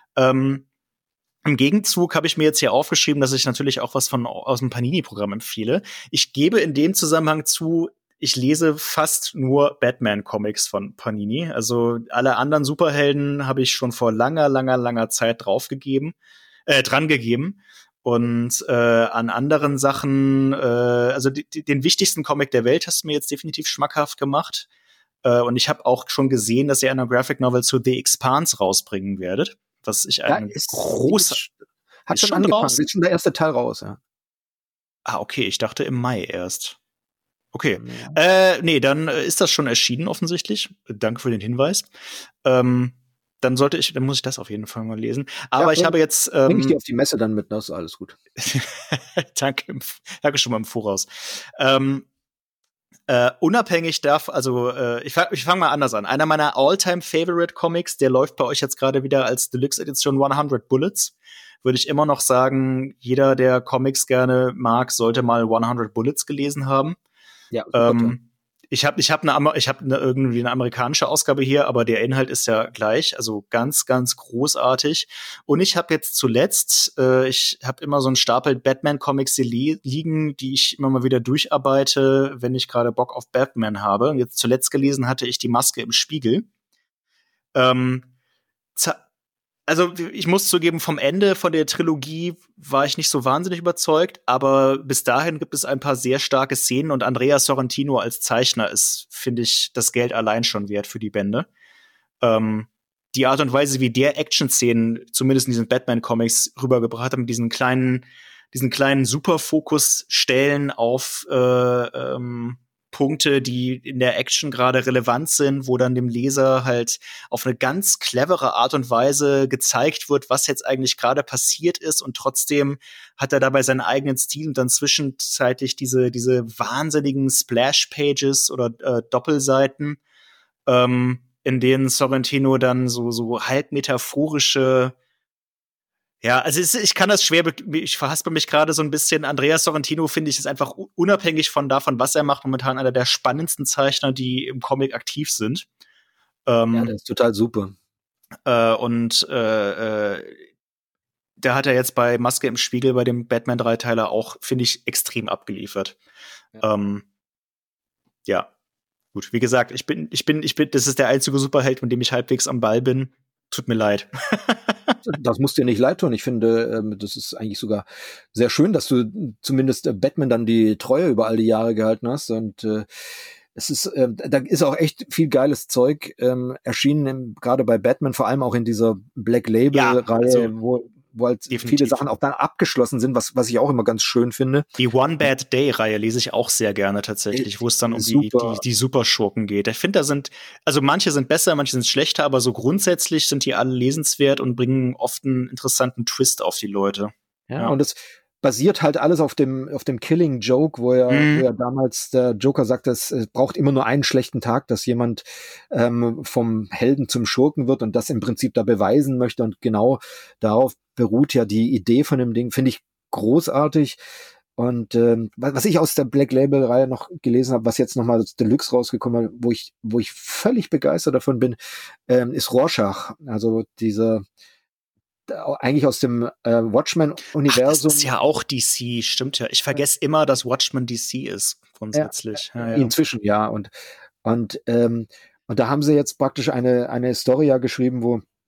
Im Gegenzug habe ich mir jetzt hier aufgeschrieben, dass ich natürlich auch was aus dem Panini-Programm empfehle. Ich gebe in dem Zusammenhang zu, ich lese fast nur Batman-Comics von Panini. Also alle anderen Superhelden habe ich schon vor langer Zeit dran gegeben. Und an anderen Sachen, also den wichtigsten Comic der Welt hast du mir jetzt definitiv schmackhaft gemacht. Und ich habe auch schon gesehen, dass ihr eine Graphic Novel zu The Expanse rausbringen werdet. Was ich Ja, eine große. hat Ist schon schon angefangen. draußen? Ist schon der erste Teil raus, ja. Ah, okay, ich dachte im Mai erst. Okay. Ja. Nee, dann ist das schon erschienen offensichtlich. Danke für den Hinweis. Dann muss ich das auf jeden Fall mal lesen. Aber ich habe jetzt bring ich dir auf die Messe dann mit, das ist alles gut. danke schon mal im Voraus. Unabhängig davon, also ich fang mal anders an. Einer meiner All-Time-Favorite-Comics, der läuft bei euch jetzt gerade wieder als Deluxe-Edition 100 Bullets. Würde ich immer noch sagen, jeder, der Comics gerne mag, sollte mal 100 Bullets gelesen haben. Ja, super. Ich habe irgendwie eine amerikanische Ausgabe hier, aber der Inhalt ist ja gleich, also ganz großartig. Und ich habe jetzt zuletzt, ich habe immer so einen Stapel Batman-Comics liegen, die ich immer mal wieder durcharbeite, wenn ich gerade Bock auf Batman habe. Und jetzt zuletzt gelesen hatte ich Die Maske im Spiegel. Ähm, Also ich muss zugeben, vom Ende von der Trilogie war ich nicht so wahnsinnig überzeugt, aber bis dahin gibt es ein paar sehr starke Szenen und Andrea Sorrentino als Zeichner ist, finde ich, das Geld allein schon wert für die Bände. Die Art und Weise, wie der Action-Szenen, zumindest in diesen Batman-Comics, rübergebracht hat, mit diesen kleinen Superfokus-Stellen auf Punkte, die in der Action gerade relevant sind, wo dann dem Leser halt auf eine ganz clevere Art und Weise gezeigt wird, was jetzt eigentlich gerade passiert ist, und trotzdem hat er dabei seinen eigenen Stil und dann zwischenzeitlich diese wahnsinnigen Splash-Pages oder Doppelseiten, in denen Sorrentino dann so halb metaphorische. Ja, also ich kann das schwer, ich verhaspel mich gerade so ein bisschen. Andreas Sorrentino, finde ich, ist einfach unabhängig davon, was er macht, momentan einer der spannendsten Zeichner, die im Comic aktiv sind. Ja, der ist total super. Und da hat er jetzt bei Maske im Spiegel, bei dem Batman-Dreiteiler auch, finde ich, extrem abgeliefert. Ja. Ja, gut. Wie gesagt, das ist der einzige Superheld, mit dem ich halbwegs am Ball bin. Tut mir leid. Das muss dir nicht leid tun. Ich finde, das ist eigentlich sogar sehr schön, dass du zumindest Batman dann die Treue über all die Jahre gehalten hast. Und es ist, da ist auch echt viel geiles Zeug erschienen, gerade bei Batman, vor allem auch in dieser Black Label-Reihe, also, wo halt viele Sachen auch dann abgeschlossen sind, was ich auch immer ganz schön finde. Die One Bad Day-Reihe lese ich auch sehr gerne tatsächlich, wo es dann um die Superschurken geht. Ich finde, also manche sind besser, manche sind schlechter, aber so grundsätzlich sind die alle lesenswert und bringen oft einen interessanten Twist auf die Leute. Ja. Und es basiert halt alles auf dem Killing Joke, wo ja damals der Joker sagt, es braucht immer nur einen schlechten Tag, dass jemand vom Helden zum Schurken wird und das im Prinzip da beweisen möchte, und genau darauf beruht ja die Idee von dem Ding, finde ich großartig. Und was ich aus der Black Label Reihe noch gelesen habe, was jetzt nochmal als Deluxe rausgekommen ist, wo ich völlig begeistert davon bin, ist Rorschach, also dieser eigentlich aus dem Watchmen-Universum. Das ist ja auch DC, stimmt ja. Ich vergesse immer, dass Watchmen DC ist, grundsätzlich. Ja. Inzwischen, ja. Und da haben sie jetzt praktisch eine Story ja geschrieben,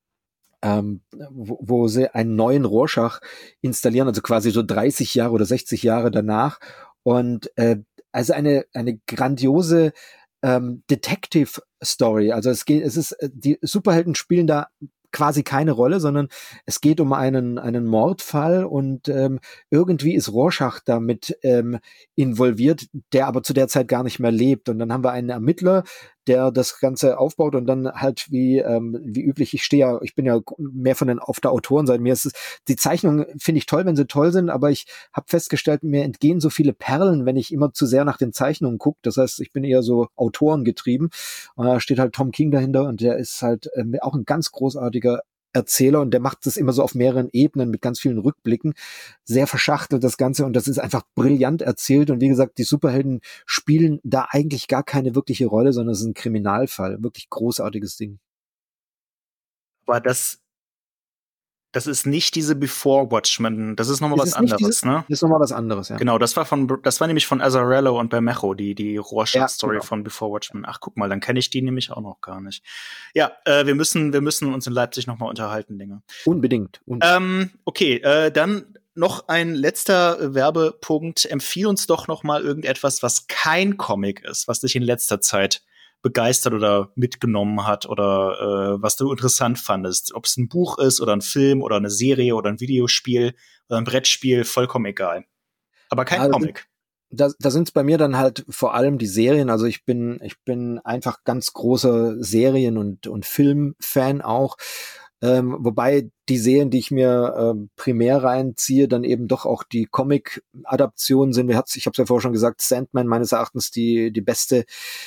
wo sie einen neuen Rorschach installieren, also quasi so 30 Jahre oder 60 Jahre danach. Und also eine grandiose Detective Story. Also die Superhelden spielen da quasi keine Rolle, sondern es geht um einen Mordfall, und irgendwie ist Rorschach damit involviert, der aber zu der Zeit gar nicht mehr lebt. Und dann haben wir einen Ermittler, der das Ganze aufbaut, und dann halt wie üblich, ich bin ja mehr auf der Autorenseite. Die Zeichnungen finde ich toll, wenn sie toll sind, aber ich habe festgestellt, mir entgehen so viele Perlen, wenn ich immer zu sehr nach den Zeichnungen gucke. Das heißt, ich bin eher so autorengetrieben. Und da steht halt Tom King dahinter, und der ist halt auch ein ganz großartiger Erzähler, und der macht das immer so auf mehreren Ebenen mit ganz vielen Rückblicken, sehr verschachtelt das Ganze, und das ist einfach brillant erzählt. Und wie gesagt, die Superhelden spielen da eigentlich gar keine wirkliche Rolle, sondern es ist ein Kriminalfall, wirklich großartiges Ding. Aber das Das ist nicht diese Before Watchmen, das ist nochmal was anderes, ne? Das ist nochmal was anderes, ja. Genau, das war nämlich von Azzarello und Bermejo, die Rorschach-Story genau. von Before Watchmen. Ach, guck mal, dann kenne ich die nämlich auch noch gar nicht. Ja, wir müssen uns in Leipzig nochmal unterhalten, Dinge. Unbedingt. Okay, dann noch ein letzter Werbepunkt. Empfiehl uns doch noch mal irgendetwas, was kein Comic ist, was dich in letzter Zeit begeistert oder mitgenommen hat oder was du interessant fandest. Ob es ein Buch ist oder ein Film oder eine Serie oder ein Videospiel oder ein Brettspiel, vollkommen egal. Aber kein Comic. Da sind es bei mir dann halt vor allem die Serien. Also ich bin einfach ganz großer Serien- und Filmfan auch. Wobei die Serien, die ich mir primär reinziehe, dann eben doch auch die Comic-Adaptionen sind. Ich habe es ja vorher schon gesagt, Sandman meines Erachtens die beste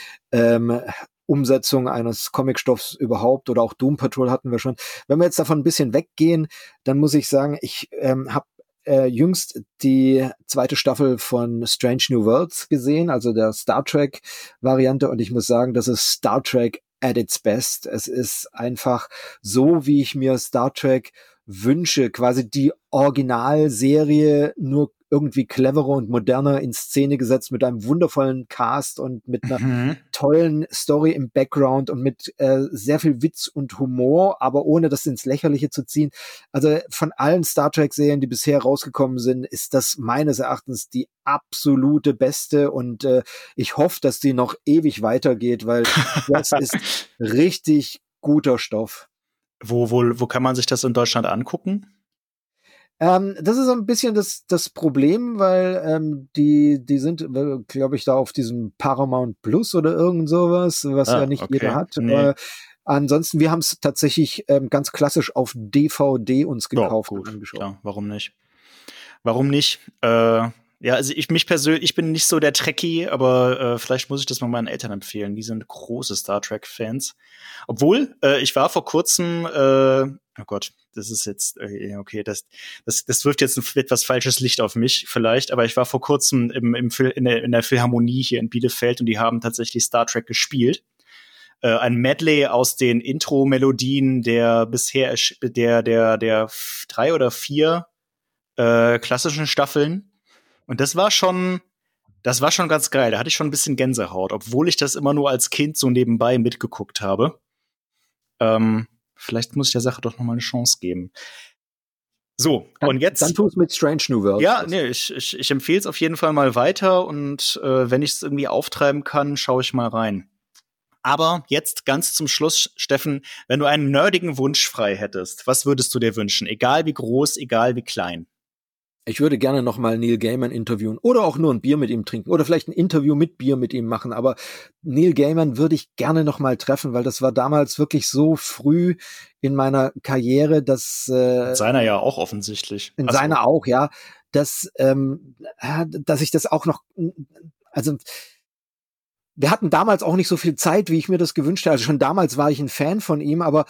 Umsetzung eines Comicstoffs überhaupt, oder auch Doom Patrol hatten wir schon. Wenn wir jetzt davon ein bisschen weggehen, dann muss ich sagen, ich habe jüngst die 2. Staffel von Strange New Worlds gesehen, also der Star Trek Variante, und ich muss sagen, das ist Star Trek at its best. Es ist einfach so, wie ich mir Star Trek wünsche, quasi die Originalserie, nur irgendwie cleverer und moderner in Szene gesetzt, mit einem wundervollen Cast und mit einer tollen Story im Background und mit sehr viel Witz und Humor, aber ohne das ins Lächerliche zu ziehen. Also von allen Star Trek-Serien, die bisher rausgekommen sind, ist das meines Erachtens die absolute beste, und ich hoffe, dass die noch ewig weitergeht, weil das ist richtig guter Stoff. Wo kann man sich das in Deutschland angucken? Das ist so ein bisschen das Problem, weil die sind, glaube ich, da auf diesem Paramount Plus oder irgend sowas, was ja nicht jeder hat. Nee. Ansonsten, wir haben es tatsächlich ganz klassisch auf DVD uns gekauft und angeschaut. Klar, warum nicht? Warum nicht? Ja, also mich persönlich, ich bin nicht so der Trekkie, aber vielleicht muss ich das mal meinen Eltern empfehlen. Die sind große Star Trek-Fans. Obwohl, ich war vor kurzem, oh Gott, das ist jetzt, okay, das wirft jetzt ein etwas falsches Licht auf mich vielleicht, aber ich war vor kurzem in der Philharmonie hier in Bielefeld und die haben tatsächlich Star Trek gespielt. Ein Medley aus den Intro-Melodien der bisher der 3 oder 4 klassischen Staffeln. Und das war schon ganz geil. Da hatte ich schon ein bisschen Gänsehaut, obwohl ich das immer nur als Kind so nebenbei mitgeguckt habe. Vielleicht muss ich der Sache doch noch mal eine Chance geben. So, und jetzt. Dann tu es mit Strange New Worlds. Ja, nee, ich empfehle es auf jeden Fall mal weiter, und wenn ich es irgendwie auftreiben kann, schaue ich mal rein. Aber jetzt ganz zum Schluss, Steffen, wenn du einen nerdigen Wunsch frei hättest, was würdest du dir wünschen? Egal wie groß, egal wie klein. Ich würde gerne noch mal Neil Gaiman interviewen oder auch nur ein Bier mit ihm trinken oder vielleicht ein Interview mit Bier mit ihm machen. Aber Neil Gaiman würde ich gerne noch mal treffen, weil das war damals wirklich so früh in meiner Karriere, dass in seiner ja auch offensichtlich. In seiner auch, ja, dass ich das auch noch, also wir hatten damals auch nicht so viel Zeit, wie ich mir das gewünscht hätte. Also schon damals war ich ein Fan von ihm, aber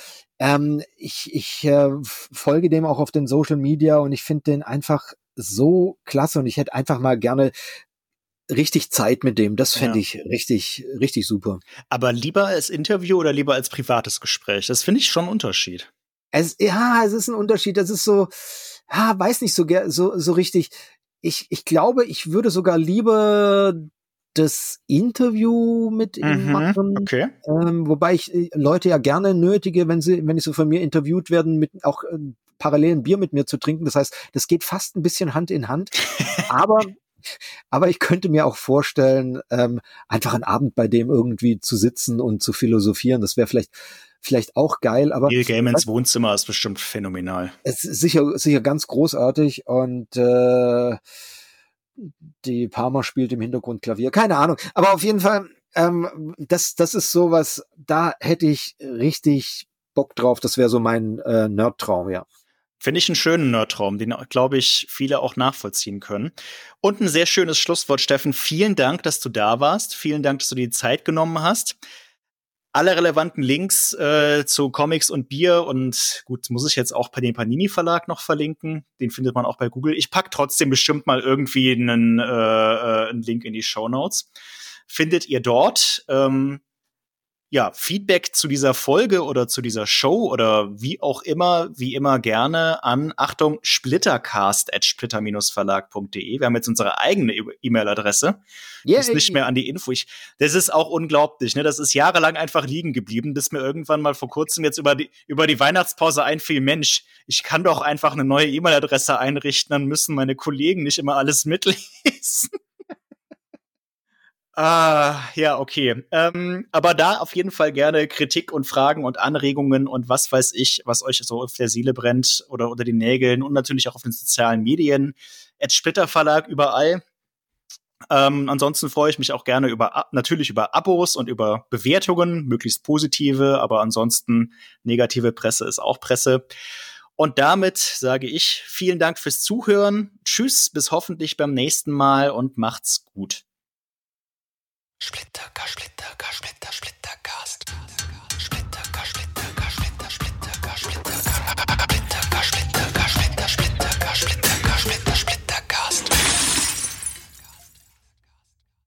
ich folge dem auch auf den Social Media und ich finde den einfach so klasse und ich hätte einfach mal gerne richtig Zeit mit dem. Das fände ich richtig, richtig super. Aber lieber als Interview oder lieber als privates Gespräch? Das finde ich schon ein Unterschied. Es ist ein Unterschied. Das ist so, weiß nicht so richtig. Ich glaube, ich würde sogar lieber das Interview mit ihm machen, okay. Wobei ich Leute ja gerne nötige, wenn ich so von mir interviewt werden, mit auch parallel ein Bier mit mir zu trinken. Das heißt, das geht fast ein bisschen Hand in Hand. Aber ich könnte mir auch vorstellen, einfach einen Abend bei dem irgendwie zu sitzen und zu philosophieren. Das wäre vielleicht auch geil. Aber Neil Gaimans Wohnzimmer ist bestimmt phänomenal. Es ist sicher ganz großartig und die Parma spielt im Hintergrund Klavier. Keine Ahnung. Aber auf jeden Fall, das ist sowas, da hätte ich richtig Bock drauf. Das wäre so mein Nerdtraum, ja. Finde ich einen schönen Nerdtraum, den, glaube ich, viele auch nachvollziehen können. Und ein sehr schönes Schlusswort, Steffen. Vielen Dank, dass du da warst. Vielen Dank, dass du dir die Zeit genommen hast. Alle relevanten Links zu Comics und Bier und gut, muss ich jetzt auch bei dem Panini Verlag noch verlinken. Den findet man auch bei Google. Ich pack trotzdem bestimmt mal irgendwie einen Link in die Shownotes. Findet ihr dort. ja, Feedback zu dieser Folge oder zu dieser Show oder wie auch immer, wie immer gerne an, Achtung, splittercast@splitter-verlag.de. Wir haben jetzt unsere eigene E-Mail-Adresse. Muss nicht mehr an die Info. Das ist auch unglaublich, ne? Das ist jahrelang einfach liegen geblieben, bis mir irgendwann mal vor kurzem jetzt über die Weihnachtspause einfiel, Mensch, ich kann doch einfach eine neue E-Mail-Adresse einrichten, dann müssen meine Kollegen nicht immer alles mitlesen. Ja, okay. Aber da auf jeden Fall gerne Kritik und Fragen und Anregungen und was weiß ich, was euch so auf der Seele brennt oder unter den Nägeln und natürlich auch auf den sozialen Medien. Splitter Verlag überall. Ansonsten freue ich mich auch gerne natürlich über Abos und über Bewertungen, möglichst positive, aber ansonsten negative Presse ist auch Presse. Und damit sage ich vielen Dank fürs Zuhören. Tschüss, bis hoffentlich beim nächsten Mal und macht's gut. Splittercast.